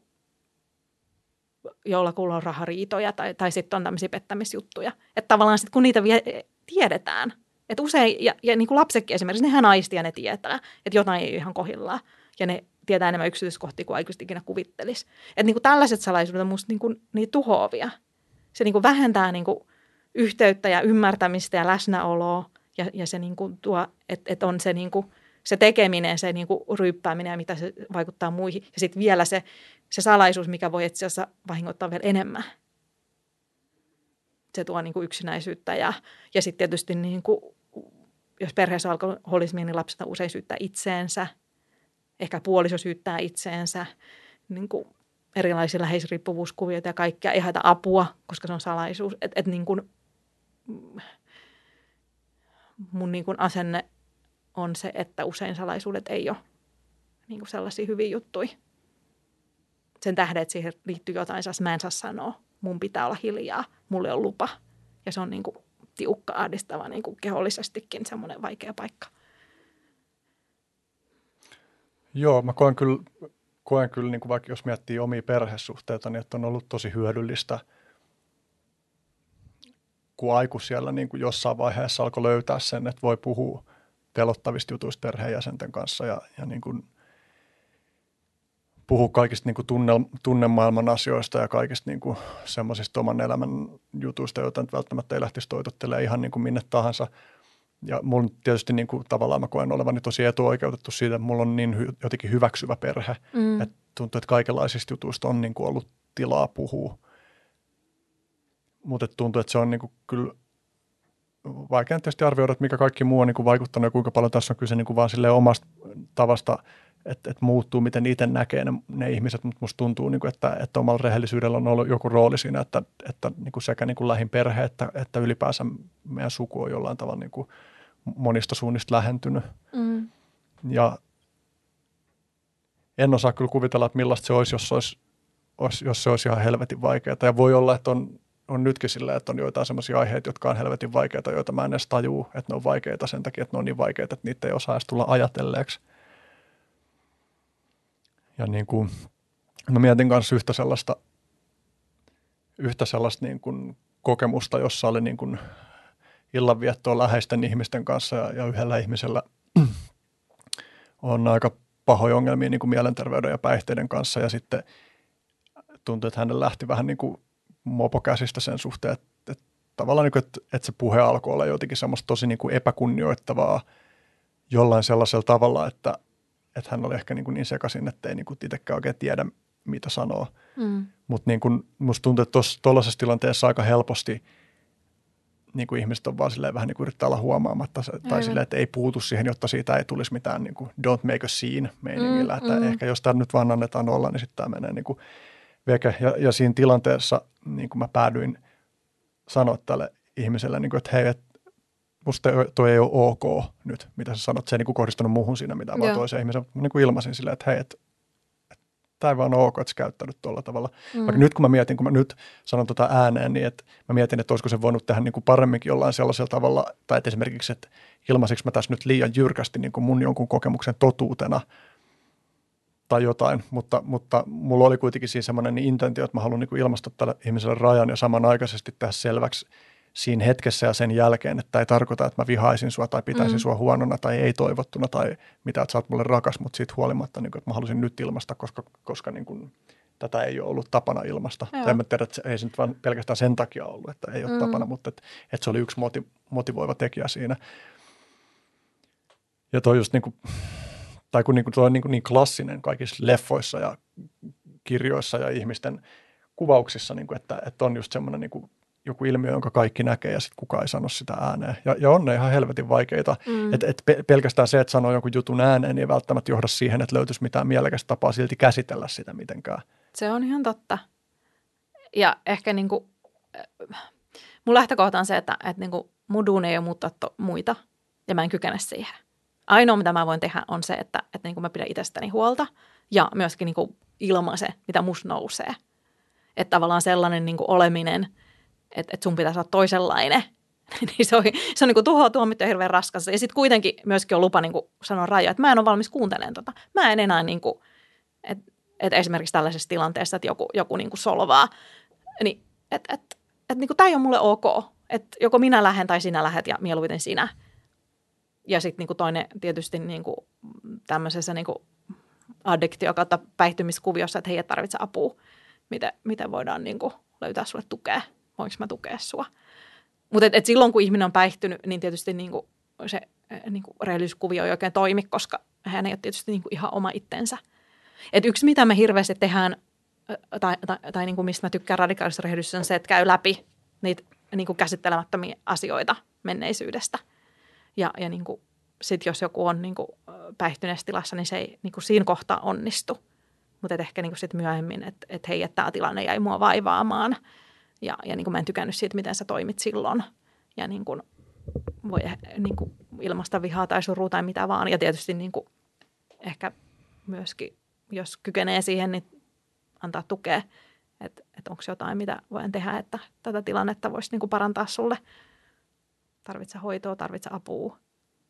jollakulla on rahariitoja tai, tai sitten on tämmöisiä pettämisjuttuja. Että tavallaan sitten kun niitä vie, tiedetään, että usein, ja, ja niin kuin lapsetkin esimerkiksi, nehän aistii ja ne tietää, että jotain ei ole ihan kohdillaan. Ja ne tietää enemmän yksityiskohtia kuin aikuiset ikinä kuvittelisi. Että niin kuin tällaiset salaisuudet on musta niin kuin, niin tuhoavia. Se niin kuin vähentää niin kuin yhteyttä ja ymmärtämistä ja läsnäoloa. Ja, ja se niin kuin tuo, että, että on se, niin kuin, se tekeminen, se niin kuin ryyppääminen ja mitä se vaikuttaa muihin. Ja sitten vielä se, se salaisuus, mikä voi itse asiassa vahingoittaa vielä enemmän. Se tuo niin kuin yksinäisyyttä ja, ja sitten tietysti niin kuin, jos perheessä on alkoholismia, niin lapset usein syyttää itseensä. Ehkä puoliso syyttää itseensä. Niin kuin erilaisia läheisriippuvuuskuvioita ja kaikkea. Ei haeta apua, koska se on salaisuus. Että et niin kuin mun niin kuin asenne on se, että usein salaisuudet ei ole niin kuin sellaisia hyviä juttuja. Sen tähden, että siihen liittyy jotain, saas mä en saa sanoa. Mun pitää olla hiljaa, mulle on lupa. Ja se on niin kuin tiukka, ahdistava niin kuin kehollisestikin semmoinen vaikea paikka. Joo, mä koen kyllä, koen kyllä niin kuin vaikka jos miettii omia perhesuhteita, niin että on ollut tosi hyödyllistä, kun aikuis siellä niin kuin jossain vaiheessa alkoi löytää sen, että voi puhua pelottavista jutuista perheenjäsenten kanssa ja, ja niin kuin puhua kaikista niin kuin tunne, tunnemaailman asioista ja kaikista niin kuin semmoisista oman elämän jutuista, joita nyt välttämättä ei lähtisi toitottelemaan ihan niin kuin minne tahansa. Ja mulla tietysti niin kuin, tavallaan mä koen olevani tosi etuoikeutettu siitä, että mulla on niin hy, jotenkin hyväksyvä perhe, mm. että tuntuu, että kaikenlaisista jutuista on niin kuin ollut tilaa puhua. Mutta tuntuu, että se on niin kuin, kyllä vaikea tietysti arvioida, että mikä kaikki muu on niin kuin vaikuttanut ja kuinka paljon tässä on kyse niin kuin vaan silleen omasta tavasta että, että muuttuu, miten itse näkee ne, ne ihmiset, mutta musta tuntuu, niin kuin, että, että omalla rehellisyydellä on ollut joku rooli siinä, että, että niin kuin sekä niin kuin lähin perhe, että, että ylipäänsä meidän suku on jollain tavalla niin kuin monista suunnista lähentynyt. Mm. Ja en osaa kyllä kuvitella, että millaista se olisi, jos se olisi, jos se olisi ihan helvetin vaikeaa. Ja voi olla, että on, on nytkin silleen, että on joitain sellaisia aiheita, jotka on helvetin vaikeita, joita mä en edes tajuu, että ne on vaikeita sen takia, että ne on niin vaikeita, että niitä ei osaa edes tulla ajatelleeksi. Ja niin kuin, mä mietin kanssa yhtä sellaista, yhtä sellaista niin kuin kokemusta, jossa oli niin kuin illanviettoa läheisten ihmisten kanssa ja, ja yhdellä ihmisellä on aika pahoja ongelmia niin kuin mielenterveyden ja päihteiden kanssa ja sitten tuntui, että hänelle lähti vähän niin kuin mopo käsistä sen suhteen, että, että tavallaan niin kuin, että, että se puhe alkoi olla jotenkin semmoista tosi niin kuin epäkunnioittavaa jollain sellaisella tavalla, että, että hän oli ehkä niin, kuin niin sekaisin, että ei niin kuin itsekään oikein tiedä, mitä sanoo. Mm. Mutta niin kuin musta tuntuu, että tuollaisessa tilanteessa aika helposti niin kuin ihmiset on vaan silleen vähän niin kuin yrittää olla huomaamatta tai silleen, että ei puutu siihen, jotta siitä ei tulisi mitään niin kuin don't make a scene meiningillä. Mm, että mm. ehkä jos tämä nyt vaan annetaan olla, niin sitten tämä menee niin kuin veke. Ja, ja siinä tilanteessa niin kuin mä päädyin sanoa tälle ihmiselle, niin kuin, että hei, et, musta toi ei ole ok nyt, mitä sä sanot. Se ei niin kuin kohdistunut muuhun siinä mitään, vaan toiseen ihmiseen. Mä niin kuin ilmasin silleen, että hei, että tämä ei vaan ole ok, että sä käyttänyt tuolla tavalla. Mm. Vaikka nyt kun mä mietin, kun mä nyt sanon tota ääneen, niin että mä mietin, että olisiko se voinut tehdä niin kuin paremminkin jollain sellaisella tavalla, tai että esimerkiksi, että ilmaisinko mä tässä nyt liian jyrkästi niin kuin mun jonkun kokemuksen totuutena tai jotain, mutta, mutta mulla oli kuitenkin siinä semmoinen niin intentio, että mä haluan niin kuin ilmaista tälle ihmiselle rajan ja samanaikaisesti tehdä selväksi siinä hetkessä ja sen jälkeen, että ei tarkoita, että mä vihaisin sua tai pitäisin mm. sua huonona tai ei toivottuna tai mitä, että sä oot mulle rakas, mutta siitä huolimatta, niin kuin, että mä halusin nyt ilmaista, koska, koska niin kuin, tätä ei ole ollut tapana ilmaista. Tai en mä tiedä, että se ei se nyt vaan pelkästään sen takia ollut, että ei ole mm. tapana, mutta että, että se oli yksi moti, motivoiva tekijä siinä. Ja toi just niin kuin, tai kun niin kuin, toi on niin, kuin niin klassinen kaikissa leffoissa ja kirjoissa ja ihmisten kuvauksissa, niin kuin, että, että on just semmoinen niin kuin joku ilmiö, jonka kaikki näkee ja sitten kukaan ei sano sitä ääneen. Ja, ja on ne ihan helvetin vaikeita. Mm. Että et pelkästään se, että sanoo jonkun jutun ääneen, niin ei välttämättä johda siihen, että löytyisi mitään mielekästä tapaa silti käsitellä sitä mitenkään. Se on ihan totta. Ja ehkä niin kuin, mun lähtökohta on se, että, että niin kuin mun duuni ei ole muuttaa to, muita ja mä en kykene siihen. Ainoa, mitä mä voin tehdä, on se, että, että niin kuin mä pidän itsestäni huolta ja myöskin niin kuin ilmaise, mitä musta nousee. Että tavallaan sellainen niin kuin oleminen, että et sun pitäisi olla toisenlainen, niin se on, se on niin kuin tuhoa tuomittu ja hirveän raskas. Ja sitten kuitenkin myöskin on lupa niin kuin sanoa rajoja, että mä en ole valmis kuuntelemaan tota. Mä en enää, niin kuin, että et esimerkiksi tällaisessa tilanteessa, että joku, joku niin kuin solvaa, niin että et, et, niin tämä ei ole mulle ok. Että joko minä lähden tai sinä lähet ja mieluiten sinä. Ja sitten niin kuin toinen tietysti niin kuin tämmöisessä niin kuin addiktio kautta päihtymiskuviossa, että hei, et tarvitse apua. Miten, miten voidaan niin kuin löytää sulle tukea? Voinko mä tukea sua? Mutta et, et silloin, kun ihminen on päihtynyt, niin tietysti niinku se niinku rehellisyyskuvio ei oikein toimi, koska hän ei ole tietysti niinku ihan oma itsensä. Et yksi, mitä me hirveästi tehdään, tai, tai, tai niinku mistä mä tykkään radikaalista rehellisyydessä, on se, että käy läpi niitä niinku käsittelemättömiä asioita menneisyydestä. Ja, ja niinku, sitten jos joku on niinku päihtyneessä tilassa, niin se ei niinku siinä kohtaa onnistu. Mutta ehkä niinku sit myöhemmin, että et hei, että tämä tilanne jäi mua vaivaamaan. Ja, ja niin kuin mä en tykännyt siitä, miten sä toimit silloin. Ja niin kuin voi niin kuin ilmaista vihaa tai surua tai mitä vaan. Ja tietysti niin kuin ehkä myöskin, jos kykenee siihen, niin antaa tukea. Että et onko jotain, mitä voin tehdä, että tätä tilannetta voisi niin kuin parantaa sulle. Tarvitse hoitoa, tarvitse apua.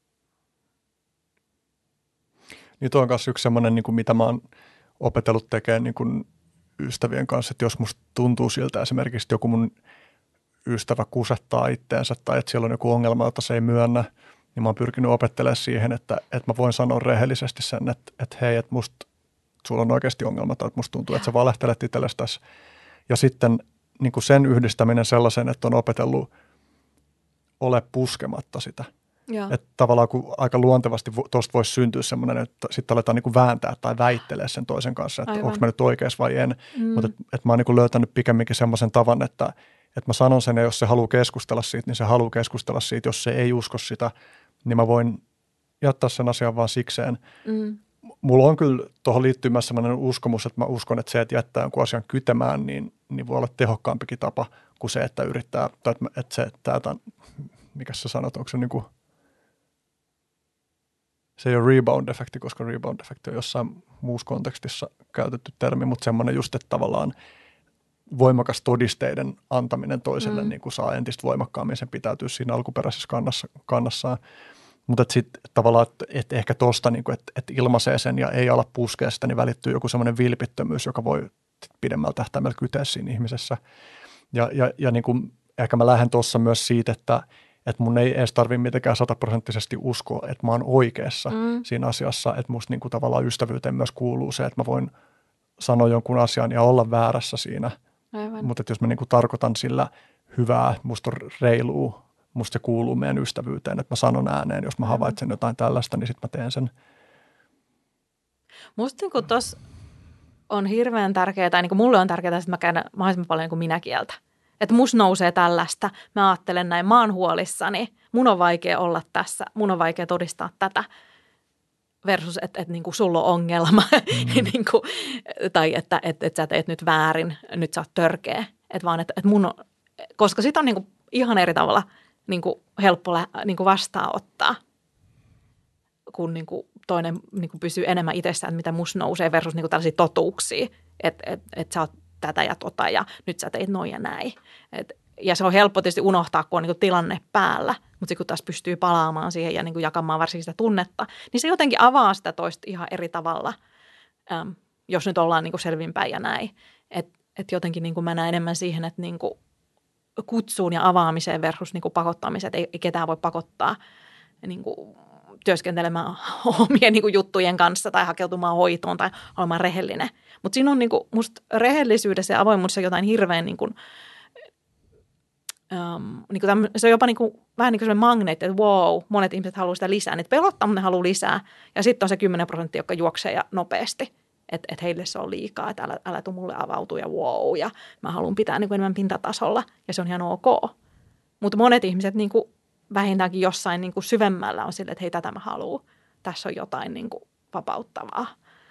Niin tuo on myös yksi semmoinen, niin kuin mitä mä oon opetellut tekemään niin kuin ystävien kanssa, että jos musta tuntuu siltä esimerkiksi, että joku mun ystävä kusettaa itteensä tai että siellä on joku ongelma, jota se ei myönnä, niin mä oon pyrkinyt opettelemaan siihen, että, että mä voin sanoa rehellisesti sen, että, että hei, että musta sulla on oikeasti ongelma tai että musta tuntuu, että sä valehtelet itsellesi tässä. Ja sitten niin kuin sen yhdistäminen sellaisen, että on opetellut ole puskematta sitä. Joo. Että tavallaan kun aika luontevasti tuosta voisi syntyä semmoinen, että sitten aletaan niin kuin vääntää tai väittelee sen toisen kanssa, että onko mä nyt oikeassa vai en. Mm. Mutta että et mä oon niin kuin löytänyt pikemminkin semmoisen tavan, että, että mä sanon sen ja jos se haluaa keskustella siitä, niin se haluaa keskustella siitä. Jos se ei usko sitä, niin mä voin jättää sen asian vaan sikseen. Mm. mulla on kyllä tuohon liittyy myös sellainen uskomus, että mä uskon, että se, että jättää jonkun asian kytemään, niin, niin voi olla tehokkaampikin tapa kuin se, että yrittää, tai että, että se, että mikä sä sanot, onko se niin kuin, se ei ole rebound-efekti, koska rebound-efekti on jossain muussa kontekstissa käytetty termi, mutta semmoinen just, että tavallaan voimakas todisteiden antaminen toiselle mm. niin kuin saa entistä voimakkaammin sen pitäytyä siinä alkuperäisessä kannassa, kannassaan. Mutta sitten tavallaan, että et ehkä tuosta, niin että et ilmaisee sen ja ei ala puskea sitä, niin välittyy joku semmoinen vilpittömyys, joka voi pidemmällä tähtäimellä kyteä siinä ihmisessä. Ja, ja, ja niin kuin, ehkä mä lähden tuossa myös siitä, että et mun ei edes tarvitse mitenkään sataprosenttisesti uskoa, että mä oon oikeassa mm. siinä asiassa. Että musta niin kuin tavallaan ystävyyteen myös kuuluu se, että mä voin sanoa jonkun asian ja olla väärässä siinä. Mutta jos mä niin kuin tarkoitan sillä hyvää, musta on reilua, musta se kuuluu meidän ystävyyteen, että mä sanon ääneen, jos mä havaitsen jotain tällaista, niin sitten mä teen sen. Musta niin tuossa on hirveän tärkeää, tai niin kuin mulle on tärkeää, että mä käyn mahdollisimman paljon niin kuin minäkieltä. Että musta nousee tällaista, mä ajattelen näin, mä oon huolissani, mun on vaikea olla tässä, mun on vaikea todistaa tätä. Versus, että et, niinku sulla on ongelma, mm. niinku, tai että et, et sä teet nyt väärin, nyt sä oot törkeä. Et vaan, että et mun on, koska sit on niinku ihan eri tavalla niinku helppo lä, niinku vastaanottaa, kun niinku toinen niinku pysyy enemmän itsessään, mitä musta nousee versus niinku tällaisia totuuksia, että et, et sä oot tätä ja tota ja nyt sä teit noin ja näin. Et, ja se on helppo tietysti unohtaa, kun on niinku tilanne päällä, mutta kun taas pystyy palaamaan siihen ja niinku jakamaan varsinkin sitä tunnetta, niin se jotenkin avaa sitä toista ihan eri tavalla, äm, jos nyt ollaan niinku selvinpäin ja näin. Että et jotenkin niinku mä näen enemmän siihen, että niinku kutsuun ja avaamiseen versus niinku pakottamiseen, että ei, ei ketään voi pakottaa niinku työskentelemään omien niinku juttujen kanssa tai hakeutumaan hoitoon tai olemaan rehellinen. Mutta siinä on niinku musta rehellisyydessä ja avoimuudessa jotain hirveän niinku, Um, niin kuin tämmö, se on jopa niin kuin, vähän niin kuin sellainen magneetti, että wow, monet ihmiset haluaa sitä lisää. Niitä pelottaa, mutta ne haluaa lisää. Ja sitten on se kymmenen prosenttia, joka juoksee ja nopeasti. Että et heille se on liikaa, että älä, älä tuu mulle avautua ja wow. Ja mä haluan pitää niin kuin enemmän pintatasolla ja se on ihan ok. Mutta monet ihmiset niin kuin vähintäänkin jossain niin kuin syvemmällä on silleen, että hei, tätä mä haluan. Tässä on jotain niin kuin vapauttavaa.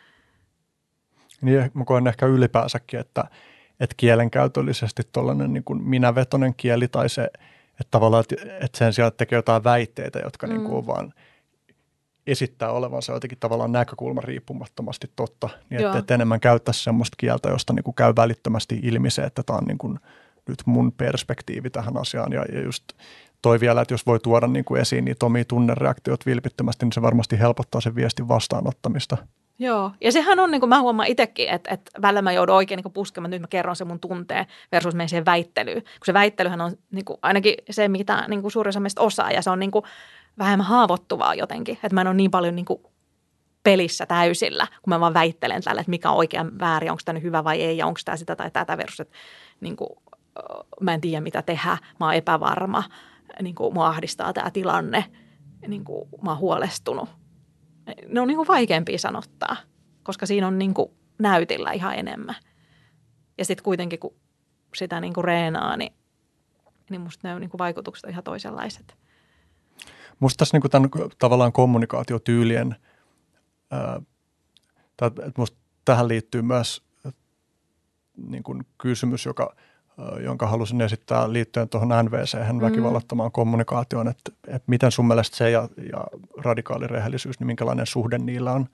Niin mä koen ehkä ylipäänsäkin, että että kielenkäytöllisesti tuollainen niin kuin minävetoinen kieli tai se, että tavallaan, että, että sen sijaan tekee jotain väitteitä, jotka mm. niin kuin on vaan esittää olevansa jotenkin tavallaan näkökulman riippumattomasti totta, niin että, että enemmän käyttäisi semmoista kieltä, josta niin kuin käy välittömästi ilmi se, että tämä on niin kuin nyt mun perspektiivi tähän asiaan ja, ja just toi vielä, että jos voi tuoda niin kuin esiin niitä omia tunnereaktiot vilpittömästi, niin se varmasti helpottaa sen viestin vastaanottamista. Joo, ja sehän on, niin kuin mä huomaan itsekin, että, että välillä mä joudun oikein niin puskemaan, että nyt mä kerron sen mun tunteen versus menen siihen väittelyyn. Kun se väittelyhän on niin kuin, ainakin se, mitä niin kuin suurin osa meistä osaa, ja se on niin kuin vähemmän haavoittuvaa jotenkin. Että mä en ole niin paljon niin kuin pelissä täysillä, kun mä vaan väittelen tällä, että mikä on oikein väärin, onko tämä hyvä vai ei, ja onko tämä sitä tai tätä versus, että niin kuin, mä en tiedä mitä tehdä, mä oon epävarma, niin kuin, mua ahdistaa tämä tilanne, niin kuin, mä oon huolestunut. Ne on niin kuin vaikeampia sanottaa, koska siinä on niin kuin näytillä ihan enemmän. Ja sitten kuitenkin, kun sitä niin kuin reenaa, niin, niin musta ne on niin kuin vaikutukset on ihan toisenlaiset. Musta tässä niin kuin tämän tavallaan kommunikaatiotyylien, ää, musta tähän liittyy myös niin kuin kysymys, joka, ää, jonka halusin esittää liittyen tuohon N V C-hän, mm. väkivallattomaan kommunikaatioon, että, että miten sun mielestä se ja, ja radikaali rehellisyys, niin minkälainen suhde niillä on.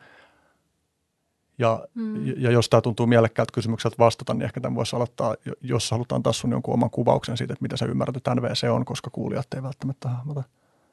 Ja, mm. ja jos tämä tuntuu mielekkäältä kysymykseltä vastata, niin ehkä tämän voisi aloittaa, jos halutaan taas sun jonkun oman kuvauksen siitä, että mitä sä ymmärrät, että N V C on, koska kuulijat ei välttämättä hahmota.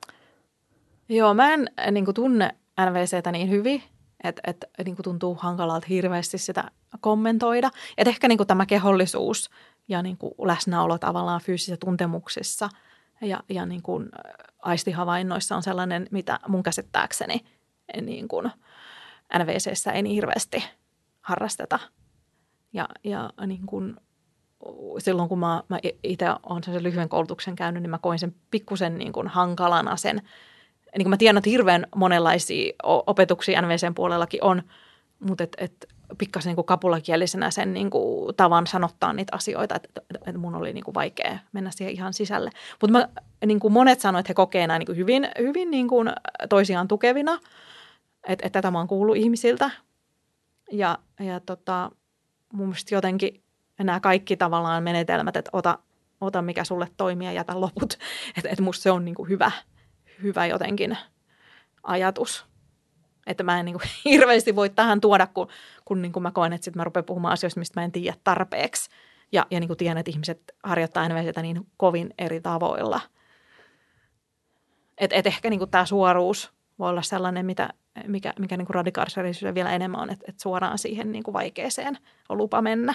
Joo, mä en niin kuin tunne N V C:tä niin hyvin, että, että niin kuin tuntuu hankalalta hirveästi sitä kommentoida. Että ehkä niin kuin tämä kehollisuus ja niin kuin läsnäolo tavallaan fyysisissä tuntemuksissa ja, ja niin kuin aistihavainnoissa on sellainen, mitä mun käsittääkseni niin kuin N V C:ssä ei niin hirveästi harrasteta. Ja, ja niin kuin silloin, kun mä, mä itse olen sen lyhyen koulutuksen käynyt, niin mä koin sen pikkusen niin kuin hankalana sen. Niin kuin mä tiedän, että hirveän monenlaisia opetuksia N V C:n puolellakin on, mutta et, et pikkasen niin kuin kapulakielisenä sen niin kuin tavan sanottaa niitä asioita, että et, et mun oli niin kuin vaikea mennä siihen ihan sisälle. Mutta niin kuin monet sanoivat, että he kokee näin niin kuin hyvin, hyvin niin kuin toisiaan tukevina. että, että tämä on kuullut ihmisiltä. Ja, ja tota, mun mielestä jotenkin nämä kaikki tavallaan menetelmät, että ota, ota mikä sulle toimii ja jätä loput. Että, että musta se on niin kuin hyvä, hyvä jotenkin ajatus. Että mä en niin kuin hirveästi voi tähän tuoda, kun, kun niin kuin mä koen, että sit mä rupean puhumaan asioista, mistä mä en tiedä tarpeeksi. Ja, ja niin kuin tiedän, että ihmiset harjoittaa N V C:tä niin kovin eri tavoilla. Että et ehkä niin kuin tämä suoruus voi olla sellainen, mitä, mikä, mikä niin kuin radikaalisyydessä vielä enemmän on, että et suoraan siihen niin kuin vaikeeseen on lupa mennä.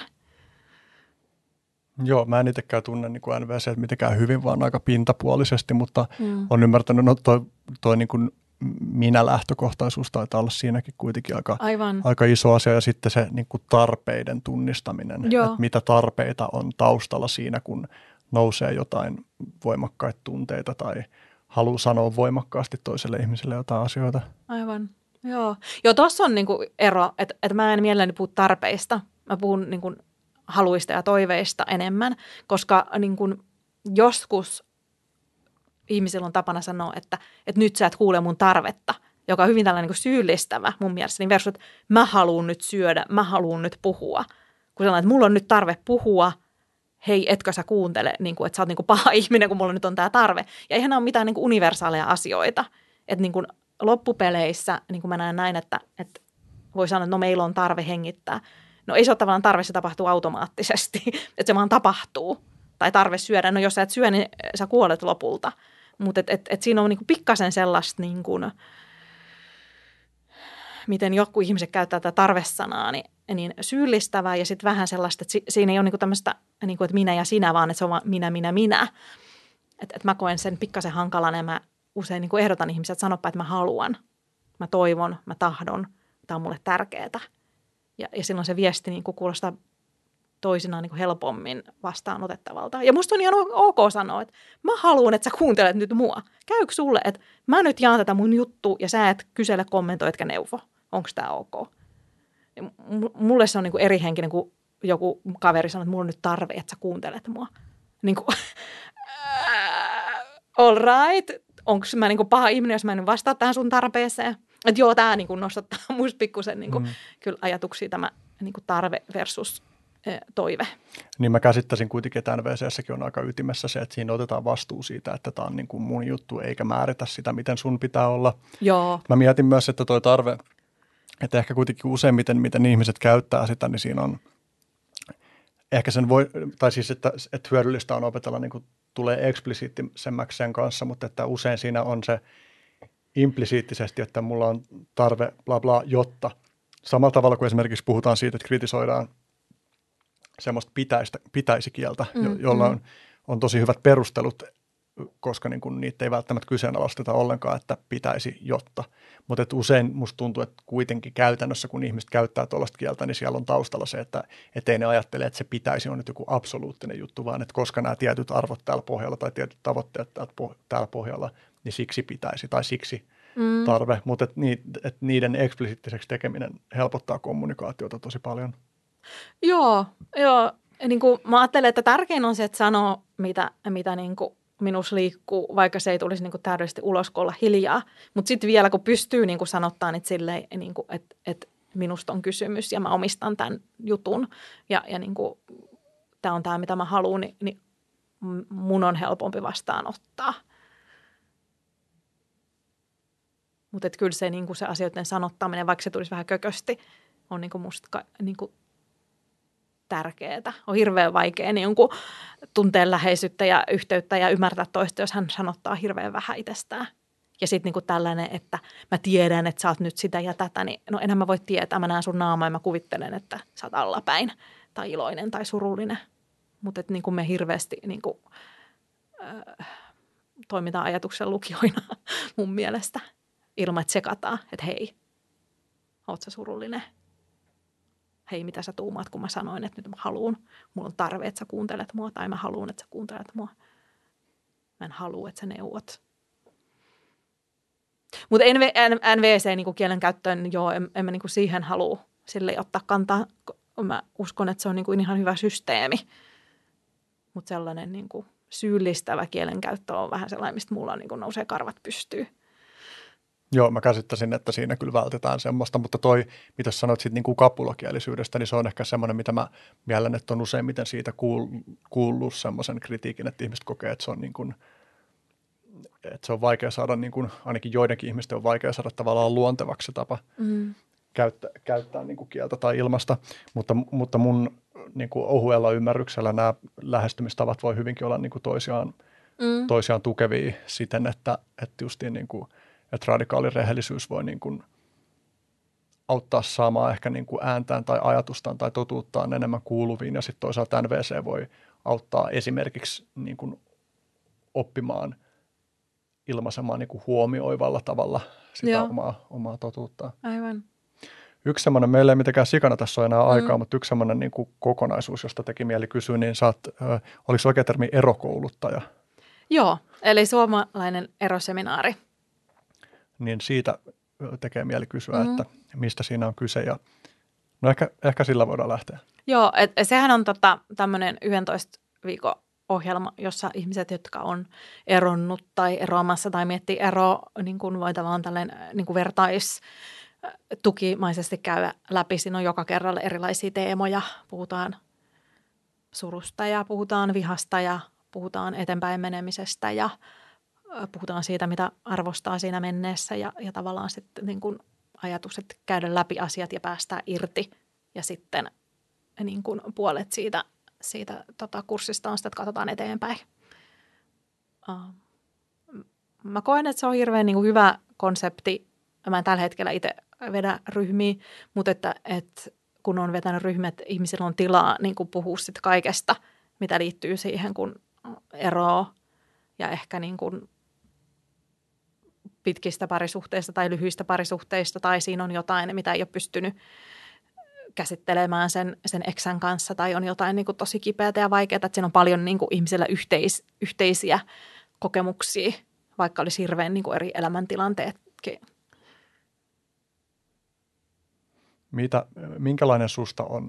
Joo, mä en itsekään tunne niin kuin N V C mitenkään hyvin, vaan aika pintapuolisesti, mutta Mm. on ymmärtänyt, no toi, toi niin kuin minä-lähtökohtaisuus taitaa olla siinäkin kuitenkin aika, Aivan. aika iso asia, ja sitten se niin kuin tarpeiden tunnistaminen, Joo. että mitä tarpeita on taustalla siinä, kun nousee jotain voimakkaita tunteita tai haluaa sanoa voimakkaasti toiselle ihmiselle jotain asioita. Aivan. Joo, Joo tuossa on niinku ero, että, että mä en mielelläni puhu tarpeista. Mä puhun niinku haluista ja toiveista enemmän, koska niinku joskus ihmisillä on tapana sanoa, että, että nyt sä et kuule mun tarvetta, joka on hyvin tällainen niinku syyllistävä mun mielestä. Niin versus, että mä haluun nyt syödä, mä haluun nyt puhua. Kun sellainen, että mulla on nyt tarve puhua, hei, etkö sä kuuntele, niin kuin, että sä oot niin kuin paha ihminen, kun mulla nyt on tämä tarve. Ja eihän nämä ole mitään niin kuin universaaleja asioita. Että niin kuin loppupeleissä, niin kuin mä näen näin, että, että voi sanoa, että no meillä on tarve hengittää. No ei se ole tavallaan tarve, se tapahtuu automaattisesti. Että se vaan tapahtuu. Tai tarve syödä. No jos sä et syö, niin sä kuolet lopulta. Mutta et, et, et siinä on niin kuin pikkasen sellaista, niin kuin, miten joku ihmiset käyttää tätä tarvesanaa, niin niin syyllistävää ja sitten vähän sellaista, että si- siinä ei ole niinku tämmöistä, niinku, että minä ja sinä, vaan että se on vaan minä, minä, minä. Että et mä koen sen pikkasen hankalana ja mä usein niinku ehdotan ihmisiä, että sanoppa, että mä haluan, mä toivon, mä tahdon, tämä on mulle tärkeää. Ja, ja silloin se viesti niinku kuulostaa toisinaan niinku helpommin vastaanotettavalta. Ja musta on ihan ok sanoa, että mä haluan, että sä kuuntelet nyt mua. Käykö sulle, että mä nyt jaan tätä mun juttu ja sä et kysele, kommentoi, etkä neuvo. Onko tämä ok? Mulle se on niinku eri henkinen, kun joku kaveri sanoo, että mulla on nyt tarve, että sä kuuntelet mua. Niin kuin, all right, onko mä niinku paha ihminen, jos mä en vastaa tähän sun tarpeeseen? Että joo, tämä niinku nostattaa musta pikkusen niinku, mm. kyllä ajatuksia tämä niinku tarve versus e, toive. Niin mä käsittäisin kuitenkin, että N V C:ssäkin on aika ytimessä se, että siinä otetaan vastuu siitä, että tämä on niin kuin mun juttu, eikä määritä sitä, miten sun pitää olla. Joo. Mä mietin myös, että toi tarve, että ehkä kuitenkin useimmiten, miten ihmiset käyttää sitä, niin siinä on ehkä sen voi, tai siis, että, että hyödyllistä on opetella, niin kuin tulee eksplisiittisemmäksi sen kanssa, mutta että usein siinä on se implisiittisesti, että mulla on tarve bla bla, jotta. Samalla tavalla kuin esimerkiksi puhutaan siitä, että kritisoidaan semmoista pitäistä, pitäisi kieltä, mm, jolla on, on tosi hyvät perustelut, koska niin kuin niitä ei välttämättä kyseenalaisteta ollenkaan, että pitäisi jotta. Mutta usein musta tuntuu, että kuitenkin käytännössä, kun ihmiset käyttää tuollaista kieltä, niin siellä on taustalla se, että et ei ne ajattele, että se pitäisi on nyt joku absoluuttinen juttu, vaan että koska nämä tietyt arvot täällä pohjalla tai tietyt tavoitteet täällä pohjalla, niin siksi pitäisi tai siksi mm. tarve. Mutta et ni, et niiden eksplisiittiseksi tekeminen helpottaa kommunikaatiota tosi paljon. Joo, joo. Niin kuin mä ajattelen, että tärkein on se, että sanoo, mitä, mitä niin kuin minussa liikkuu, vaikka se ei tulisi niin kuin täydellisesti ulos, kun olla hiljaa. Mutta sitten vielä, kun pystyy niin kuin sanottaa niitä silleen, niin kuin, että, että minusta on kysymys ja mä omistan tämän jutun ja, ja niin kuin, tämä on tämä, mitä mä haluan, niin, niin mun on helpompi vastaanottaa. Mutta kyllä se, niin kuin se asioiden sanottaminen, vaikka se tulisi vähän kökösti, on niin kuin musta niin kuin tärkeää. On hirveän vaikea niin jonkun tunteen läheisyyttä ja yhteyttä ja ymmärtää toista, jos hän sanottaa hirveän vähän itsestään. Ja sitten niin tällainen, että mä tiedän, että sä oot nyt sitä ja tätä, niin no enhän mä voi tietää. Mä näen sun naamaa ja mä kuvittelen, että sä oot allapäin tai iloinen tai surullinen. Mutta niin kuin me hirveästi niin kuin, äh, toimitaan ajatuksen lukijoina mun mielestä. Ilman, että sekataan, että hei, oot sä surullinen? Hei, mitä sä tuumaat, kun mä sanoin, että nyt mä haluun. Mulla on tarve, että sä kuuntelet mua, tai mä haluun, että sä kuuntelet mua. Mä en halua, että sä neuvot. Mutta N V C-kielen käyttöön, niin joo, en, en mä niinku siihen halua sille ottaa kantaa. Mä uskon, että se on niinku ihan hyvä systeemi. Mutta sellainen niinku syyllistävä kielenkäyttö on vähän sellainen, mistä mulla niinku nousee karvat pystyy. Joo, mä käsittäisin, että siinä kyllä vältetään semmoista, mutta toi, mitä sanoit siitä niin kuin kapulonkielisyydestä, niin se on ehkä semmoinen, mitä mä mielen, että on useimmiten siitä kuullut semmoisen kritiikin, että ihmiset kokee, että se on niin kuin, että se on vaikea saada, niin kuin, ainakin joidenkin ihmisten on vaikea saada tavallaan luontevaksi se tapa mm. käyttää, käyttää niin kuin kieltä tai ilmasta, mutta, mutta mun niin kuin ohuella ymmärryksellä nämä lähestymistavat voi hyvinkin olla niin kuin toisiaan, mm. toisiaan tukevia siten, että, että justiin niin kuin, että radikaali rehellisyys voi niin kuin auttaa saamaan ehkä niin kuin ääntään tai ajatustaan tai totuuttaan enemmän kuuluviin, ja sitten toisaalta N V C voi auttaa esimerkiksi niin kuin oppimaan ilmaisemaan niin kuin huomioivalla tavalla sitä omaa, omaa totuuttaan. Aivan. Yksi semmoinen, meillä ei mitenkään sikana tässä ole enää mm. aikaa, mutta yksi semmoinen niin kuin kokonaisuus, josta teki mieli kysyä, niin sä oot, äh, oliko se oikea termi erokouluttaja? Joo, eli suomalainen eroseminaari. Niin siitä tekee mieli kysyä, mm. että mistä siinä on kyse, ja no ehkä, ehkä sillä voidaan lähteä. Joo, et sehän on tota, tämmöinen yksitoista viikon ohjelma, jossa ihmiset, jotka on eronnut tai eroamassa tai miettii eroa, niin kuin voi tavallaan tällainen niin kuin vertaistukimaisesti käydä läpi. Siinä on joka kerralla erilaisia teemoja. Puhutaan surusta ja puhutaan vihasta ja puhutaan eteenpäin menemisestä ja puhutaan siitä, mitä arvostaa siinä menneessä ja, ja tavallaan sitten niin kuin ajatukset käydä läpi asiat ja päästää irti ja sitten niin kuin puolet siitä siitä tota, kurssista on sitä, että katsotaan eteenpäin. Uh, mä koen, että se on hirveän niin kuin hyvä konsepti. Mä en tällä hetkellä itse vedä ryhmiä, mutta että, että kun on vetänyt ryhmät, että ihmisillä on tilaa niin kuin puhua sit kaikesta, mitä liittyy siihen, kun eroo ja ehkä niin kuin pitkistä parisuhteista tai lyhyistä parisuhteista tai siinä on jotain, mitä ei ole pystynyt käsittelemään sen, sen eksän kanssa tai on jotain niin kuin tosi kipeätä ja vaikeaa, että siinä on paljon niin kuin ihmisillä yhteis, yhteisiä kokemuksia, vaikka olisi hirveän niin kuin eri elämäntilanteetkin. Mitä, minkälainen susta on?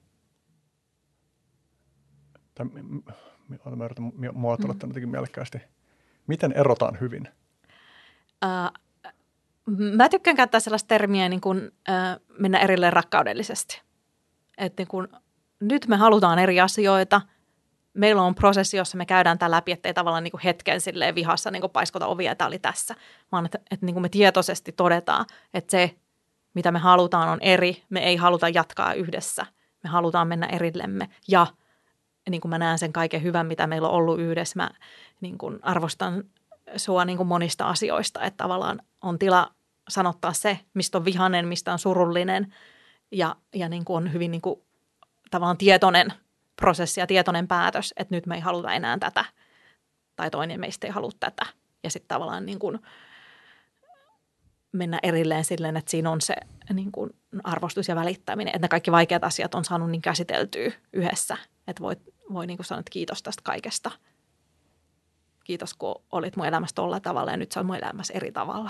Mä yritän muotoilla tämän jotenkin mielekkäästi. Miten erotaan hyvin? Uh, Mä tykkään käyttää sellaista termiä niin kuin äh, mennä erilleen rakkaudellisesti. Että niin kuin, nyt me halutaan eri asioita. Meillä on prosessi, jossa me käydään tämä läpi, ettei tavallaan niin kuin hetken silleen vihassa niin kuin paiskota ovia, että tämä oli tässä. Vaan että, että niin kuin me tietoisesti todetaan, että se, mitä me halutaan, on eri. Me ei haluta jatkaa yhdessä. Me halutaan mennä erillemme. Ja niin kuin mä näen sen kaiken hyvän, mitä meillä on ollut yhdessä. Mä niin kuin arvostan sua niin kuin monista asioista, että tavallaan on tila sanottaa se, mistä on vihainen, mistä on surullinen ja, ja niin kuin on hyvin niin kuin tavallaan tietoinen prosessi ja tietoinen päätös, että nyt me ei haluta enää tätä tai toinen meistä ei halua tätä. Ja sitten tavallaan niin kuin mennä erilleen silleen, että siinä on se niin kuin arvostus ja välittäminen, että ne kaikki vaikeat asiat on saanut niin käsiteltyä yhdessä, että voi, voi niin kuin sanoa, että kiitos tästä kaikesta. Kiitos, kun olit mun elämässä tolla tavalla ja nyt sä oot mun elämässä eri tavalla.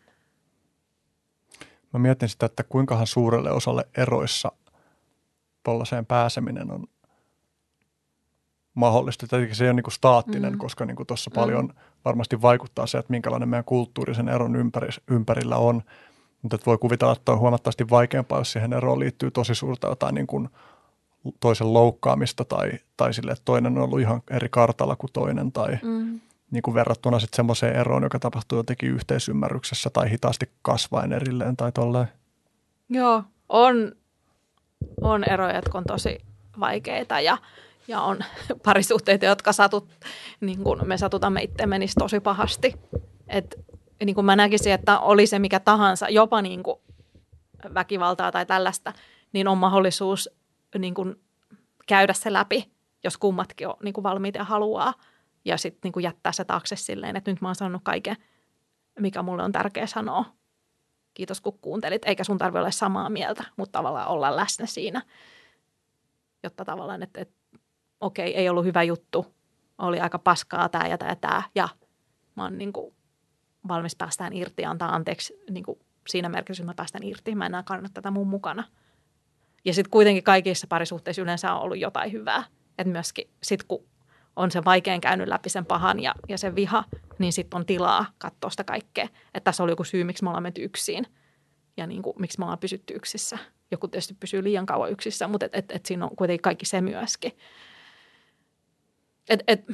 Mä mietin sitä, että kuinkahan suurelle osalle eroissa tollaiseen pääseminen on mahdollista. Tietenkin se ei ole niin kuin staattinen, mm. koska niin kuin tuossa mm. paljon varmasti vaikuttaa se, että minkälainen meidän kulttuurisen eron ympäri, ympärillä on. Mutta voi kuvitella, että on huomattavasti vaikeampaa, jos siihen eroon liittyy tosi suurta jotain niin kuin toisen loukkaamista tai, tai sille, että toinen on ollut ihan eri kartalla kuin toinen tai mm. niin kuin verrattuna sitten semmoiseen eroon, joka tapahtuu jotenkin yhteisymmärryksessä tai hitaasti kasvaen erilleen tai tolleen. Joo, on, on eroja, jotka on tosi vaikeita ja, ja on parisuhteita, jotka satut, niin kuin me satutamme itsemme niistä tosi pahasti. Et, niin kuin mä näkisin, että oli se mikä tahansa, jopa niin kuin väkivaltaa tai tällaista, niin on mahdollisuus niin kuin käydä se läpi, jos kummatkin on niin kuin valmiita ja haluaa. Ja sitten niin kuin jättää se taakse silleen, että nyt mä oon sanonut kaiken, mikä mulle on tärkeä sanoa. Kiitos kun kuuntelit, eikä sun tarvitse olla samaa mieltä, mutta tavallaan olla läsnä siinä. Jotta tavallaan, että, että okei, ei ollut hyvä juttu, oli aika paskaa tämä ja tämä ja tämä. Ja mä oon niin kuin valmis päästään irti ja antaa anteeksi niin kuin siinä merkityksessä, että mä päästän irti. Mä enää kannata tätä mun mukana. Ja sitten kuitenkin kaikissa parisuhteissa yleensä on ollut jotain hyvää. Että myöskin sitten kun on se vaikein käynyt läpi sen pahan ja, ja sen viha, niin sitten on tilaa katsoa sitä kaikkea. Että tässä oli joku syy, miksi me ollaan menty yksin ja niin kuin, miksi me ollaan pysytty yksissä. Joku tietysti pysyy liian kauan yksissä, mutta et, et, et siinä on kuitenkin kaikki se myöskin. Et, et,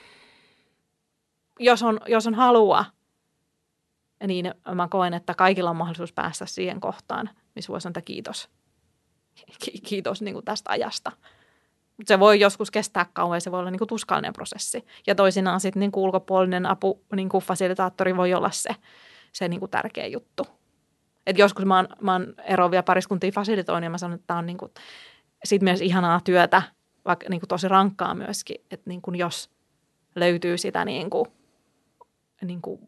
jos, on, jos on halua, niin mä koen, että kaikilla on mahdollisuus päästä siihen kohtaan, missä voi sanoa kiitos. Kiitos niin kuin tästä ajasta. Se voi joskus kestää kauan ja se voi olla niin kuin tuskallinen prosessi. Ja toisinaan sitten niin kuin ulkopuolinen apu, niin kuin fasilitaattori voi olla se, se niin kuin tärkeä juttu. Et joskus mä oon, mä oon eroavia pariskuntia fasilitoin ja mä sanon, että tämä on niin kuin, sit myös ihanaa työtä, vaikka niin kuin tosi rankkaa myöskin. Että niin kuin jos löytyy sitä niin kuin, niin kuin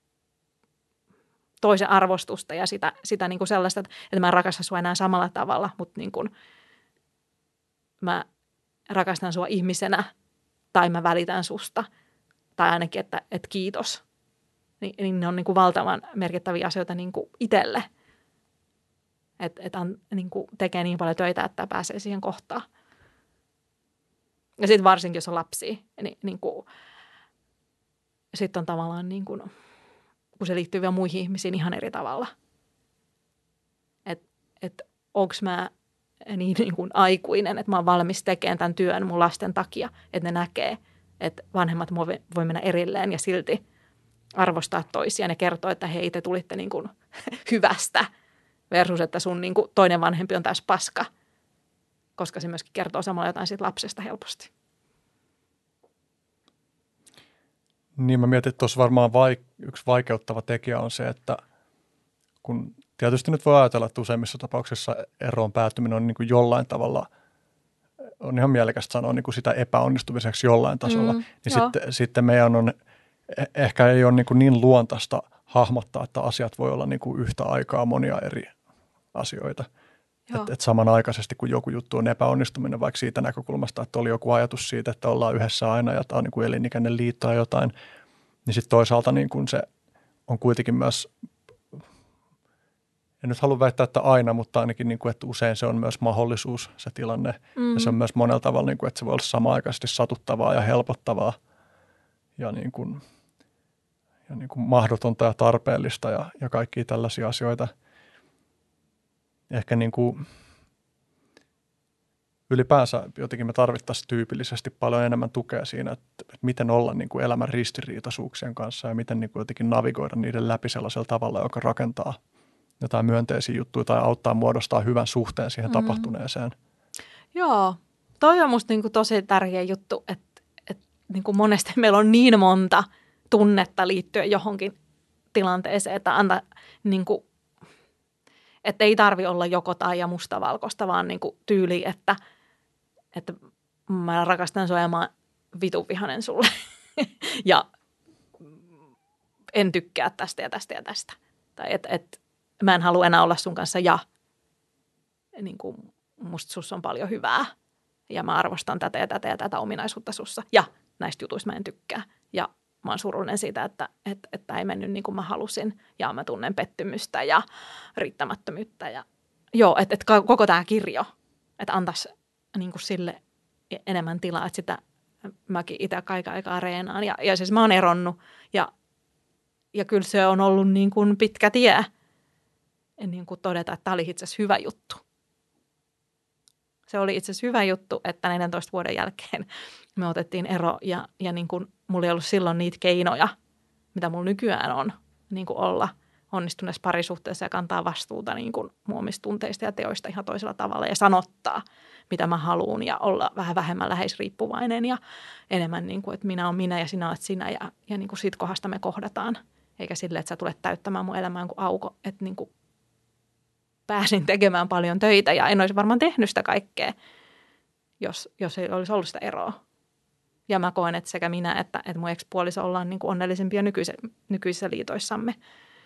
toisen arvostusta ja sitä, sitä niin kuin sellaista, että mä en rakasta sua enää samalla tavalla, mutta niin kuin mä rakastan sua ihmisenä tai mä välitän susta tai ainakin, että, että kiitos. Ni, niin ne on niin kuin valtavan merkittäviä asioita niin kuin itselle. Että et niin kuin tekee niin paljon töitä, että pääsee siihen kohtaan. Ja sitten varsinkin, jos on lapsia, niin, niin sitten on tavallaan niin kuin, kun se liittyy vielä muihin ihmisiin ihan eri tavalla. Että et, onko mä niin, niin kuin aikuinen, että mä oon valmis tekemään tämän työn mun lasten takia, että ne näkee, että vanhemmat voi mennä erilleen ja silti arvostaa toisia. Ne kertoo, että hei, te tulitte niin kuin hyvästä versus, että sun niin kuin toinen vanhempi on täys paska, koska se myöskin kertoo samalla jotain siitä lapsesta helposti. Niin mä mietin, että tuossa varmaan vaik- yksi vaikeuttava tekijä on se, että kun tietysti nyt voi ajatella, että useimmissa tapauksissa eroon päätyminen on niin kuin jollain tavalla, on ihan mielekästä sanoa niin kuin sitä epäonnistumiseksi jollain tasolla, mm, niin sitten, sitten meidän on, ehkä ei ole niin, kuin niin luontaista hahmottaa, että asiat voi olla niin kuin yhtä aikaa monia eri asioita. Että et samanaikaisesti, kun joku juttu on epäonnistuminen vaikka siitä näkökulmasta, että oli joku ajatus siitä, että ollaan yhdessä aina ja tämä on niin kuin elinikäinen liitto tai jotain, niin sitten toisaalta niin kuin se on kuitenkin myös, en nyt halua väittää, että aina, mutta ainakin niin kuin, että usein se on myös mahdollisuus se tilanne. Mm. Ja se on myös monella tavalla, niin kuin, että se voi olla samanaikaisesti satuttavaa ja helpottavaa ja, niin kuin, ja niin kuin mahdotonta ja tarpeellista ja, ja kaikkia tällaisia asioita. Ehkä niin kuin ylipäänsä jotenkin me tarvittaisiin tyypillisesti paljon enemmän tukea siinä, että, että miten olla niin kuin elämän ristiriitaisuuksien kanssa ja miten niin kuin jotenkin navigoida niiden läpi sellaisella tavalla, joka rakentaa jotain myönteisiä juttuja tai auttaa muodostaa hyvän suhteen siihen mm. tapahtuneeseen. Joo, toi on musta niin kuin tosi tärkeä juttu, että, että niin kuin monesti meillä on niin monta tunnetta liittyen johonkin tilanteeseen, että antaa niin kuin että ei tarvi olla joko tai ja mustavalkoista, vaan niin kuin tyyli, että, että mä rakastan sua ja mä oon vitun vihanen sulle. Ja en tykkää tästä ja tästä ja tästä. Tai että et, mä en halua enää olla sun kanssa ja niin kuin musta sussa on paljon hyvää. Ja mä arvostan tätä ja tätä ja tätä ominaisuutta sussa. Ja näistä jutuista mä en tykkää. Ja mä oon surullinen siitä, että, että, että ei mennyt niin kuin mä halusin ja mä tunnen pettymystä ja riittämättömyyttä. Ja, joo, että, että koko tämä kirjo, että antaisi niin kuin sille enemmän tilaa, että sitä mäkin itse kaiken aikaa reenaan. Ja, ja siis mä oon eronnut ja, ja kyllä se on ollut niin kuin pitkä tie niin kuin todeta, että tämä oli itse asiassa hyvä juttu. Se oli itse asiassa hyvä juttu, että neljäntoista vuoden jälkeen me otettiin ero ja, ja niin kuin mulla ei ollut silloin niitä keinoja, mitä mulla nykyään on, niin kuin olla onnistuneessa parisuhteessa ja kantaa vastuuta niin kuin mun omista tunteista ja teoista ihan toisella tavalla ja sanottaa, mitä mä haluun ja olla vähän vähemmän läheisriippuvainen ja enemmän niin kuin, että minä olen minä ja sinä olet sinä ja, ja niin kuin siitä kohdasta me kohdataan. Eikä silleen, että sä tulet täyttämään mun elämään kuin auko, että niin kuin pääsin tekemään paljon töitä ja en olisi varmaan tehnyt sitä kaikkea, jos, jos ei olisi ollut sitä eroa. Ja mä koen, että sekä minä että, että mun ex-puoliso ollaan niin kuin onnellisempia nykyisissä, nykyisissä liitoissamme.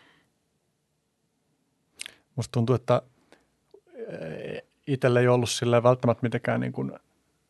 Musta tuntuu, että itselle ei ollut silleen välttämättä mitenkään niin kuin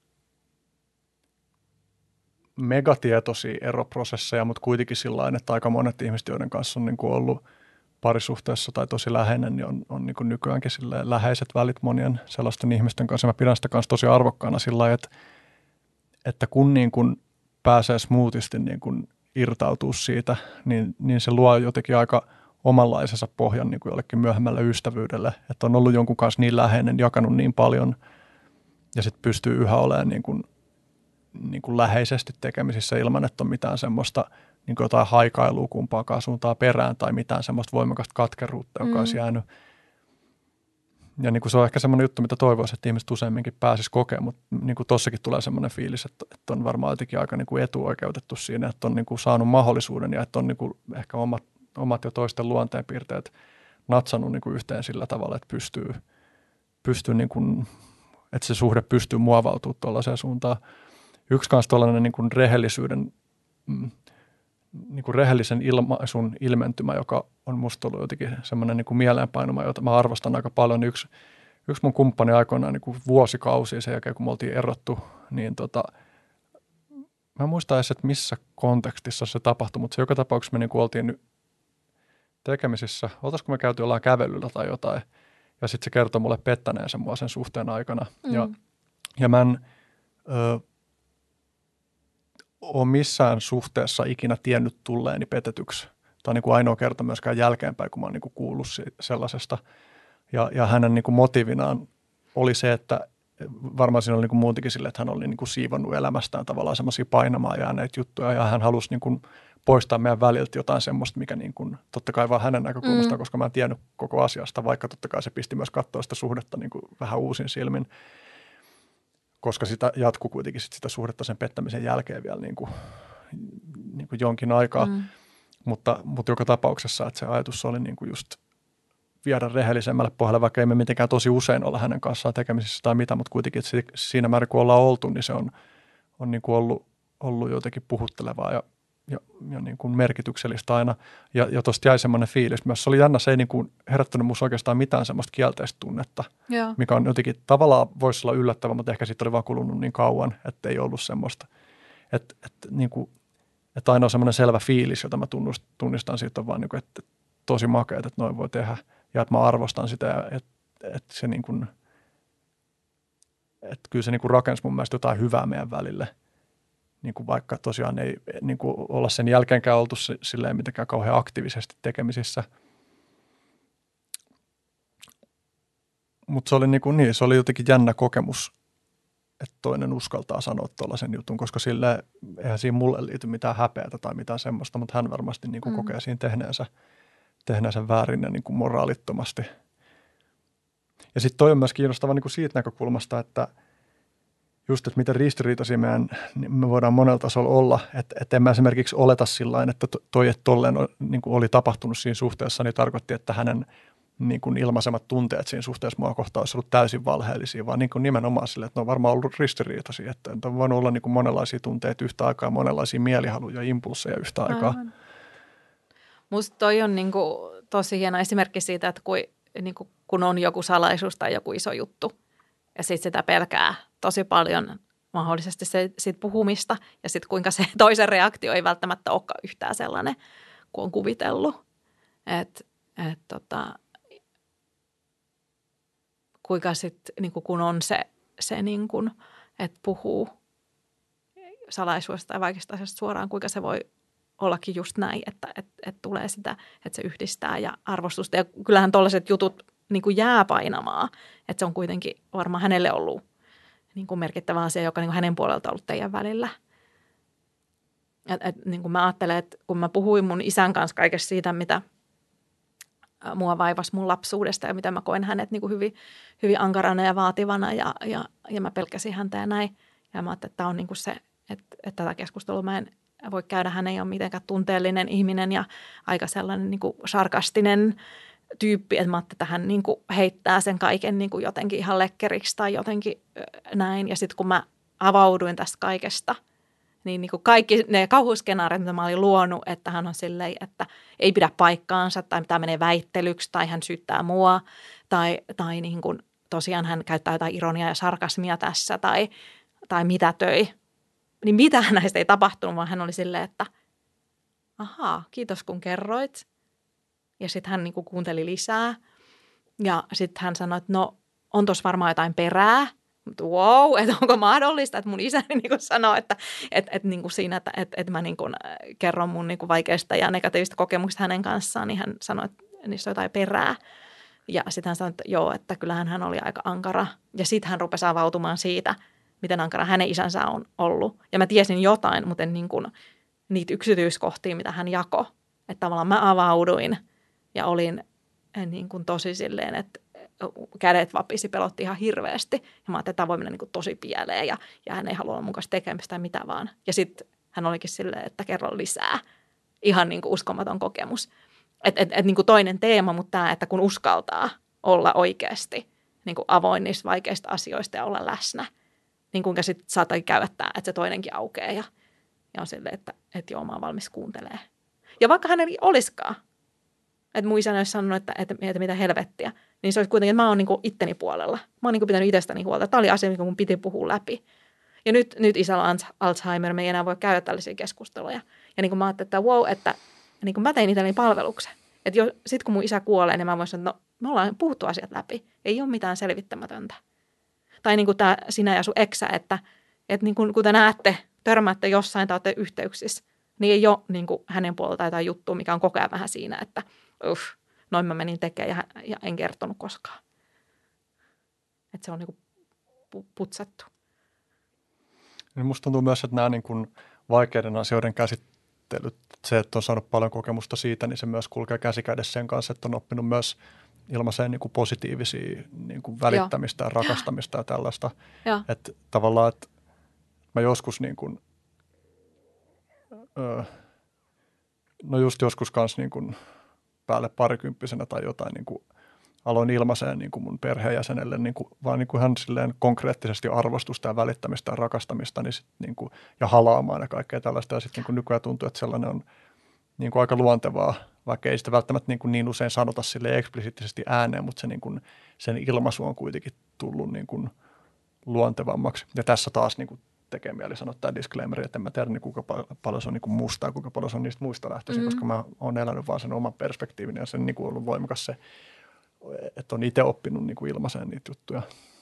megatietoisia eroprosesseja, mutta kuitenkin sillain, että aika monet ihmiset, joiden kanssa on niin kuin ollut parisuhteessa tai tosi läheinen, niin on, on niin kuin nykyäänkin silleen läheiset välit monien sellaisten ihmisten kanssa. Mä pidän sitä kanssa tosi arvokkaana sillä lailla, että, että kun niin kuin pääsee smoothisti niin kuin irtautua siitä, niin, niin se luo jotenkin aika omanlaisensa pohjan niin kuin jollekin myöhemmälle ystävyydelle. Että on ollut jonkun kanssa niin läheinen, jakanut niin paljon ja sitten pystyy yhä olemaan niin kuin, niin kuin läheisesti tekemisissä ilman, että on mitään semmoista niin kuin jotain haikailua kumpaakaan suuntaan perään tai mitään semmoista voimakasta katkeruutta, joka mm. olisi jäänyt. Ja niin kuin se on ehkä semmoinen juttu, mitä toivoisi, että ihmiset useamminkin pääsisi kokemaan, mutta niin kuin tossakin tulee semmoinen fiilis, että, että on varmaan jotenkin aika niin kuin etuoikeutettu siinä, että on niin kuin saanut mahdollisuuden ja että on niin kuin ehkä omat, omat ja toisten luonteenpiirteet natsannut niin kuin yhteen sillä tavalla, että pystyy, pystyy niin kuin, että se suhde pystyy muovautumaan tuollaiseen suuntaan. Yksi kanssa tuollainen niin kuin rehellisyyden, niin kuin rehellisen ilmaisun ilmentymä, joka on musta ollut jotenkin semmoinen niin kuin mieleenpainuma, jota mä arvostan aika paljon. Yksi, yksi mun kumppani aikoinaan niin kuin vuosikausia sen jälkeen, kun me oltiin erottu, niin tota, mä en muista edes, että missä kontekstissa se tapahtui, mutta se joka tapauksessa me niin kuin oltiin tekemisissä. Oltaisiko me käyty jollain kävelyllä tai jotain, ja sitten se kertoi mulle pettäneensä mua sen suhteen aikana. Mm. Ja, ja mä en ö, ole missään suhteessa ikinä tiennyt tulleeni petetyksi. Tämä on niin kuin ainoa kerta myöskään jälkeenpäin, kun mä oon niin kuin kuullut sellaisesta. Ja, ja hänen niin kuin motiivinaan oli se, että varmaan siinä oli niin kuin muutenkin sille, että hän oli niin kuin siivonnut elämästään tavallaan semmoisia painamaan jääneitä juttuja. Ja hän halusi niin kuin poistaa meidän väliltä jotain semmoista, mikä niin kuin, totta kai vaan hänen näkökulmastaan, mm. koska mä en tiennyt koko asiasta, vaikka totta kai se pisti myös katsoa sitä suhdetta niin kuin vähän uusin silmin. Koska sitä jatkuu kuitenkin sit sitä suhdetta sen pettämisen jälkeen vielä niin kuin, niin kuin jonkin aikaa. Mm. Mutta, mutta joka tapauksessa, että se ajatus oli niin kuin just viedä rehellisemmälle pohjalle, vaikka ei me mitenkään tosi usein olla hänen kanssaan tekemisissä tai mitä, mutta kuitenkin että siinä määrin kun ollaan oltu, niin se on, on niin kuin ollut, ollut jotenkin puhuttelevaa ja, ja, ja niin kuin merkityksellistä aina. Ja, ja tuosta jäi semmoinen fiilis myös. Se oli jännä, se ei niin kuin herättänyt minussa oikeastaan mitään semmoista kielteistä tunnetta, Joo. mikä on jotenkin tavallaan voisi olla yllättävä, mutta ehkä siitä oli vaan kulunut niin kauan, että ei ollut semmoista. Että et, niin kuin Että ainoa semmoinen selvä fiilis, jota mä tunnistan siitä, on vaan, niin kuin, että tosi makeat, että noin voi tehdä. Ja että mä arvostan sitä, ja että, että se niin kuin, että kyllä se niin kuin rakensi mun mielestä jotain hyvää meidän välille. Niin kuin vaikka tosiaan ei niin kuin olla sen jälkeenkään oltu silleen mitenkään kauhean aktiivisesti tekemisissä. Mutta se oli niin kuin niin, se oli jotenkin jännä kokemus, että toinen uskaltaa sanoa tuollaisen jutun, koska sille eihän siinä mulle liity mitään häpeätä tai mitään semmoista, mutta hän varmasti niin kuin mm. kokee siinä tehneensä, tehneensä väärin ja niin kuin moraalittomasti. Ja sitten toi on myös kiinnostava niin kuin siitä näkökulmasta, että just, että miten ristiriitaisia meidän, niin me voidaan monella tasolla olla, että, että en mä esimerkiksi oleta sillain, että toi, että tolleen niin kuin oli tapahtunut siinä suhteessa, niin tarkoitti, että hänen niin kuin ilmaisemat tunteet siinä suhteessa mua kohtaan olisi ollut täysin valheellisia, vaan niin kuin nimenomaan sille, että ne on varmaan ollut ristiriitaisia, että on voinut olla niin kuin monenlaisia tunteita yhtä aikaa, monenlaisia mielihaluja ja impulseja yhtä aikaa. Aivan. Musta toi on niin kuin tosi hieno esimerkki siitä, että kun, niin kuin, kun on joku salaisuus tai joku iso juttu ja sitten sitä pelkää tosi paljon mahdollisesti se, siitä puhumista ja sitten kuinka se toisen reaktio ei välttämättä olekaan yhtään sellainen, kuin on kuvitellut. Että et, tota, kuinka sitten, niin kun on se, se niin kun, että puhuu salaisuudesta tai vaikeasta asiasta suoraan, kuinka se voi ollakin just näin, että et, et tulee sitä, että se yhdistää ja arvostusta. Ja kyllähän tuollaiset jutut niin kuin jää painamaan, että se on kuitenkin varmaan hänelle ollut niin kuin merkittävä asia, joka niin kuin hänen puolelta on ollut teidän välillä. Et, et, niin kuin mä ajattelen, että kun mä puhuin mun isän kanssa kaikesta siitä, mitä mua vaivasi mun lapsuudesta ja miten mä koen hänet niin kuin hyvin, hyvin ankarana ja vaativana ja, ja, ja mä pelkäsin häntä ja näin. Ja mä ajattelin, että tämä on niin kuin se, että, että tätä keskustelua mä en voi käydä. Hän ei ole mitenkään tunteellinen ihminen ja aika sellainen niin kuin sarkastinen tyyppi, että mä ajattelin, että hän niin kuin heittää sen kaiken niin kuin jotenkin ihan lekkeriksi tai jotenkin näin. Ja sitten kun mä avauduin tästä kaikesta, niin, niin kuin kaikki ne kauhuskenaariot, mitä mä olin luonut, että hän on silleen, että ei pidä paikkaansa tai tämä menee väittelyksi tai hän syyttää mua tai, tai niin kuin tosiaan hän käyttää jotain ironiaa ja sarkasmia tässä tai, tai mitä töi. Niin mitään näistä ei tapahtunut, vaan hän oli silleen, että ahaa, kiitos kun kerroit. Ja sitten hän niin kuin kuunteli lisää ja sitten hän sanoi, että no on tuossa varmaan jotain perää, Mutta wow, että onko mahdollista, että mun isäni niin kuin sanoo, että, että, että niin kuin siinä, että, että, että mä niin kuin kerron mun niin kuin vaikeista ja negatiivista kokemuksista hänen kanssaan, niin hän sanoi, että niissä on jotain perää. Ja sitten hän sanoi, että joo, että kyllähän hän oli aika ankara. Ja sitten hän rupesi avautumaan siitä, miten ankara hänen isänsä on ollut. Ja mä tiesin jotain, mutta en niin kuin niitä yksityiskohtia, mitä hän jakoi. Että tavallaan mä avauduin ja olin niin kuin tosi silleen, että kädet vapisi, pelotti ihan hirveästi. Ja mä ajattelin, että tämä voi mennä niin kuin tosi pieleen ja, ja hän ei halua olla mun kanssa tekemistä tai mitä vaan. Ja sitten hän olikin silleen, että kerro lisää. Ihan niin kuin uskomaton kokemus. Että et, et, niin kuin toinen teema, mutta tämä, että kun uskaltaa olla oikeasti niin kuin avoin niistä vaikeista asioista ja olla läsnä, niin kuinka sitten saattaa käydä tämä, että se toinenkin aukeaa ja, ja on silleen, että et joo, mä oon valmis kuuntelemaan. Ja vaikka hänellä ei olisikaan, että mun isäni olisi sanonut, että, että, että mitä helvettiä, niin se olisi kuitenkin, että mä oon niin kuin itteni puolella. Mä oon niin kuin pitänyt itsestäni huolta. Tämä oli asia, mikä mun piti puhua läpi. Ja nyt, nyt isällä on Alzheimer, me ei enää voi käydä tällaisia keskusteluja. Ja niin kuin mä ajattelin, että wow, että niin kuin mä tein itselleni palveluksen. Että sitten kun mun isä kuolee, niin mä voin sanoa, että no, me ollaan puhuttu asiat läpi. Ei ole mitään selvittämätöntä. Tai niin kuin tämä sinä ja sun eksä, että, että niin kuin, kun te näette, törmäätte jossain tai olette yhteyksissä, niin ei ole niin kuin hänen puolelta jotain juttua, mikä on koko ajan vähän siinä, että uff, noin mä menin tekemään ja, ja en kertonut koskaan. Että se on niin kuin putsattu. Musta tuntuu myös, että nämä niin kuin vaikeiden asioiden käsittelyt, se, että on saanut paljon kokemusta siitä, niin se myös kulkee käsikädessä sen kanssa, että on oppinut myös ilmaiseen niin kuin positiivisia niin kuin välittämistä ja rakastamista ja tällaista. Ja. Että tavallaan, että mä joskus niin kuin, öö, no just joskus kanssa niin kuin päälle parikymppisenä tai jotain niin kuin aloin ilmaiseen niin kuin mun perheenjäsenelle niin kuin, vaan niin kuin hän silleen konkreettisesti arvostusta ja välittämistä ja rakastamista niin sit, niin kuin, ja halaamaan ja kaikkea tällaista. Ja sitten niin nykyään tuntuu, että sellainen on niin kuin aika luontevaa, vaikka ei sitä välttämättä niin, kuin niin usein sanota sille eksplisiittisesti ääneen, mutta se, niin kuin, sen ilmaisu on kuitenkin tullut niin kuin luontevammaksi. Ja tässä taas niin kuin tekee mieli sanoa tämä disclaimer, että en mä tiedä, niin kuinka paljon se on niin kuin musta ja kuinka paljon se on niistä muista lähtöisin, mm. koska mä oon elänyt vaan sen oman perspektiivin ja sen niin kuin ollut voimakas se, että on itse oppinut niin kuin ilmaiseen niitä juttuja.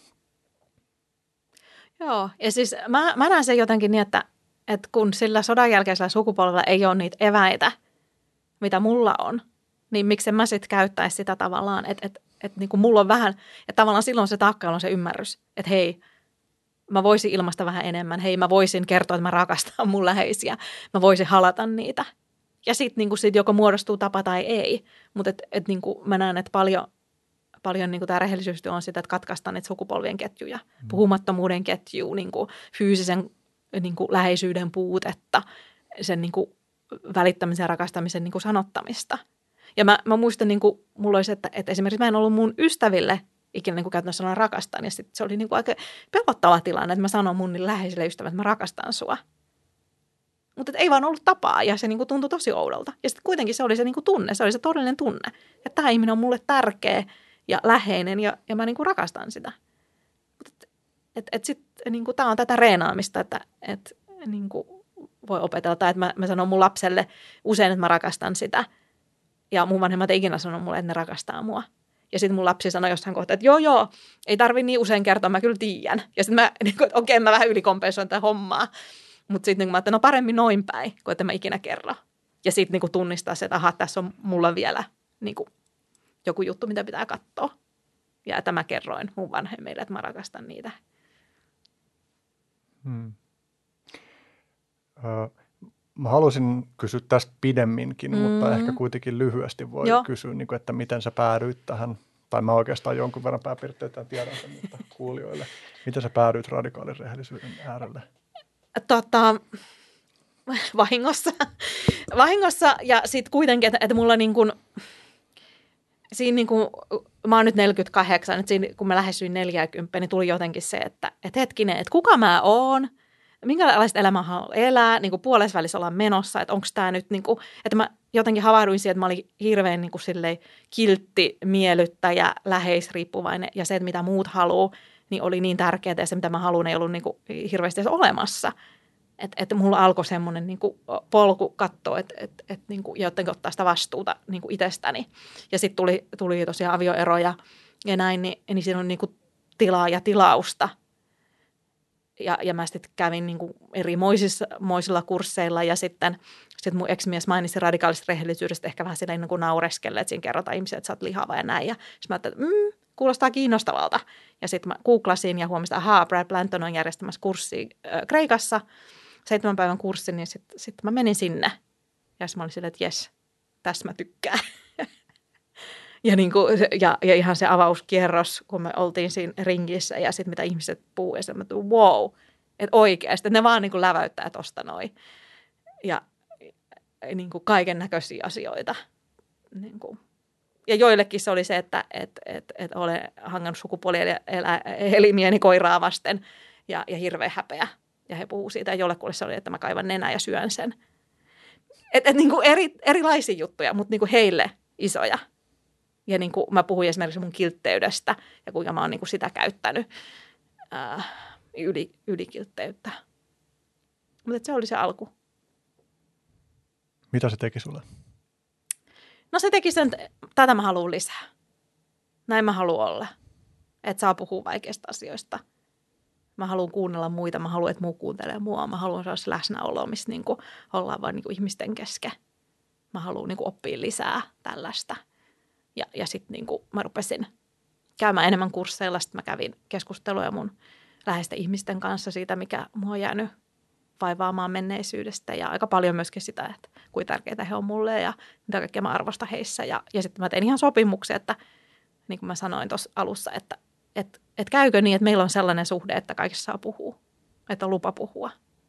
Joo, ja siis mä, mä näen sen jotenkin niin, että, että kun sillä sodan jälkeisellä sukupolvella ei ole niitä eväitä, mitä mulla on, niin miksi mä sitten käyttäisi sitä tavallaan, että, että, että niin kuin mulla on vähän, että tavallaan silloin se takkailu on se ymmärrys, että hei, mä voisin ilmaista vähän enemmän, hei mä voisin kertoa, että mä rakastan mun läheisiä, mä voisin halata niitä. Ja sitten niin sit joko muodostuu tapa tai ei, mutta et, et niin mä näen, että paljon, paljon niin tämä rehellisyystyö on sitä, että katkaistaan niitä sukupolvien ketjuja, mm. puhumattomuuden ketjuu, niin fyysisen niin läheisyyden puutetta, sen niin välittämisen ja rakastamisen niin sanottamista. Ja mä, mä muistan, niin kuin, mulla olisi, että, että esimerkiksi mä en ollut mun ystäville ikinä niin käytännössä sanoa rakastan. Ja sitten se oli niin kuin aika pelottava tilanne, että mä sanon mun läheisille ystäville, että mä rakastan sua. Mutta ei vaan ollut tapaa ja se niin kuin tuntui tosi oudolta. Ja sitten kuitenkin se oli se niin kuin tunne, se oli se todellinen tunne. Että tämä ihminen on mulle tärkeä ja läheinen ja, ja mä niin kuin rakastan sitä. Mutta et, et, et sitten niin kuin, tämä on tätä reenaamista, että et, niin kuin voi opetella. Tai että mä, mä sanon mun lapselle usein, että mä rakastan sitä. Ja mun vanhemmat ei ikinä sanonut mulle, että ne rakastaa mua. Ja sitten mun lapsi sanoi jossain kohtaa, että joo joo, ei tarvi niin usein kertoa, mä kyllä tiedän. Ja sitten mä, niin kuin, että okei, mä vähän ylikompensoin tätä hommaa. Mutta sitten niin mä ajattelin, no paremmin noin päin, kuin että mä ikinä kerro. Ja sitten niin tunnistaa se, että aha, tässä on mulla vielä niin kuin, joku juttu, mitä pitää katsoa. Ja että mä kerroin mun vanhemmille, että mä rakastan niitä. Hmm. Ö, mä haluaisin kysyä tästä pidemminkin, mm. mutta ehkä kuitenkin lyhyesti voi Joo. kysyä, niin kuin, että miten sä päädyit tähän. Tai mä oikeastaan jonkun verran pääpiirteitä tiedän sen, mutta kuulijoille. Miten sä päädyit radikaalin rehellisyyden äärelle? Tota, vahingossa. vahingossa ja sitten kuitenkin, että, että mulla niin kuin, siinä niin kuin, mä oon nyt neljäkymmentäkahdeksan, että siinä, kun mä lähestyin neljäkymmentä, niin tuli jotenkin se, että, että hetkinen, että kuka mä oon, minkälaista elämää haluan elää, niin kuin puolessa välissä ollaan menossa, että onko tämä nyt, niin kuin, että mä jotenkin havahduin siihen, että mä olin hirveän niin kuin silleen kiltti, miellyttäjä, läheisriippuvainen ja se, että mitä muut haluaa, niin oli niin tärkeää ja se, mitä mä haluan, ei ollut niin kuin hirveästi edes olemassa. Että et mulla alkoi semmoinen niin kuin polku katsoa, että et, et, niin kuin, ja jotenkin ottaa sitä vastuuta niin kuin itsestäni. Ja sitten tuli, tuli tosiaan avioeroja ja näin, niin, niin siinä on niin kuin tilaa ja tilausta Ja, ja mä sitten kävin niin kuin eri moisissa, moisilla kursseilla ja sitten sit mun ex-mies mainitsi radikaalista rehellisyydestä ehkä vähän silleen niin kuin naureskelle, että siinä kerrotaan ihmisille, että sä oot lihava ja näin. Ja sitten mä ajattelin, että mm, kuulostaa kiinnostavalta. Ja sitten mä googlasin ja huomasin, että ahaa, Brad Blanton on järjestämässä kurssia äh, Kreikassa, seitsemän päivän kurssi, niin sitten sit mä menin sinne. Ja sitten mä olin silleen, että jes, tässä mä tykkään. Ja, niin kuin, ja, ja ihan se avauskierros, kun me oltiin siinä ringissä ja sitten mitä ihmiset puhuu, ja sitten mä tulin, wow, että oikeasti, että ne vaan niin kuin läväyttää tosta noin. Ja niin kuin kaiken näköisiä asioita. Niin kuin. Ja joillekin se oli se, että et, et, et olen hangannut sukupuolielimieni koiraa vasten ja, ja hirveä häpeä. Ja he puhuu siitä, ja jollekulle se oli, että mä kaivan nenää ja syön sen. Että et, niin kuin eri, erilaisia juttuja, mutta niin kuin heille isoja. Ja niin kuin mä puhuin esimerkiksi mun kiltteydestä ja kuinka mä oon niin kuin sitä käyttänyt, ää, yli, ylikiltteyttä. Mutta se oli se alku. Mitä se teki sulle? No se teki sen, että tätä mä haluan lisää. Näin mä haluan olla. Että saa puhua vaikeista asioista. Mä haluan kuunnella muita, mä haluan, että muu kuuntelee mua. Mä haluan sellaista läsnäoloa, missä niin kuin ollaan vaan niin kuin ihmisten kesken. Mä haluan niin kuin oppia lisää tällaista. Ja, ja sitten niin mä rupesin käymään enemmän kursseilla. Sitten mä kävin keskusteluja mun läheisten ihmisten kanssa siitä, mikä mua on jäänyt vaivaamaan menneisyydestä. Ja aika paljon myöskin sitä, että kuinka tärkeitä he on mulle ja mitä kaikkea mä arvostan heissä. Ja, ja sitten mä tein ihan sopimuksen, että niin kuin mä sanoin tuossa alussa, että et, et käykö niin, että meillä on sellainen suhde, että kaikessa saa puhua. Että on lupa puhua.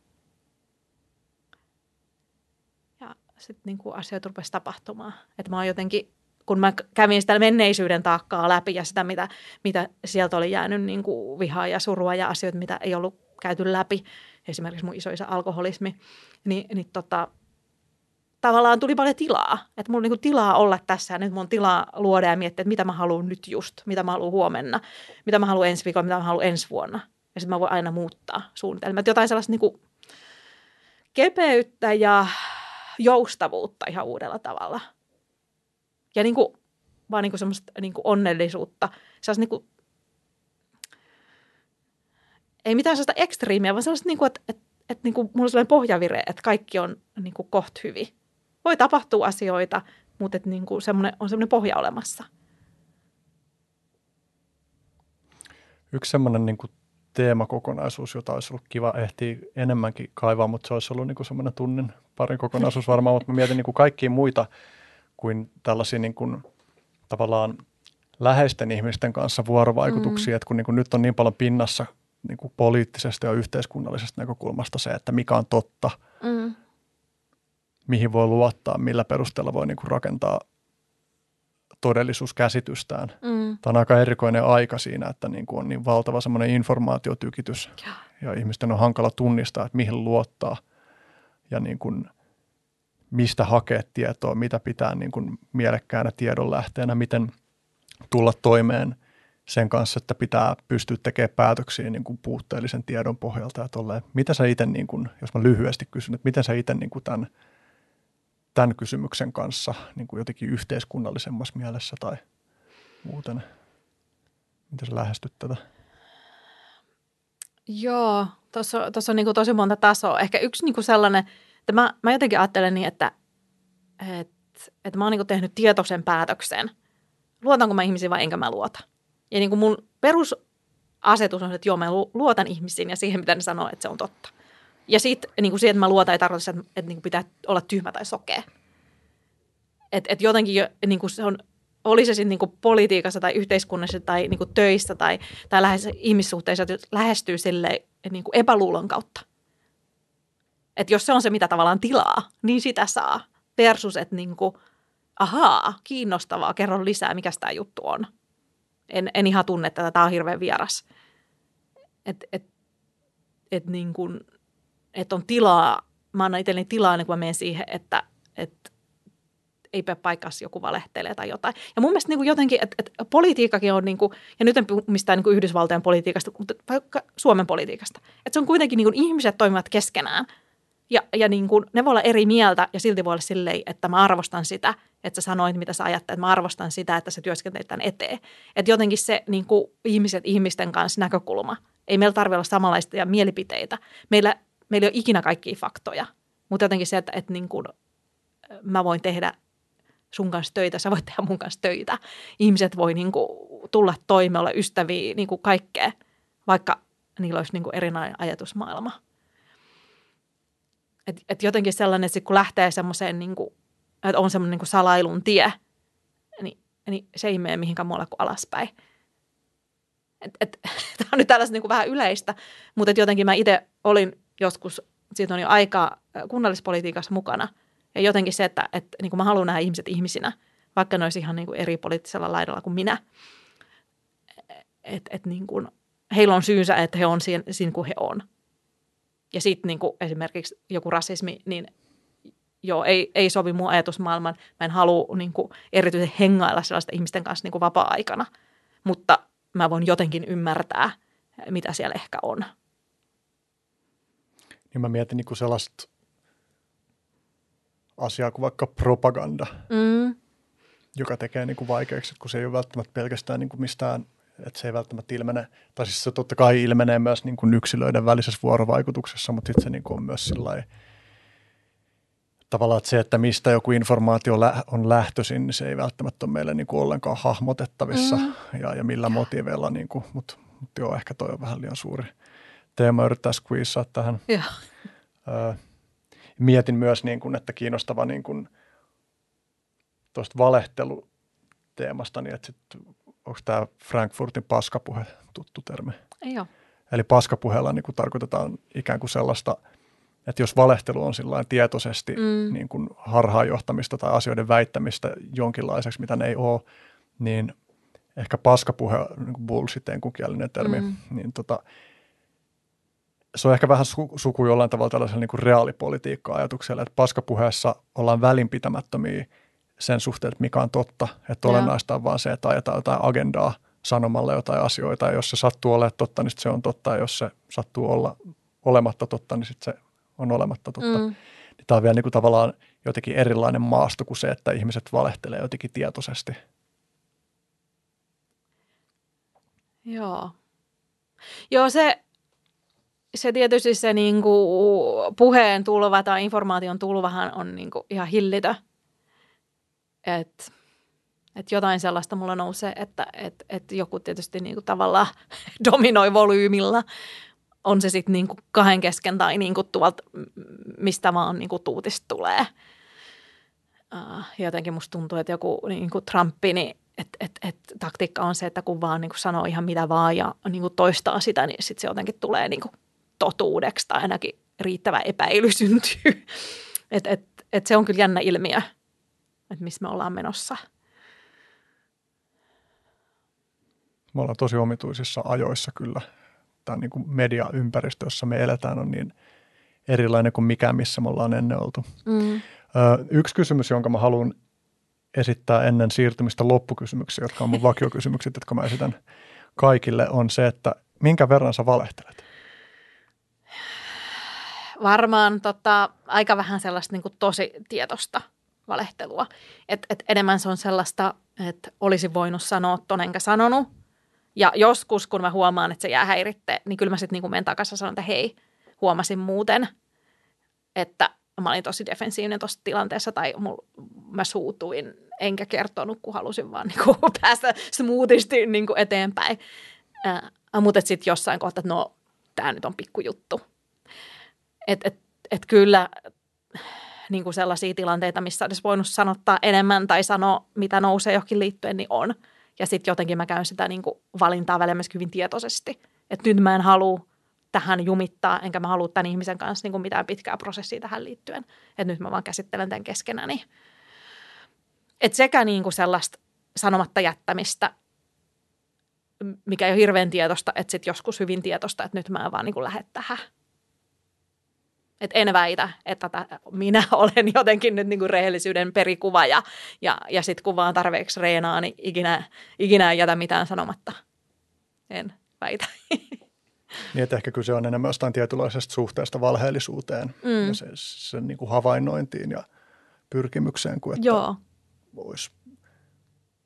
Ja sitten niin kuin asioita rupesi tapahtumaan. Että mä oon jotenkin... Kun mä kävin sitä menneisyyden taakkaa läpi ja sitä, mitä, mitä sieltä oli jäänyt niin kuin vihaa ja surua ja asioita, mitä ei ollut käyty läpi, esimerkiksi mun isoisa alkoholismi, niin, niin tota, tavallaan tuli paljon tilaa. Että mulla on niin kuin tilaa olla tässä ja nyt mulla on tilaa luoda ja miettiä, että mitä mä haluan nyt just, mitä mä haluan huomenna, mitä mä haluan ensi viikolla, mitä mä haluan ensi vuonna. Ja sitten mä voin aina muuttaa suunnitelmia. Jotain sellaista niin kuin kepeyttä ja joustavuutta ihan uudella tavalla. Ja niin kuin, vaan niin kuin semmoista niin kuin onnellisuutta. Sellaista niin kuin, ei mitään sellaista ekstriimiä, vaan sellaista, niin kuin, että, että, että niin kuin, mulla on sellainen pohjavire, että kaikki on niin kuin kohta hyvin. Voi tapahtua asioita, mutta että niin kuin semmoinen, on semmoinen pohja olemassa. Yksi semmoinen niin kuin teemakokonaisuus, jota olisi ollut kiva ehtiä enemmänkin kaivaa, mutta se olisi ollut niin kuin semmoinen tunnin parin kokonaisuus varmaan, mutta mä mietin niin kuin kaikkia muita kuin tällaisia niin kuin, tavallaan läheisten ihmisten kanssa vuorovaikutuksia, mm. että kun, niin kuin nyt on niin paljon pinnassa niin kuin poliittisesta ja yhteiskunnallisesta näkökulmasta se, että mikä on totta, mm. mihin voi luottaa, millä perusteella voi niin kuin rakentaa todellisuuskäsitystään. Mm. Tämä on aika erikoinen aika siinä, että niin kuin on niin valtava semmoinen informaatiotykitys ja. ja ihmisten on hankala tunnistaa, että mihin luottaa ja niin kuin mistä hakea tietoa, mitä pitää niin kuin mielekkäänä tiedonlähteenä, miten tulla toimeen sen kanssa, että pitää pystyä tekemään päätöksiä niin kuin puutteellisen tiedon pohjalta. Ja tolleen. Mitä sä itse, niin kuin, jos mä lyhyesti kysyn, että miten sä itse niin kuin tämän, tämän kysymyksen kanssa niin kuin jotenkin yhteiskunnallisemmassa mielessä tai muuten, miten sä lähestyt tätä? Joo, tuossa on niin kuin tosi monta tasoa. Ehkä yksi niin kuin sellainen, että mä, mä jotenkin ajattelen niin, että, että, että mä oon niin kuin tehnyt tietoisen päätöksen. Luotanko mä ihmisiin vai enkä mä luota? Ja niin kuin mun perusasetus on, että joo, mä luotan ihmisiin ja siihen, mitä ne sanoo, että se on totta. Ja sitten niin kuin siihen, että mä luotan, ei tarkoita, että, että niin kuin pitää olla tyhmä tai sokea. Että et jotenkin niin kuin se on, oli se sitten niin kuin politiikassa tai yhteiskunnassa tai niin kuin töissä tai, tai lähes ihmissuhteissa, että lähestyy silleen niin kuin epäluulon kautta. Että jos se on se, mitä tavallaan tilaa, niin sitä saa. Versus, että niin kuin, ahaa, kiinnostavaa, kerron lisää, mikä tämä juttu on. En, en ihan tunne tätä, tämä on hirveän vieras. Että et, et niin kuin, et on tilaa, mä annan itselleni tilaa, niin kun mä menen siihen, että et ei pidä paikassa joku valehtelee tai jotain. Ja mun mielestä niin kuin jotenkin, että et politiikkakin on, niin kuin, ja nyt en puhu mistään niin kuin Yhdysvaltojen politiikasta, mutta vaikka Suomen politiikasta. Että se on kuitenkin, niin kuin ihmiset toimivat keskenään. Ja, ja niin kuin, ne voi olla eri mieltä ja silti voi olla silleen, että mä arvostan sitä, että sä sanoit, mitä sä ajattelet. Mä arvostan sitä, että sä työskentelet tämän eteen. Että jotenkin se niin kuin ihmiset ihmisten kanssa näkökulma, Ei meillä tarvitse olla samanlaisia mielipiteitä. Meillä, meillä ei ole ikinä kaikkia faktoja, mutta jotenkin se, että, että niin kuin mä voin tehdä sun kanssa töitä, sä voit tehdä mun kanssa töitä. Ihmiset voi niin kuin tulla toimeen, olla ystäviä, niin kuin kaikkea, vaikka niillä olisi niin kuin erinainen ajatusmaailma. Et, et jotenkin sellainen, että kun lähtee semmoiseen, niin kuin, että on semmoinen niin kuin salailun tie, niin, niin se ei mene mihinkään muualle kuin alaspäin. Tämä on nyt tällaista niin kuin vähän yleistä, mutta et jotenkin mä itse olin joskus, siitä on jo aikaa kunnallispolitiikassa mukana. Ja jotenkin se, että, että niin kuin mä haluan nähdä ihmiset ihmisinä, vaikka ne olisi ihan niin kuin eri poliittisella laidalla kuin minä. Että et niin kuin, heillä on syynsä, että he on siinä, siinä kuin he on. Ja sitten niin esimerkiksi joku rasismi, niin joo, ei, ei sovi mun ajatusmaailman. Mä en halua niin kuin erityisesti hengailla sellaisten ihmisten kanssa niin kuin vapaa-aikana, mutta mä voin jotenkin ymmärtää, mitä siellä ehkä on. Niin mä mietin niin kuin sellaista asiaa kuin vaikka propaganda, mm. joka tekee niin kuin vaikeaksi, kun se ei ole välttämättä pelkästään niin kuin mistään, että se ei välttämättä ilmene, tai siis se totta kai ilmenee myös niin kuin yksilöiden välisessä vuorovaikutuksessa, mutta sitten se niin kuin on myös sillai, tavallaan, että se, että mistä joku informaatio on lähtöisin, niin se ei välttämättä ole meille niin kuin ollenkaan hahmotettavissa mm. ja, ja millä motiiveilla, niin kuin, mutta, mutta joo, ehkä toi on vähän liian suuri teema yrittää squeezaa tähän. Joo. Öö, Mietin myös, niin kuin, että kiinnostava niin kuin, tuosta valehteluteemasta, niin että sit, onko tämä Frankfurtin paskapuhe tuttu termi? Ei ole. Eli paskapuheella niin kuin tarkoitetaan ikään kuin sellaista, että jos valehtelu on sillain tietoisesti mm. niin kuin harhaanjohtamista tai asioiden väittämistä jonkinlaiseksi, mitä ne ei ole, niin ehkä paskapuhe on niin kuin bullshit enkunkielinen termi, mm. niin tota, se on ehkä vähän su- suku jollain tavalla tällaisella niin kuin reaalipolitiikka-ajatuksella, että paskapuheessa ollaan välinpitämättömiä sen suhteen, että mikä on totta. Että olennaista on vaan se, että ajetaan jotain agendaa sanomalla jotain asioita. Ja jos se sattuu olemaan totta, niin se on totta. Ja jos se sattuu olla olematta totta, niin sitten se on olematta totta. Mm. Niin tämä on vielä niin kuin tavallaan jotenkin erilainen maasto kuin se, että ihmiset valehtelee jotenkin tietoisesti. Joo. Joo, se... Se tietysti se niinku puheen tulva tai informaation tulvahan on niinku ihan hillitö. Että et jotain sellaista mulla nousee, että et, et joku tietysti niinku tavallaan dominoi volyymilla. On se sitten niinku kahden kesken tai niinku tuolta, mistä vaan niinku tuutista tulee. Uh, jotenkin musta tuntuu, että joku niinku Trumpi, niin että et, et, taktiikka on se, että kun vaan niinku sanoo ihan mitä vaan ja niinku toistaa sitä, niin sitten se jotenkin tulee niinku totuudeksi tai ainakin riittävä epäily syntyy. Että et, et se on kyllä jännä ilmiö, että missä me ollaan menossa. Me ollaan tosi omituisissa ajoissa kyllä. Tämä niin kuin mediaympäristö, jossa me eletään, on niin erilainen kuin mikään, missä me ollaan ennen oltu. Mm. Ö, yksi kysymys, jonka mä haluan esittää ennen siirtymistä loppukysymyksiä, jotka on mun vakiokysymykset, jotka mä esitän kaikille, on se, että minkä verran sä valehtelet? Varmaan tota, aika vähän sellaista niin kuin tosi tietoista valehtelua. Et, et enemmän se on sellaista, että olisin voinut sanoa ton enkä sanonut. Ja joskus, kun mä huomaan, että se jää häiritte, niin kyllä mä sitten niin menen takaisin ja sanon, että hei, huomasin muuten, että mä olin tosi defensiivinen tuossa tilanteessa tai mul, mä suutuin enkä kertonut, kun halusin vaan niin kuin päästä smoothisti niin kuin eteenpäin. Äh, mutta sitten jossain kohtaa, että no, tämä nyt on pikkujuttu. Että et, et kyllä niin kuin sellaisia tilanteita, missä olisi voinut sanottaa enemmän tai sanoa, mitä nousee johonkin liittyen, niin on. Ja sitten jotenkin mä käyn sitä niin kuin valintaa välillä myös hyvin tietoisesti. Että nyt mä en halua tähän jumittaa, enkä mä halua tämän ihmisen kanssa niin kuin mitään pitkää prosessia tähän liittyen. Että nyt mä vaan käsittelen tämän keskenäni. Että sekä niin kuin sellaista sanomatta jättämistä, mikä ei ole hirveän tietoista, että sitten joskus hyvin tietoista, että nyt mä en vaan niin kuin lähde tähän. Että en väitä, että tätä, minä olen jotenkin nyt niin kuin rehellisyyden perikuva ja, ja, ja sitten kun vaan tarpeeksi reenaa, niin ikinä, ikinä ei jätä mitään sanomatta. En väitä. Niin, että ehkä kyse on enemmän jostain tietynlaisesta suhteesta valheellisuuteen mm. ja sen, sen niin kuin havainnointiin ja pyrkimykseen, kuin että Joo. voisi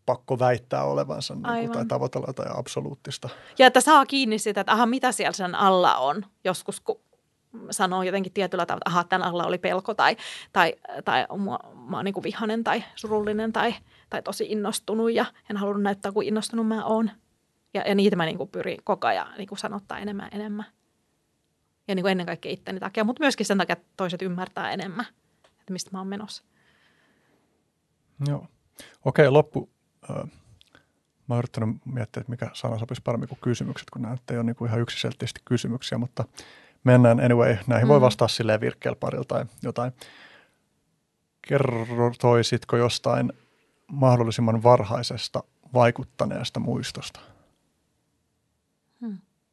pakko väittää olevansa niin kuin, tai Aivan. tavoitella jotain absoluuttista. Ja että saa kiinni sitä, että aha, mitä siellä sen alla on. Joskus kun sanoo jotenkin tietyllä tavalla, että aha, tämän alla oli pelko tai, tai, tai mä, mä oon niin kuin vihainen tai surullinen tai, tai tosi innostunut ja en halunnut näyttää, kuin innostunut mä oon. Ja, ja niitä mä niin kuin pyrin koko ajan niin kuin sanottaa enemmän ja enemmän. Ja niin kuin ennen kaikkea itteni takia, mutta myöskin sen takia, että toiset ymmärtää enemmän, että mistä mä oon menossa. Joo. Okei, loppu. Mä oon yrittänyt miettiä, että mikä sana sopisi paremmin kuin kysymykset, kun nämä ei ole niin kuin ihan yksiselitteisesti kysymyksiä, mutta mennään anyway. Näihin mm. voi vastata silleen virkkeellä parilla tai jotain. Kertoisitko jostain mahdollisimman varhaisesta vaikuttaneesta muistosta? Hmm.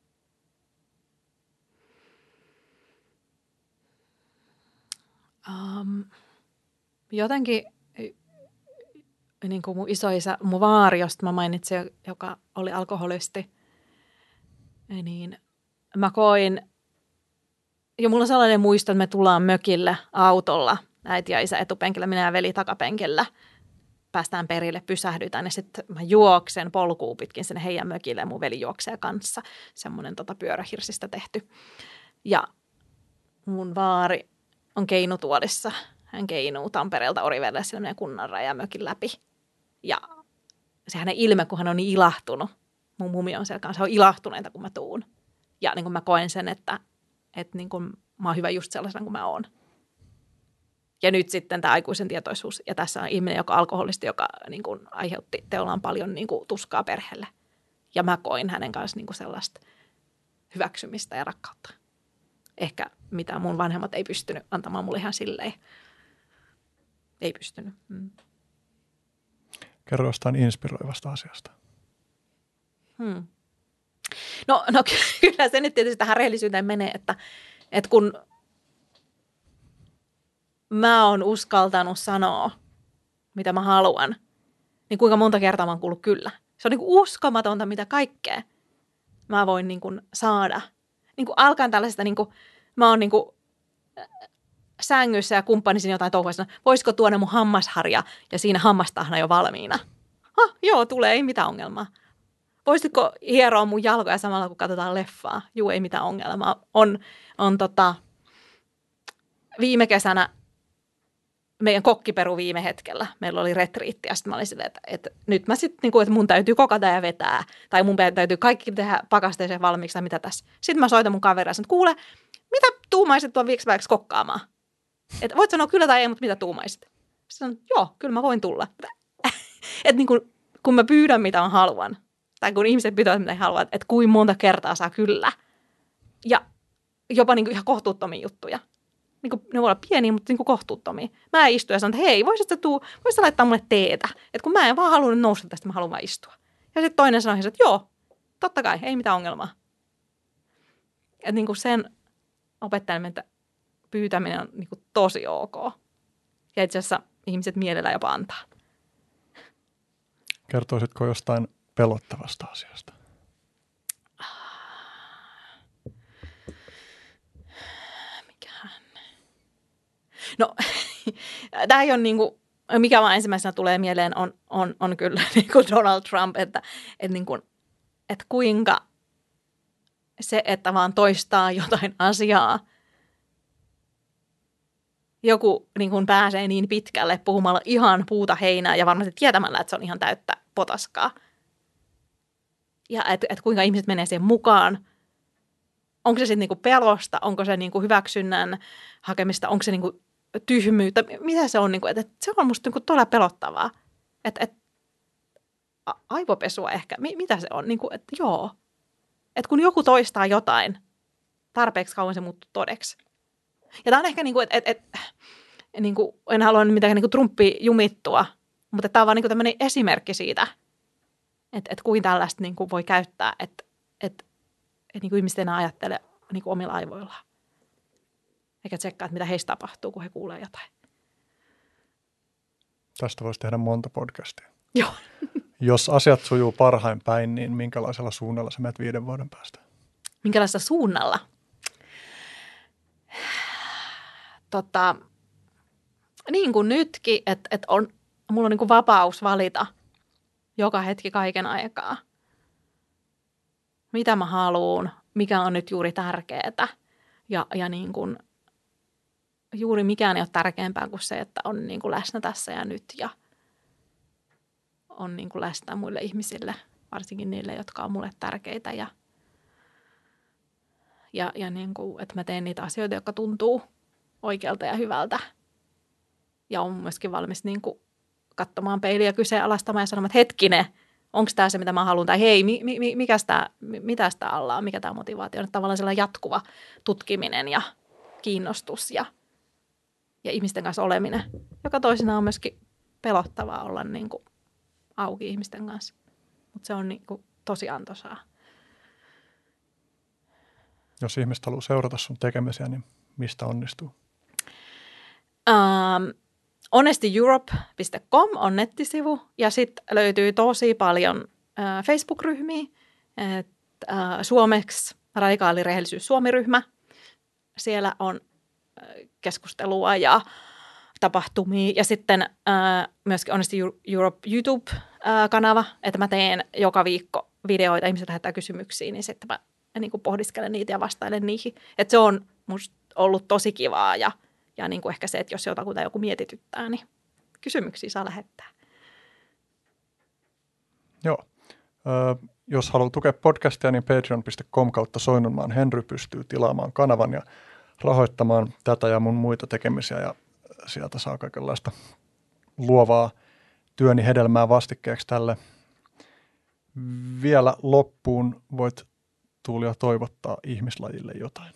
Um, jotenkin niin kuin mun isoisä, mun vaari, josta mä mainitsin, joka oli alkoholisti, niin mä koin, ja mulla on sellainen muisto, että me tullaan mökille autolla, äiti ja isä etupenkillä, minä ja veli takapenkillä, päästään perille, pysähdytään ja sitten mä juoksen polkuun pitkin sinne heidän mökille ja mun veli juoksee kanssa, semmoinen tota pyörähirsistä tehty. Ja mun vaari on keinutuolissa. Hän keinuu Tampereelta Orivelle, sillä menee kunnan raja mökin läpi. Ja se hänen ilme, kun hän on niin ilahtunut. Mun mumi on siellä kanssa, hän on ilahtuneita, kun mä tuun. Ja niin kuin mä koen sen, että, että niin kuin mä oon hyvä just sellaisena kuin mä oon. Ja nyt sitten tämä aikuisen tietoisuus. Ja tässä on ihminen, joka on alkoholisti, joka niin kuin aiheutti teollaan paljon niin kuin tuskaa perheelle. Ja mä koin hänen kanssa niin kuin sellaista hyväksymistä ja rakkautta. Ehkä mitä mun vanhemmat ei pystynyt antamaan mulle ihan silleen. Ei pystynyt. Mm. Kerro jostain inspiroivasta asiasta. Hmm. No, no kyllä se nyt tietysti tähän rehellisyyteen menee, että, että kun mä oon uskaltanut sanoa, mitä mä haluan, niin kuinka monta kertaa mä oon kuullut kyllä. Se on niin kuin uskomatonta, mitä kaikkea mä voin niin kuin saada. Niin kuin alkaen tällaisesta, niin kuin, mä oon niin kuin sängyssä ja kumppanisin jotain touhua, voisiko tuoda mun hammasharja ja siinä hammastahna jo valmiina. Ha, joo, tulee, ei mitään ongelmaa. Voisitko hieroa mun jalkoja samalla, kun katsotaan leffaa? Juu, ei mitään ongelmaa. On, on tota, viime kesänä meidän kokkiperu viime hetkellä. Meillä oli retriitti ja sitten mä olin silleen, että, että nyt mä sitten, niin että mun täytyy kokata ja vetää. Tai mun täytyy kaikki tehdä pakasteeseen valmiiksi tai mitä tässä. Sitten mä soitan mun kaveria ja sanon, kuule, mitä tuumaisit tuon viiksi päiväksi kokkaamaan? Että voit sanoa kyllä tai ei, mutta mitä tuumaisit? Sitten sanon, joo, kyllä mä voin tulla. Että niin kun, kun mä pyydän mitä mä haluan, tai kun ihmiset pyytävät mitä he haluavat, että kuinka monta kertaa saa kyllä. Ja jopa niin kuin ihan kohtuuttomia juttuja. Niin kuin, ne voi olla pieniä, mutta niin kuin kohtuuttomia. Mä istun ja sanon, että hei, voisitko tuu, voisitko laittaa mulle teetä? Että kun mä en vaan halunnut nousta tästä, mä haluan vaan istua. Ja sitten toinen sanoi, että joo, totta kai, ei mitään ongelmaa. Että niin kuin sen opettajan pyytäminen on niin kuin tosi ok. Ja itse asiassa ihmiset mielellään jopa antaa. Kertoisitko jostain pelottavasta asiasta? Mikähän? No, tämä ei ole niin kuin, mikä vaan ensimmäisenä tulee mieleen on, on, on kyllä niin kuin Donald Trump, että, että, niin kuin, että kuinka se, että vaan toistaa jotain asiaa, joku niin kuin pääsee niin pitkälle puhumalla ihan puuta heinää ja varmasti tietämällä, että se on ihan täyttä potaskaa. Ja että et kuinka ihmiset menee siihen mukaan. Onko se sitten niinku pelosta, onko se niinku hyväksynnän hakemista, onko se niinku tyhmyyttä, mitä se on? Niinku, että et se on musta niinku todella pelottavaa. Että et, aivopesua ehkä, Mi, mitä se on? Niinku, että joo. Että kun joku toistaa jotain, tarpeeksi kauan se muuttuu todeksi. Ja tämä on ehkä niinku, että et, et, niinku, en halua mitään niinku Trumpia jumittua, mutta tämä on vaan niinku tämmöinen esimerkki siitä, että et kuin tällaista niinku voi käyttää, että et, et niinku ihmiset enää ajattele niinku omilla aivoillaan. Eikä tsekkaa, että mitä heistä tapahtuu, kun he kuulee jotain. Tästä voisi tehdä monta podcastia. Joo. Jos asiat sujuu parhain päin, niin minkälaisella suunnalla sä menet viiden vuoden päästä? Minkälaisella suunnalla? Tota, niin kuin nytkin, että et on, mulla on niin kuin vapaus valita, joka hetki kaiken aikaa. Mitä mä haluun, mikä on nyt juuri tärkeää ja, ja niin kuin, juuri mikään ei ole tärkeämpää kuin se, että on niin kuin läsnä tässä ja nyt ja on niin kuin läsnä muille ihmisille, varsinkin niille, jotka on mulle tärkeitä ja, ja, ja niin kuin, että mä teen niitä asioita, jotka tuntuu oikealta ja hyvältä ja on myöskin valmis niin kuin katsomaan peiliä kyseenalaistamaan ja sanomaan, että hetkinen, onko tämä se, mitä mä haluan, tai hei, mi, mi, mikä sitä, mitä sitä alla on, mikä tämä motivaatio on. Tavallaan sellainen jatkuva tutkiminen ja kiinnostus ja, ja ihmisten kanssa oleminen, joka toisinaan on myöskin pelottavaa olla niin kuin auki ihmisten kanssa. Mutta se on niin kuin tosi antoisaa. Jos ihmiset haluaa seurata sun tekemisiä, niin mistä onnistuu? Um, honestly europe piste com on nettisivu ja sitten löytyy tosi paljon äh, Facebook-ryhmiä. Et, äh, suomeksi Radikaali rehellisyys Suomi-ryhmä. Siellä on äh, keskustelua ja tapahtumia. Ja sitten äh, myöskin Honestly Europe YouTube-kanava, että mä teen joka viikko videoita, ihmiset lähettää kysymyksiä, niin sitten mä niin kuin pohdiskelen niitä ja vastailen niihin. Että se on musta ollut tosi kivaa ja Ja niin kuin ehkä se, että jos jotakuta joku mietityttää, niin kysymyksiä saa lähettää. Joo. Ö, jos haluaa tukea podcastia, niin patreon piste com kautta Soinnunmaan Henry pystyy tilaamaan kanavan ja rahoittamaan tätä ja mun muita tekemisiä. Ja sieltä saa kaikenlaista luovaa työni hedelmää vastikkeeksi tälle. Vielä loppuun voit, Tuulia, toivottaa ihmislajille jotain.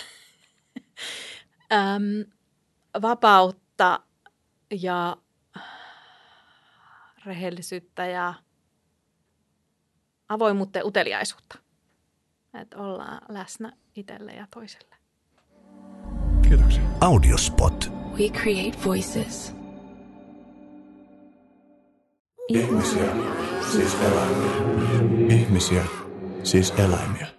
Öm, vapautta ja rehellisyyttä ja avoimuutta ja uteliaisuutta. Että ollaan läsnä itselle ja toiselle. Kiitoksia. Audiospot. We create voices. Ihmisiä, siis eläimiä. Ihmisiä, siis eläimiä.